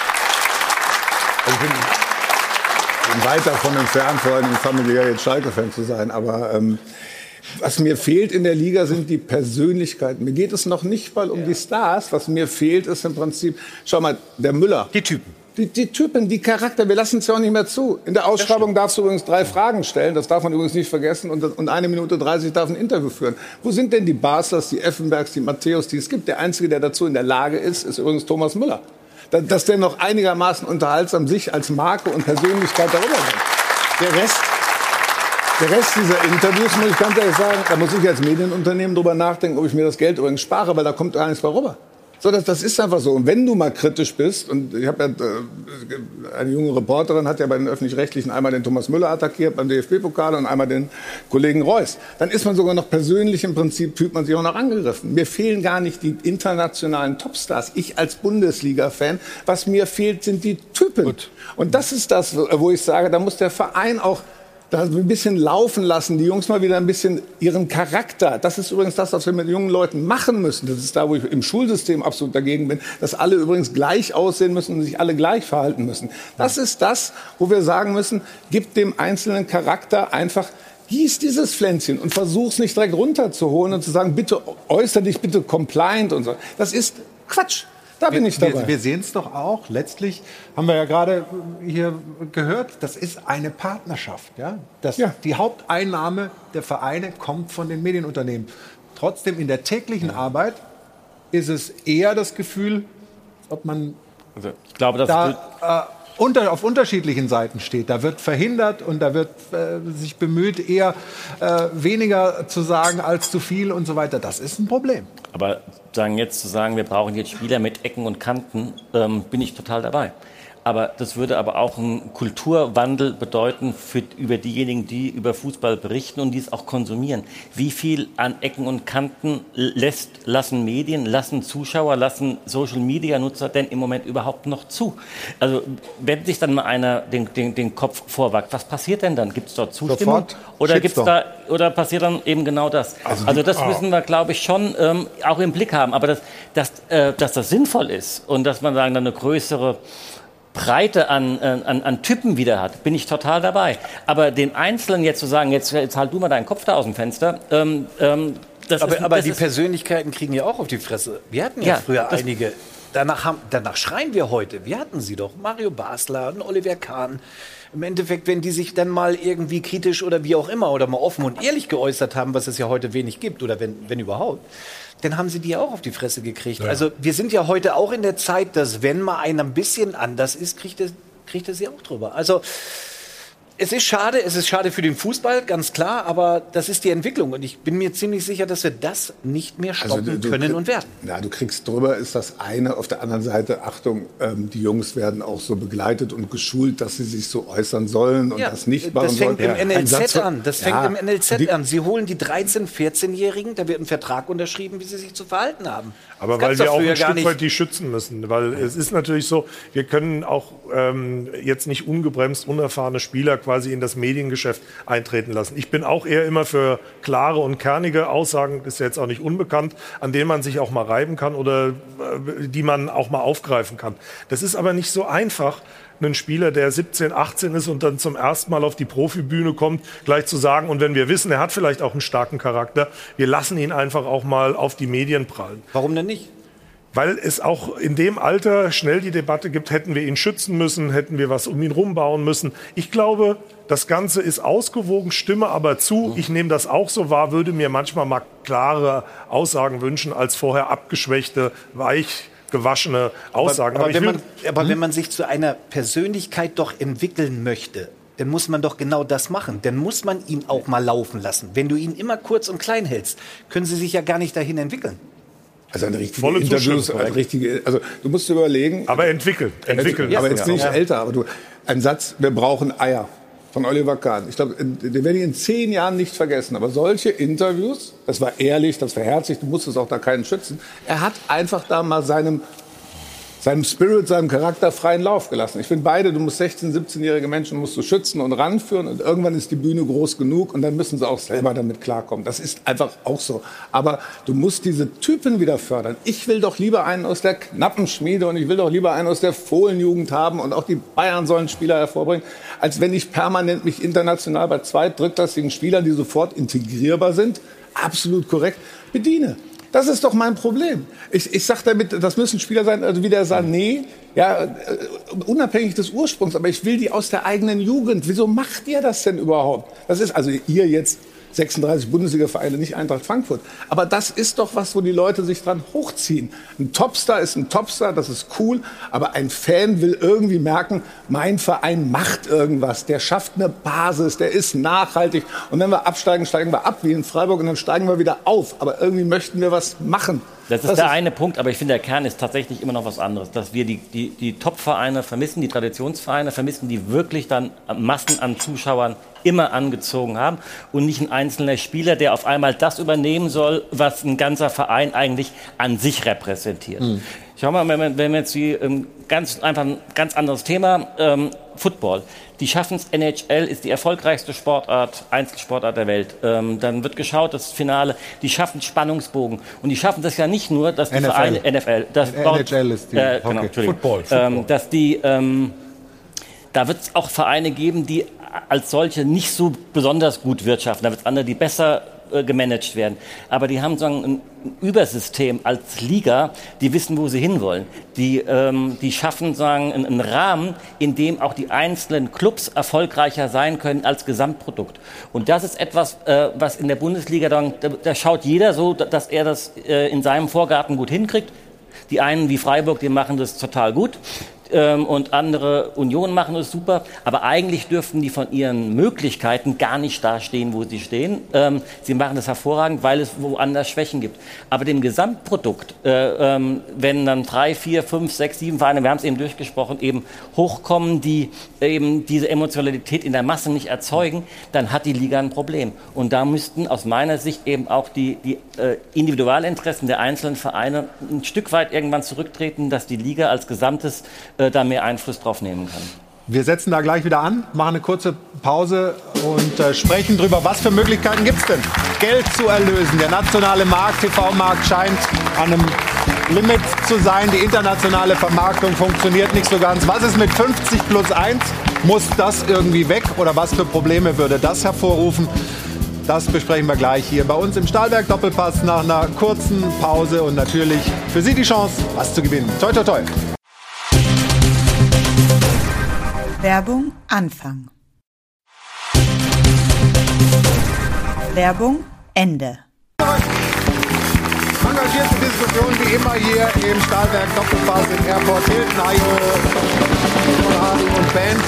Also ich bin weit davon entfernt, vor allem familiär jetzt Schalke-Fan zu sein. Aber was mir fehlt in der Liga sind die Persönlichkeiten. Mir geht es noch nicht mal um die Stars. Was mir fehlt, ist im Prinzip, schau mal, der Müller. Die Typen. Die Typen, die Charakter, wir lassen es ja auch nicht mehr zu. In der Ausschreibung darfst du übrigens 3 Fragen stellen, das darf man übrigens nicht vergessen, und 1 Minute 30 darf ein Interview führen. Wo sind denn die Baslers, die Effenbergs, die Matthäus, die es gibt? Der Einzige, der dazu in der Lage ist übrigens Thomas Müller. Dass der noch einigermaßen unterhaltsam sich als Marke und Persönlichkeit darüber bringt. Der Rest dieser Interviews, muss ich ganz ehrlich sagen, da muss ich als Medienunternehmen drüber nachdenken, ob ich mir das Geld übrigens spare, weil da kommt gar nichts mehr rüber. So, das ist einfach so. Und wenn du mal kritisch bist, und ich habe ja, eine junge Reporterin hat ja bei den Öffentlich-Rechtlichen einmal den Thomas Müller attackiert beim DFB-Pokal und einmal den Kollegen Reus, dann ist man sogar noch persönlich im Prinzip, fühlt man sich auch noch angegriffen. Mir fehlen gar nicht die internationalen Topstars. Ich als Bundesliga-Fan, was mir fehlt, sind die Typen. Gut. Und das ist das, wo ich sage, da muss der Verein auch da ein bisschen laufen lassen, die Jungs mal wieder ein bisschen ihren Charakter. Das ist übrigens das, was wir mit jungen Leuten machen müssen. Das ist da, wo ich im Schulsystem absolut dagegen bin, dass alle übrigens gleich aussehen müssen und sich alle gleich verhalten müssen. Das ist das, wo wir sagen müssen, gib dem einzelnen Charakter einfach, gieß dieses Pflänzchen und versuch's nicht direkt runterzuholen und zu sagen, bitte äußere dich, bitte compliant und so. Das ist Quatsch. Da bin ich dabei. Wir sehen es doch auch. Letztlich haben wir ja gerade hier gehört, das ist eine Partnerschaft. Ja? Die Haupteinnahme der Vereine kommt von den Medienunternehmen. Trotzdem in der täglichen Arbeit ist es eher das Gefühl, ob man ich glaube, auf unterschiedlichen Seiten steht. Da wird verhindert und da wird sich bemüht, eher weniger zu sagen als zu viel und so weiter. Das ist ein Problem. Aber zu sagen, wir brauchen jetzt Spieler mit Ecken und Kanten, bin ich total dabei. Aber das würde aber auch einen Kulturwandel bedeuten über diejenigen, die über Fußball berichten und die es auch konsumieren. Wie viel an Ecken und Kanten lassen Medien, lassen Zuschauer, lassen Social-Media-Nutzer denn im Moment überhaupt noch zu? Also wenn sich dann mal einer den Kopf vorwagt, was passiert denn dann? Gibt es dort Zustimmung? Oder passiert dann eben genau das? Also das müssen wir, glaube ich, schon auch im Blick haben. Aber dass das sinnvoll ist und dass man sagen, dann eine größere Breite an Typen wieder hat, bin ich total dabei. Aber den Einzelnen jetzt zu sagen, jetzt halt du mal deinen Kopf da aus dem Fenster, aber die Persönlichkeiten kriegen ja auch auf die Fresse. Wir hatten ja früher einige. Danach schreien wir heute. Wir hatten sie doch. Mario Basler, Oliver Kahn. Im Endeffekt, wenn die sich dann mal irgendwie kritisch oder wie auch immer oder mal offen und ehrlich geäußert haben, was es ja heute wenig gibt oder wenn überhaupt, dann haben sie die auch auf die Fresse gekriegt. Ja. Also wir sind ja heute auch in der Zeit, dass wenn mal einer ein bisschen anders ist, kriegt er sie auch drüber. Also es ist schade für den Fußball, ganz klar, aber das ist die Entwicklung und ich bin mir ziemlich sicher, dass wir das nicht mehr stoppen können und werden. Ja, du kriegst drüber, ist das eine. Auf der anderen Seite, Achtung, die Jungs werden auch so begleitet und geschult, dass sie sich so äußern sollen und das nicht machen sollen. Das fängt im NLZ an. Sie holen die 13-, 14-Jährigen, da wird ein Vertrag unterschrieben, wie sie sich zu verhalten haben. Aber weil wir auch ein Stück weit die schützen müssen. Weil es ist natürlich so, wir können auch jetzt nicht ungebremst unerfahrene Spieler quasi in das Mediengeschäft eintreten lassen. Ich bin auch eher immer für klare und kernige Aussagen, das ist ja jetzt auch nicht unbekannt, an denen man sich auch mal reiben kann oder die man auch mal aufgreifen kann. Das ist aber nicht so einfach, einen Spieler, der 17, 18 ist und dann zum ersten Mal auf die Profibühne kommt, gleich zu sagen, und wenn wir wissen, er hat vielleicht auch einen starken Charakter, wir lassen ihn einfach auch mal auf die Medien prallen. Warum denn nicht? Weil es auch in dem Alter schnell die Debatte gibt, hätten wir ihn schützen müssen, hätten wir was um ihn rumbauen müssen. Ich glaube, das Ganze ist ausgewogen, stimme aber zu. Ich nehme das auch so wahr, würde mir manchmal mal klare Aussagen wünschen, als vorher abgeschwächte, weich gewaschene Aussagen. Aber wenn man sich zu einer Persönlichkeit doch entwickeln möchte, dann muss man doch genau das machen. Dann muss man ihn auch mal laufen lassen. Wenn du ihn immer kurz und klein hältst, können sie sich ja gar nicht dahin entwickeln. Also eine richtige Interviews, also du musst überlegen. Aber entwickeln. Aber jetzt bin ich älter. Aber ein Satz: Wir brauchen Eier von Oliver Kahn. Ich glaube, den werde ich in 10 Jahren nicht vergessen. Aber solche Interviews, das war ehrlich, das war herzlich. Du musstest auch da keinen schützen. Er hat einfach da mal seinem Spirit, seinem Charakter freien Lauf gelassen. Ich finde beide, du musst 16-, 17-jährige Menschen musst du schützen und ranführen und irgendwann ist die Bühne groß genug und dann müssen sie auch selber damit klarkommen. Das ist einfach auch so. Aber du musst diese Typen wieder fördern. Ich will doch lieber einen aus der knappen Schmiede und ich will doch lieber einen aus der Fohlenjugend haben und auch die Bayern sollen Spieler hervorbringen, als wenn ich permanent mich international bei zweit-, drittklassigen Spielern, die sofort integrierbar sind, absolut korrekt, bediene. Das ist doch mein Problem. Ich sage damit, das müssen Spieler sein, also wie der Sané, ja, unabhängig des Ursprungs, aber ich will die aus der eigenen Jugend. Wieso macht ihr das denn überhaupt? Das ist also ihr jetzt 36 Bundesliga-Vereine, nicht Eintracht Frankfurt. Aber das ist doch was, wo die Leute sich dran hochziehen. Ein Topstar ist ein Topstar, das ist cool. Aber ein Fan will irgendwie merken, mein Verein macht irgendwas. Der schafft eine Basis, der ist nachhaltig. Und wenn wir absteigen, steigen wir ab wie in Freiburg und dann steigen wir wieder auf. Aber irgendwie möchten wir was machen. Das ist der eine Punkt, aber ich finde, der Kern ist tatsächlich immer noch was anderes. Dass wir die Top-Vereine vermissen, die Traditionsvereine vermissen, die wirklich dann Massen an Zuschauern immer angezogen haben und nicht ein einzelner Spieler, der auf einmal das übernehmen soll, was ein ganzer Verein eigentlich an sich repräsentiert. Schau mal, wenn wir jetzt ganz anderes Thema, Football. Die schaffen es, NHL ist die erfolgreichste Einzelsportart der Welt. Dann wird geschaut, das Finale, die schaffen Spannungsbogen. Und die schaffen das ja nicht nur, dass die Vereine, NHL ist die Football. Da wird es auch Vereine geben, die als solche nicht so besonders gut wirtschaften. Da wird es andere, die besser gemanagt werden. Aber die haben so ein Übersystem als Liga, die wissen, wo sie hinwollen. Die schaffen einen Rahmen, in dem auch die einzelnen Clubs erfolgreicher sein können als Gesamtprodukt. Und das ist etwas, was in der Bundesliga da schaut jeder so, dass er das in seinem Vorgarten gut hinkriegt. Die einen wie Freiburg, die machen das total gut. Und andere Union machen es super, aber eigentlich dürften die von ihren Möglichkeiten gar nicht dastehen, wo sie stehen. Sie machen das hervorragend, weil es woanders Schwächen gibt. Aber dem Gesamtprodukt, wenn dann 3, 4, 5, 6, 7 Vereine, wir haben es eben durchgesprochen, eben hochkommen, die eben diese Emotionalität in der Masse nicht erzeugen, dann hat die Liga ein Problem. Und da müssten aus meiner Sicht eben auch die Individualinteressen der einzelnen Vereine ein Stück weit irgendwann zurücktreten, dass die Liga als Gesamtes da mehr Einfluss drauf nehmen kann. Wir setzen da gleich wieder an, machen eine kurze Pause und sprechen drüber, was für Möglichkeiten gibt es denn, Geld zu erlösen. Der nationale Markt, TV-Markt scheint an einem Limit zu sein. Die internationale Vermarktung funktioniert nicht so ganz. Was ist mit 50+1? Muss das irgendwie weg oder was für Probleme würde das hervorrufen? Das besprechen wir gleich hier bei uns im Stahlwerk Doppelpass nach einer kurzen Pause und natürlich für Sie die Chance, was zu gewinnen. Toi, toi, toi. Werbung Anfang. Werbung Ende. Engagierte Diskussion wie immer hier im Stahlwerk Doppelpass im Airport Hilton. Ayo, Hardy und Band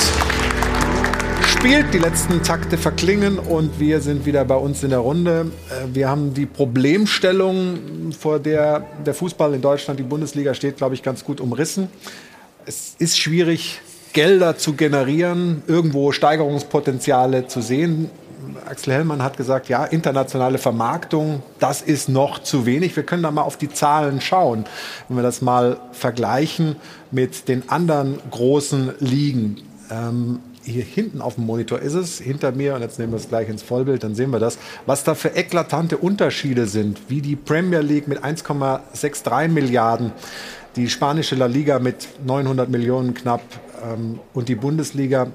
spielt. Die letzten Takte verklingen und wir sind wieder bei uns in der Runde. Wir haben die Problemstellung, vor der der Fußball in Deutschland, die Bundesliga steht, glaube ich, ganz gut umrissen. Es ist schwierig, Gelder zu generieren, irgendwo Steigerungspotenziale zu sehen. Axel Hellmann hat gesagt, ja, internationale Vermarktung, das ist noch zu wenig. Wir können da mal auf die Zahlen schauen. Wenn wir das mal vergleichen mit den anderen großen Ligen. Hier hinten auf dem Monitor ist es, hinter mir, und jetzt nehmen wir es gleich ins Vollbild, dann sehen wir das, was da für eklatante Unterschiede sind, wie die Premier League mit 1,63 Milliarden, die spanische La Liga mit 900 Millionen knapp und die Bundesliga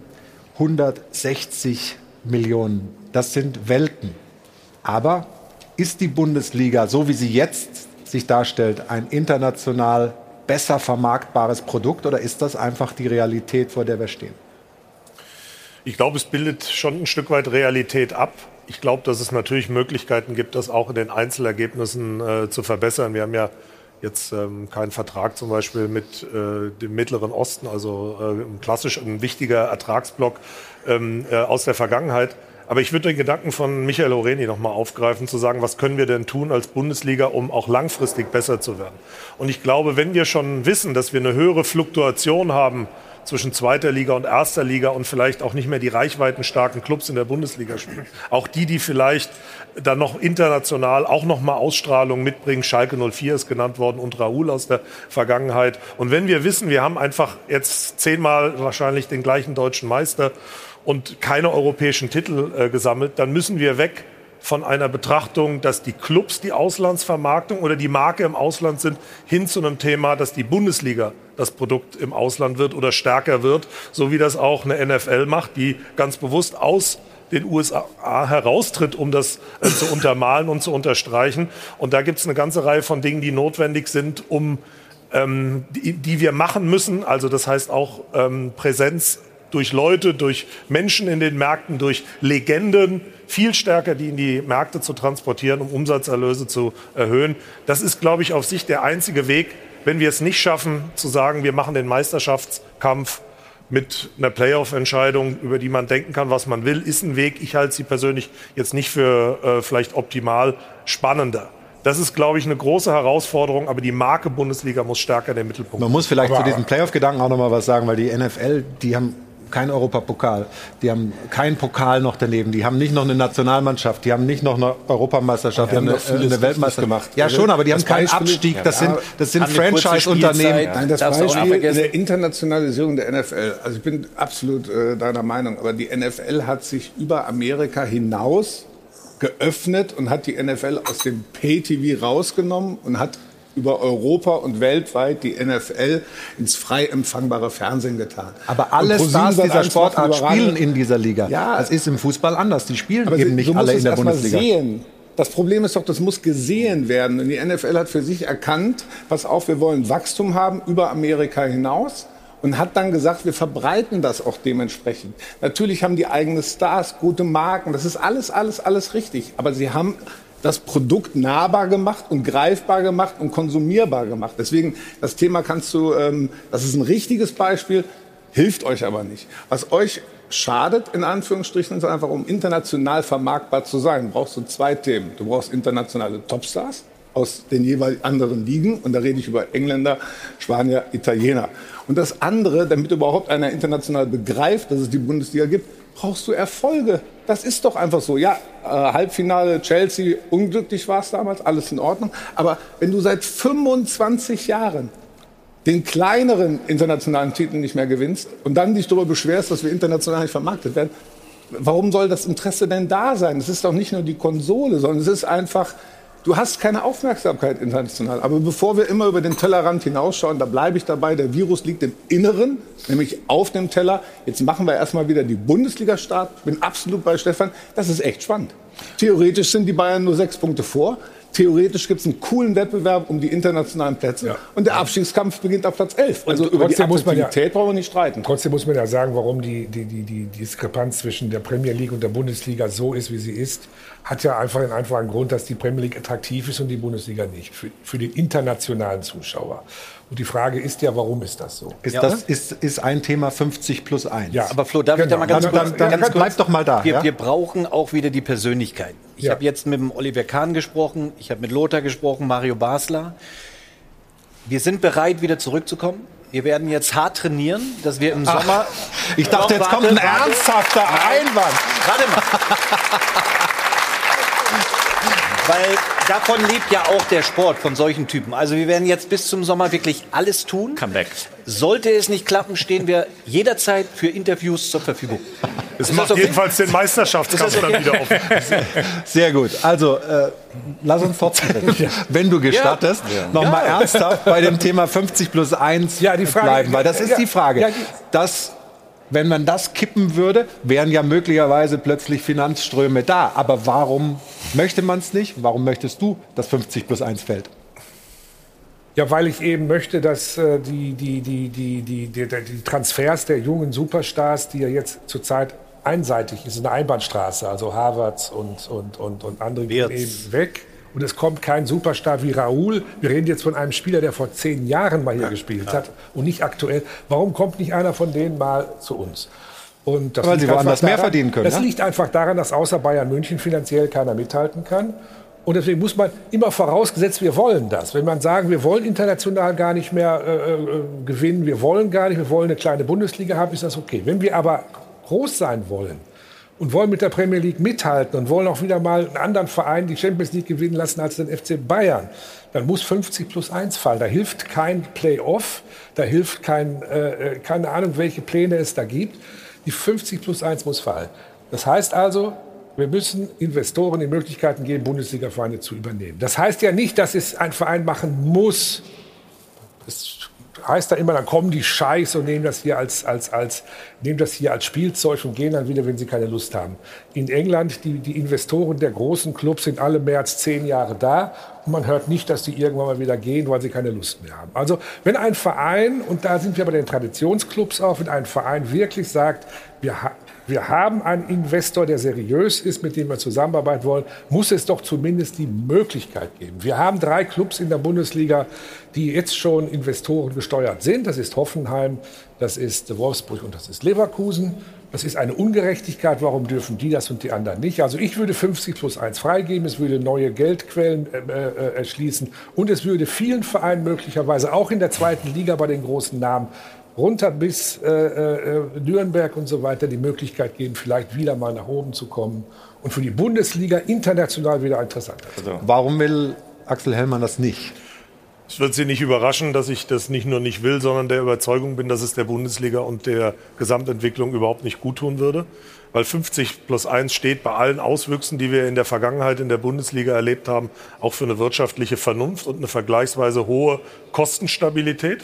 160 Millionen. Das sind Welten. Aber ist die Bundesliga, so wie sie jetzt sich darstellt, ein international besser vermarktbares Produkt oder ist das einfach die Realität, vor der wir stehen? Ich glaube, es bildet schon ein Stück weit Realität ab. Ich glaube, dass es natürlich Möglichkeiten gibt, das auch in den Einzelergebnissen zu verbessern. Wir haben ja jetzt keinen Vertrag zum Beispiel mit dem Mittleren Osten, also klassisch ein wichtiger Ertragsblock aus der Vergangenheit. Aber ich würde den Gedanken von Michael Horeni noch mal aufgreifen, zu sagen, was können wir denn tun als Bundesliga, um auch langfristig besser zu werden. Und ich glaube, wenn wir schon wissen, dass wir eine höhere Fluktuation haben zwischen zweiter Liga und erster Liga und vielleicht auch nicht mehr die reichweitenstarken Clubs in der Bundesliga spielen. Auch die vielleicht dann noch international auch noch mal Ausstrahlung mitbringen. Schalke 04 ist genannt worden und Raoul aus der Vergangenheit. Und wenn wir wissen, wir haben einfach jetzt 10-mal wahrscheinlich den gleichen deutschen Meister und keine europäischen Titel gesammelt, dann müssen wir weg von einer Betrachtung, dass die Clubs die Auslandsvermarktung oder die Marke im Ausland sind, hin zu einem Thema, dass die Bundesliga das Produkt im Ausland wird oder stärker wird, so wie das auch eine NFL macht, die ganz bewusst aus den USA heraustritt, um das zu untermalen und zu unterstreichen. Und da gibt es eine ganze Reihe von Dingen, die notwendig sind, die wir machen müssen. Also das heißt auch Präsenz durch Leute, durch Menschen in den Märkten, durch Legenden, viel stärker die in die Märkte zu transportieren, um Umsatzerlöse zu erhöhen. Das ist, glaube ich, auf Sicht der einzige Weg, wenn wir es nicht schaffen, zu sagen, wir machen den Meisterschaftskampf mit einer Playoff-Entscheidung, über die man denken kann, was man will, ist ein Weg. Ich halte sie persönlich jetzt nicht für vielleicht optimal spannender. Das ist, glaube ich, eine große Herausforderung, aber die Marke Bundesliga muss stärker in den Mittelpunkt. Man muss vielleicht zu diesen Playoff-Gedanken auch noch mal was sagen, weil die NFL, die haben keinen Europapokal, die haben keinen Pokal noch daneben, die haben nicht noch eine Nationalmannschaft, die haben nicht noch eine Europameisterschaft, die haben eine Weltmeisterschaft gemacht. Ja schon, aber die haben keinen Abstieg, das sind Franchise-Unternehmen. Nein, das Beispiel der Internationalisierung der NFL, also ich bin absolut deiner Meinung, aber die NFL hat sich über Amerika hinaus geöffnet und hat die NFL aus dem Pay-TV rausgenommen und hat über Europa und weltweit die NFL ins frei empfangbare Fernsehen getan. Aber alle Stars dieser Sportart spielen in dieser Liga. Ja, das ist im Fußball anders. Die spielen aber eben nicht alle in der Bundesliga. Sehen. Das Problem ist doch, das muss gesehen werden. Und die NFL hat für sich erkannt, pass auf, wir wollen Wachstum haben über Amerika hinaus. Und hat dann gesagt, wir verbreiten das auch dementsprechend. Natürlich haben die eigene Stars, gute Marken. Das ist alles richtig. Aber sie haben das Produkt nahbar gemacht und greifbar gemacht und konsumierbar gemacht. Deswegen, das Thema das ist ein richtiges Beispiel, hilft euch aber nicht. Was euch schadet, in Anführungsstrichen, ist einfach, um international vermarktbar zu sein, brauchst du zwei Themen. Du brauchst internationale Topstars aus den jeweils anderen Ligen. Und da rede ich über Engländer, Spanier, Italiener. Und das andere, damit überhaupt einer international begreift, dass es die Bundesliga gibt, brauchst du Erfolge. Das ist doch einfach so. Ja, Halbfinale Chelsea, unglücklich war es damals, alles in Ordnung. Aber wenn du seit 25 Jahren den kleineren internationalen Titel nicht mehr gewinnst und dann dich darüber beschwerst, dass wir international nicht vermarktet werden, warum soll das Interesse denn da sein? Es ist doch nicht nur die Konsole, sondern es ist einfach, du hast keine Aufmerksamkeit international. Aber bevor wir immer über den Tellerrand hinausschauen, da bleibe ich dabei, der Virus liegt im Inneren, nämlich auf dem Teller. Jetzt machen wir erstmal wieder die Bundesliga-Start. Ich bin absolut bei Stefan, das ist echt spannend. Theoretisch sind die Bayern nur 6 Punkte vor. Theoretisch gibt es einen coolen Wettbewerb um die internationalen Plätze. Ja. Und der Abstiegskampf beginnt auf Platz 11. Also über die Attraktivität brauchen wir nicht streiten. Trotzdem muss man ja sagen, warum die Diskrepanz zwischen der Premier League und der Bundesliga so ist, wie sie ist. Hat ja einfach den einfachen Grund, dass die Premier League attraktiv ist und die Bundesliga nicht. Für den internationalen Zuschauer. Und die Frage ist ja, warum ist das so? Ist ein Thema 50+1. Ja, aber Flo, darf ich da mal ganz kurz... Bleib doch mal da. Wir brauchen auch wieder die Persönlichkeiten. Ich habe jetzt mit dem Oliver Kahn gesprochen, ich habe mit Lothar gesprochen, Mario Basler. Wir sind bereit, wieder zurückzukommen. Wir werden jetzt hart trainieren, dass wir im Sommer... Ich dachte, jetzt kommt ein ernsthafter Einwand. Warte mal. Weil davon lebt ja auch der Sport, von solchen Typen. Also wir werden jetzt bis zum Sommer wirklich alles tun. Comeback. Sollte es nicht klappen, stehen wir jederzeit für Interviews zur Verfügung. Das macht jedenfalls den Meisterschaftskampf dann wieder auf. Sehr gut. Also, lass uns fortsetzen. Wenn du gestattest, nochmal ernsthaft bei dem Thema 50+1 bleiben. Weil das ist die Frage. Wenn man das kippen würde, wären ja möglicherweise plötzlich Finanzströme da. Aber warum möchte man es nicht? Warum möchtest du, dass 50+1 fällt? Ja, weil ich eben möchte, dass die Transfers der jungen Superstars, die ja jetzt zurzeit einseitig ist, eine Einbahnstraße, also Havertz und andere gehen eben weg. Und es kommt kein Superstar wie Raúl. Wir reden jetzt von einem Spieler, der vor 10 Jahren mal hier gespielt hat und nicht aktuell. Warum kommt nicht einer von denen mal zu uns? Und das weil sie woanders mehr verdienen können. Das liegt einfach daran, dass außer Bayern München finanziell keiner mithalten kann. Und deswegen muss man immer vorausgesetzt, wir wollen das. Wenn man sagen, wir wollen international gar nicht mehr gewinnen, wir wollen eine kleine Bundesliga haben, ist das okay. Wenn wir aber groß sein wollen, und wollen mit der Premier League mithalten und wollen auch wieder mal einen anderen Verein die Champions League gewinnen lassen als den FC Bayern, dann muss 50+1 fallen. Da hilft kein Play-off, da hilft keine Ahnung, welche Pläne es da gibt. Die 50+1 muss fallen. Das heißt also, wir müssen Investoren die Möglichkeiten geben, Bundesliga-Vereine zu übernehmen. Das heißt ja nicht, dass es ein Verein machen muss. Das heißt da immer, dann kommen die Scheiß und nehmen das hier als Spielzeug und gehen dann wieder, wenn sie keine Lust haben. In England, die Investoren der großen Clubs sind alle mehr als 10 Jahre da und man hört nicht, dass die irgendwann mal wieder gehen, weil sie keine Lust mehr haben. Also wenn ein Verein, und da sind wir bei den Traditionsclubs auch, wenn ein Verein wirklich sagt, wir haben einen Investor, der seriös ist, mit dem wir zusammenarbeiten wollen, muss es doch zumindest die Möglichkeit geben. Wir haben 3 Clubs in der Bundesliga, die jetzt schon Investoren gesteuert sind. Das ist Hoffenheim, das ist Wolfsburg und das ist Leverkusen. Das ist eine Ungerechtigkeit. Warum dürfen die das und die anderen nicht? Also ich würde 50+1 freigeben. Es würde neue Geldquellen erschließen. Und es würde vielen Vereinen möglicherweise auch in der 2. Liga bei den großen Namen runter bis Nürnberg und so weiter die Möglichkeit geben, vielleicht wieder mal nach oben zu kommen und für die Bundesliga international wieder interessant. Warum will Axel Hellmann das nicht? Es wird Sie nicht überraschen, dass ich das nicht nur nicht will, sondern der Überzeugung bin, dass es der Bundesliga und der Gesamtentwicklung überhaupt nicht gut tun würde. Weil 50+1 steht bei allen Auswüchsen, die wir in der Vergangenheit in der Bundesliga erlebt haben, auch für eine wirtschaftliche Vernunft und eine vergleichsweise hohe Kostenstabilität.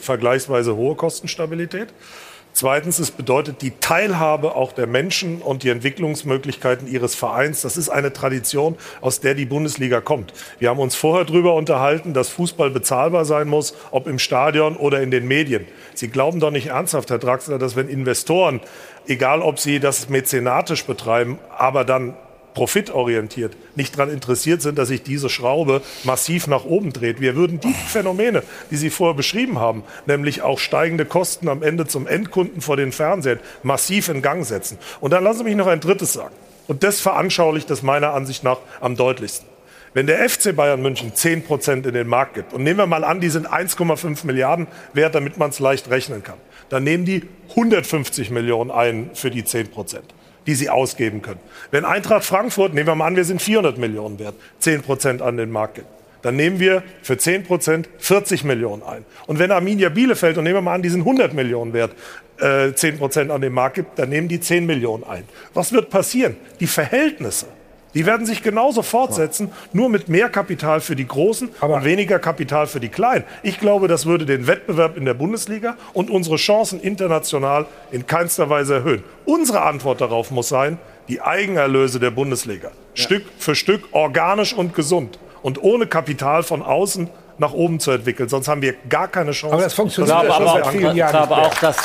Zweitens, es bedeutet die Teilhabe auch der Menschen und die Entwicklungsmöglichkeiten ihres Vereins. Das ist eine Tradition, aus der die Bundesliga kommt. Wir haben uns vorher darüber unterhalten, dass Fußball bezahlbar sein muss, ob im Stadion oder in den Medien. Sie glauben doch nicht ernsthaft, Herr Draxler, dass wenn Investoren, egal ob sie das mäzenatisch betreiben, aber dann profitorientiert, nicht daran interessiert sind, dass sich diese Schraube massiv nach oben dreht. Wir würden die Phänomene, die Sie vorher beschrieben haben, nämlich auch steigende Kosten am Ende zum Endkunden vor den Fernsehern, massiv in Gang setzen. Und dann lassen Sie mich noch ein drittes sagen. Und das veranschaulicht das meiner Ansicht nach am deutlichsten. Wenn der FC Bayern München 10% in den Markt gibt, und nehmen wir mal an, die sind 1,5 Milliarden wert, damit man es leicht rechnen kann, dann nehmen die 150 Millionen ein für die 10%. Die sie ausgeben können. Wenn Eintracht Frankfurt, nehmen wir mal an, wir sind 400 Millionen wert, 10% an den Markt gibt, dann nehmen wir für 10% 40 Millionen ein. Und wenn Arminia Bielefeld, und nehmen wir mal an, diesen 100 Millionen wert, 10% an den Markt gibt, dann nehmen die 10 Millionen ein. Was wird passieren? Die Verhältnisse, die werden sich genauso fortsetzen, nur mit mehr Kapital für die Großen und weniger Kapital für die Kleinen. Ich glaube, das würde den Wettbewerb in der Bundesliga und unsere Chancen international in keinster Weise erhöhen. Unsere Antwort darauf muss sein, die Eigenerlöse der Bundesliga, Stück für Stück, organisch und gesund und ohne Kapital von außen nach oben zu entwickeln. Sonst haben wir gar keine Chance. Aber das funktioniert seit vielen Jahren. Ich glaube auch, dass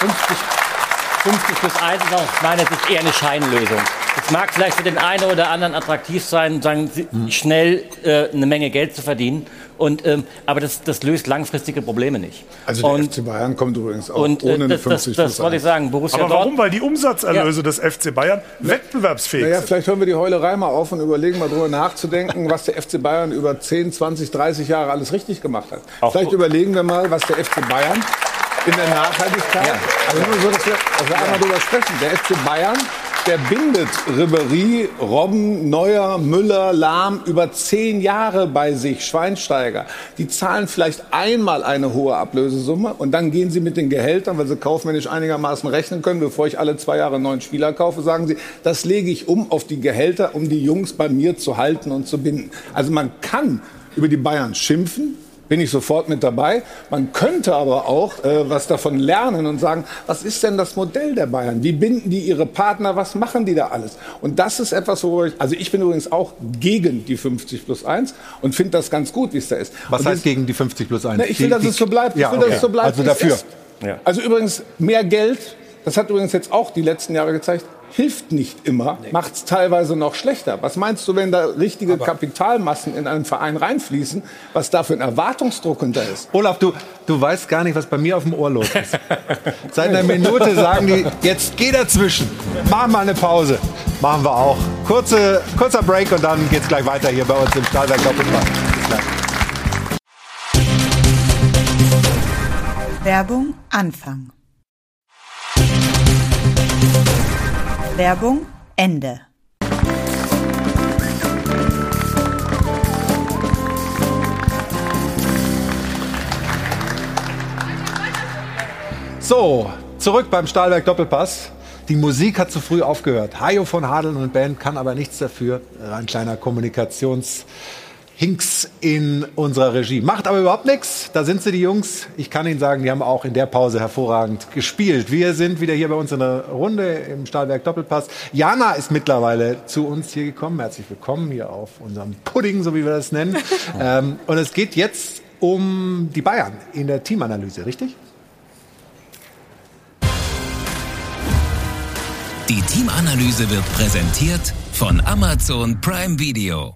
50 plus 1 ist aus meiner Sicht eher eine Scheinlösung. Es mag vielleicht für den einen oder anderen attraktiv sein, schnell eine Menge Geld zu verdienen. Aber das löst langfristige Probleme nicht. Also der FC Bayern kommt übrigens auch ohne eine 50 Das wollte ich sagen. Borussia aber warum? Weil die Umsatzerlöse des FC Bayern wettbewerbsfähig sind. Vielleicht hören wir die Heulerei mal auf und überlegen mal drüber nachzudenken, was der FC Bayern über 10, 20, 30 Jahre alles richtig gemacht hat. Vielleicht überlegen wir mal, was der FC Bayern in der Nachhaltigkeit, also nur so, dass wir einmal drüber sprechen. Der FC Bayern, der bindet Ribéry, Robben, Neuer, Müller, Lahm über 10 Jahre bei sich, Schweinsteiger. Die zahlen vielleicht einmal eine hohe Ablösesumme und dann gehen sie mit den Gehältern, weil sie kaufmännisch einigermaßen rechnen können, bevor ich alle 2 Jahre einen neuen Spieler kaufe, sagen sie, das lege ich auf die Gehälter, um die Jungs bei mir zu halten und zu binden. Also man kann über die Bayern schimpfen, bin ich sofort mit dabei. Man könnte aber auch was davon lernen und sagen, was ist denn das Modell der Bayern? Wie binden die ihre Partner? Was machen die da alles? Und das ist etwas, ich bin übrigens auch gegen die 50 plus 1 und finde das ganz gut, wie es da ist. Was heißt gegen die 50 plus 1? Ich will, dass es so bleibt. Ich will, dass es so bleibt, also dafür. Also übrigens, mehr Geld, das hat übrigens jetzt auch die letzten Jahre gezeigt, hilft nicht immer, macht es teilweise noch schlechter. Was meinst du, wenn da richtige Kapitalmassen in einen Verein reinfließen, was da für ein Erwartungsdruck hinter ist? Olaf, du weißt gar nicht, was bei mir auf dem Ohr los ist. Seit einer Minute sagen die, jetzt geh dazwischen. Machen wir eine Pause. Machen wir auch. Kurzer Break und dann geht's gleich weiter hier bei uns im Stahlwerk Doppelpass. Bis gleich. Werbung Anfang. Werbung Ende. So, zurück beim Stahlwerk Doppelpass. Die Musik hat zu früh aufgehört. Hajo von Hadeln und Band kann aber nichts dafür. Ein kleiner Kommunikationshinks in unserer Regie. Macht aber überhaupt nichts. Da sind sie, die Jungs. Ich kann Ihnen sagen, die haben auch in der Pause hervorragend gespielt. Wir sind wieder hier bei uns in der Runde im Stahlwerk Doppelpass. Jana ist mittlerweile zu uns hier gekommen. Herzlich willkommen hier auf unserem Pudding, so wie wir das nennen. Und es geht jetzt um die Bayern in der Teamanalyse, richtig? Die Teamanalyse wird präsentiert von Amazon Prime Video.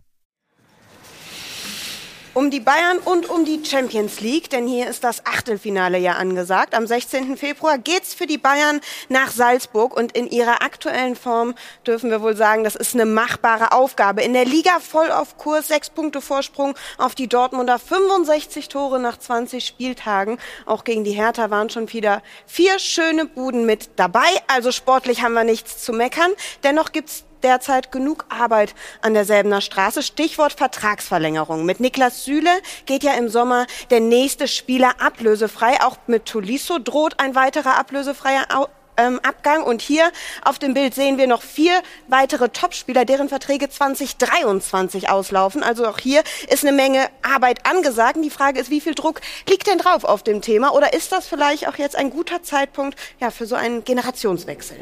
Um die Bayern und um die Champions League, denn hier ist das Achtelfinale ja angesagt. Am 16. Februar geht's für die Bayern nach Salzburg und in ihrer aktuellen Form dürfen wir wohl sagen, das ist eine machbare Aufgabe. In der Liga voll auf Kurs, 6 Punkte Vorsprung auf die Dortmunder, 65 Tore nach 20 Spieltagen. Auch gegen die Hertha waren schon wieder 4 schöne Buden mit dabei. Also sportlich haben wir nichts zu meckern. Dennoch gibt's derzeit genug Arbeit an der Säbener Straße. Stichwort Vertragsverlängerung. Mit Niklas Süle geht ja im Sommer der nächste Spieler ablösefrei. Auch mit Tolisso droht ein weiterer ablösefreier Abgang. Und hier auf dem Bild sehen wir noch 4 weitere Topspieler, deren Verträge 2023 auslaufen. Also auch hier ist eine Menge Arbeit angesagt. Und die Frage ist, wie viel Druck liegt denn drauf auf dem Thema? Oder ist das vielleicht auch jetzt ein guter Zeitpunkt für so einen Generationswechsel?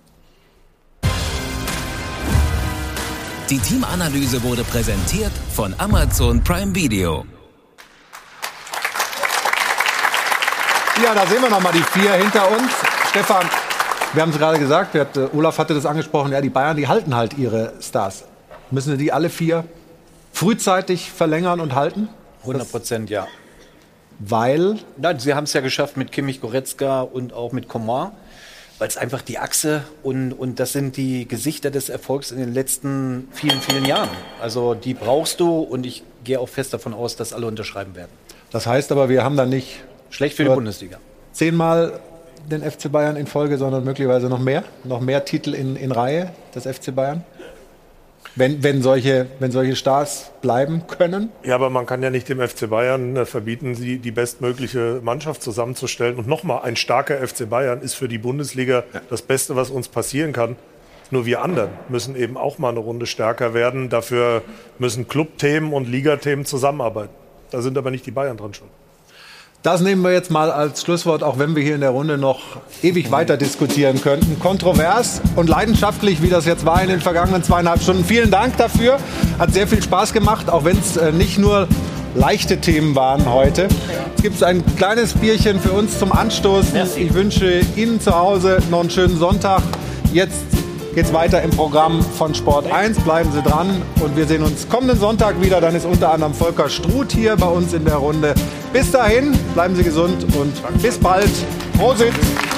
Die Teamanalyse wurde präsentiert von Amazon Prime Video. Ja, da sehen wir noch mal die 4 hinter uns. Stefan, wir haben es gerade gesagt, Olaf hatte das angesprochen, ja, die Bayern, die halten halt ihre Stars. Müssen wir die alle 4 frühzeitig verlängern und halten? 100%, ja. Weil? Nein, sie haben es ja geschafft mit Kimmich, Goretzka und auch mit Coman. Weil es einfach die Achse und das sind die Gesichter des Erfolgs in den letzten vielen, vielen Jahren. Also die brauchst du und ich gehe auch fest davon aus, dass alle unterschreiben werden. Das heißt aber, wir haben dann nicht schlecht für die Bundesliga 10-mal den FC Bayern in Folge, sondern möglicherweise noch mehr Titel in Reihe des FC Bayern? wenn solche Stars bleiben können? Ja, aber man kann ja nicht dem FC Bayern verbieten, die bestmögliche Mannschaft zusammenzustellen. Und nochmal, ein starker FC Bayern ist für die Bundesliga das Beste, was uns passieren kann. Nur wir anderen müssen eben auch mal eine Runde stärker werden. Dafür müssen Clubthemen und Ligathemen zusammenarbeiten. Da sind aber nicht die Bayern dran schuld. Das nehmen wir jetzt mal als Schlusswort, auch wenn wir hier in der Runde noch ewig weiter diskutieren könnten. Kontrovers und leidenschaftlich, wie das jetzt war in den vergangenen 2,5 Stunden. Vielen Dank dafür. Hat sehr viel Spaß gemacht, auch wenn es nicht nur leichte Themen waren heute. Es gibt ein kleines Bierchen für uns zum Anstoßen. Merci. Ich wünsche Ihnen zu Hause noch einen schönen Sonntag. Jetzt geht's weiter im Programm von Sport 1. Bleiben Sie dran und wir sehen uns kommenden Sonntag wieder. Dann ist unter anderem Volker Struth hier bei uns in der Runde. Bis dahin, bleiben Sie gesund und bis bald. Prosit!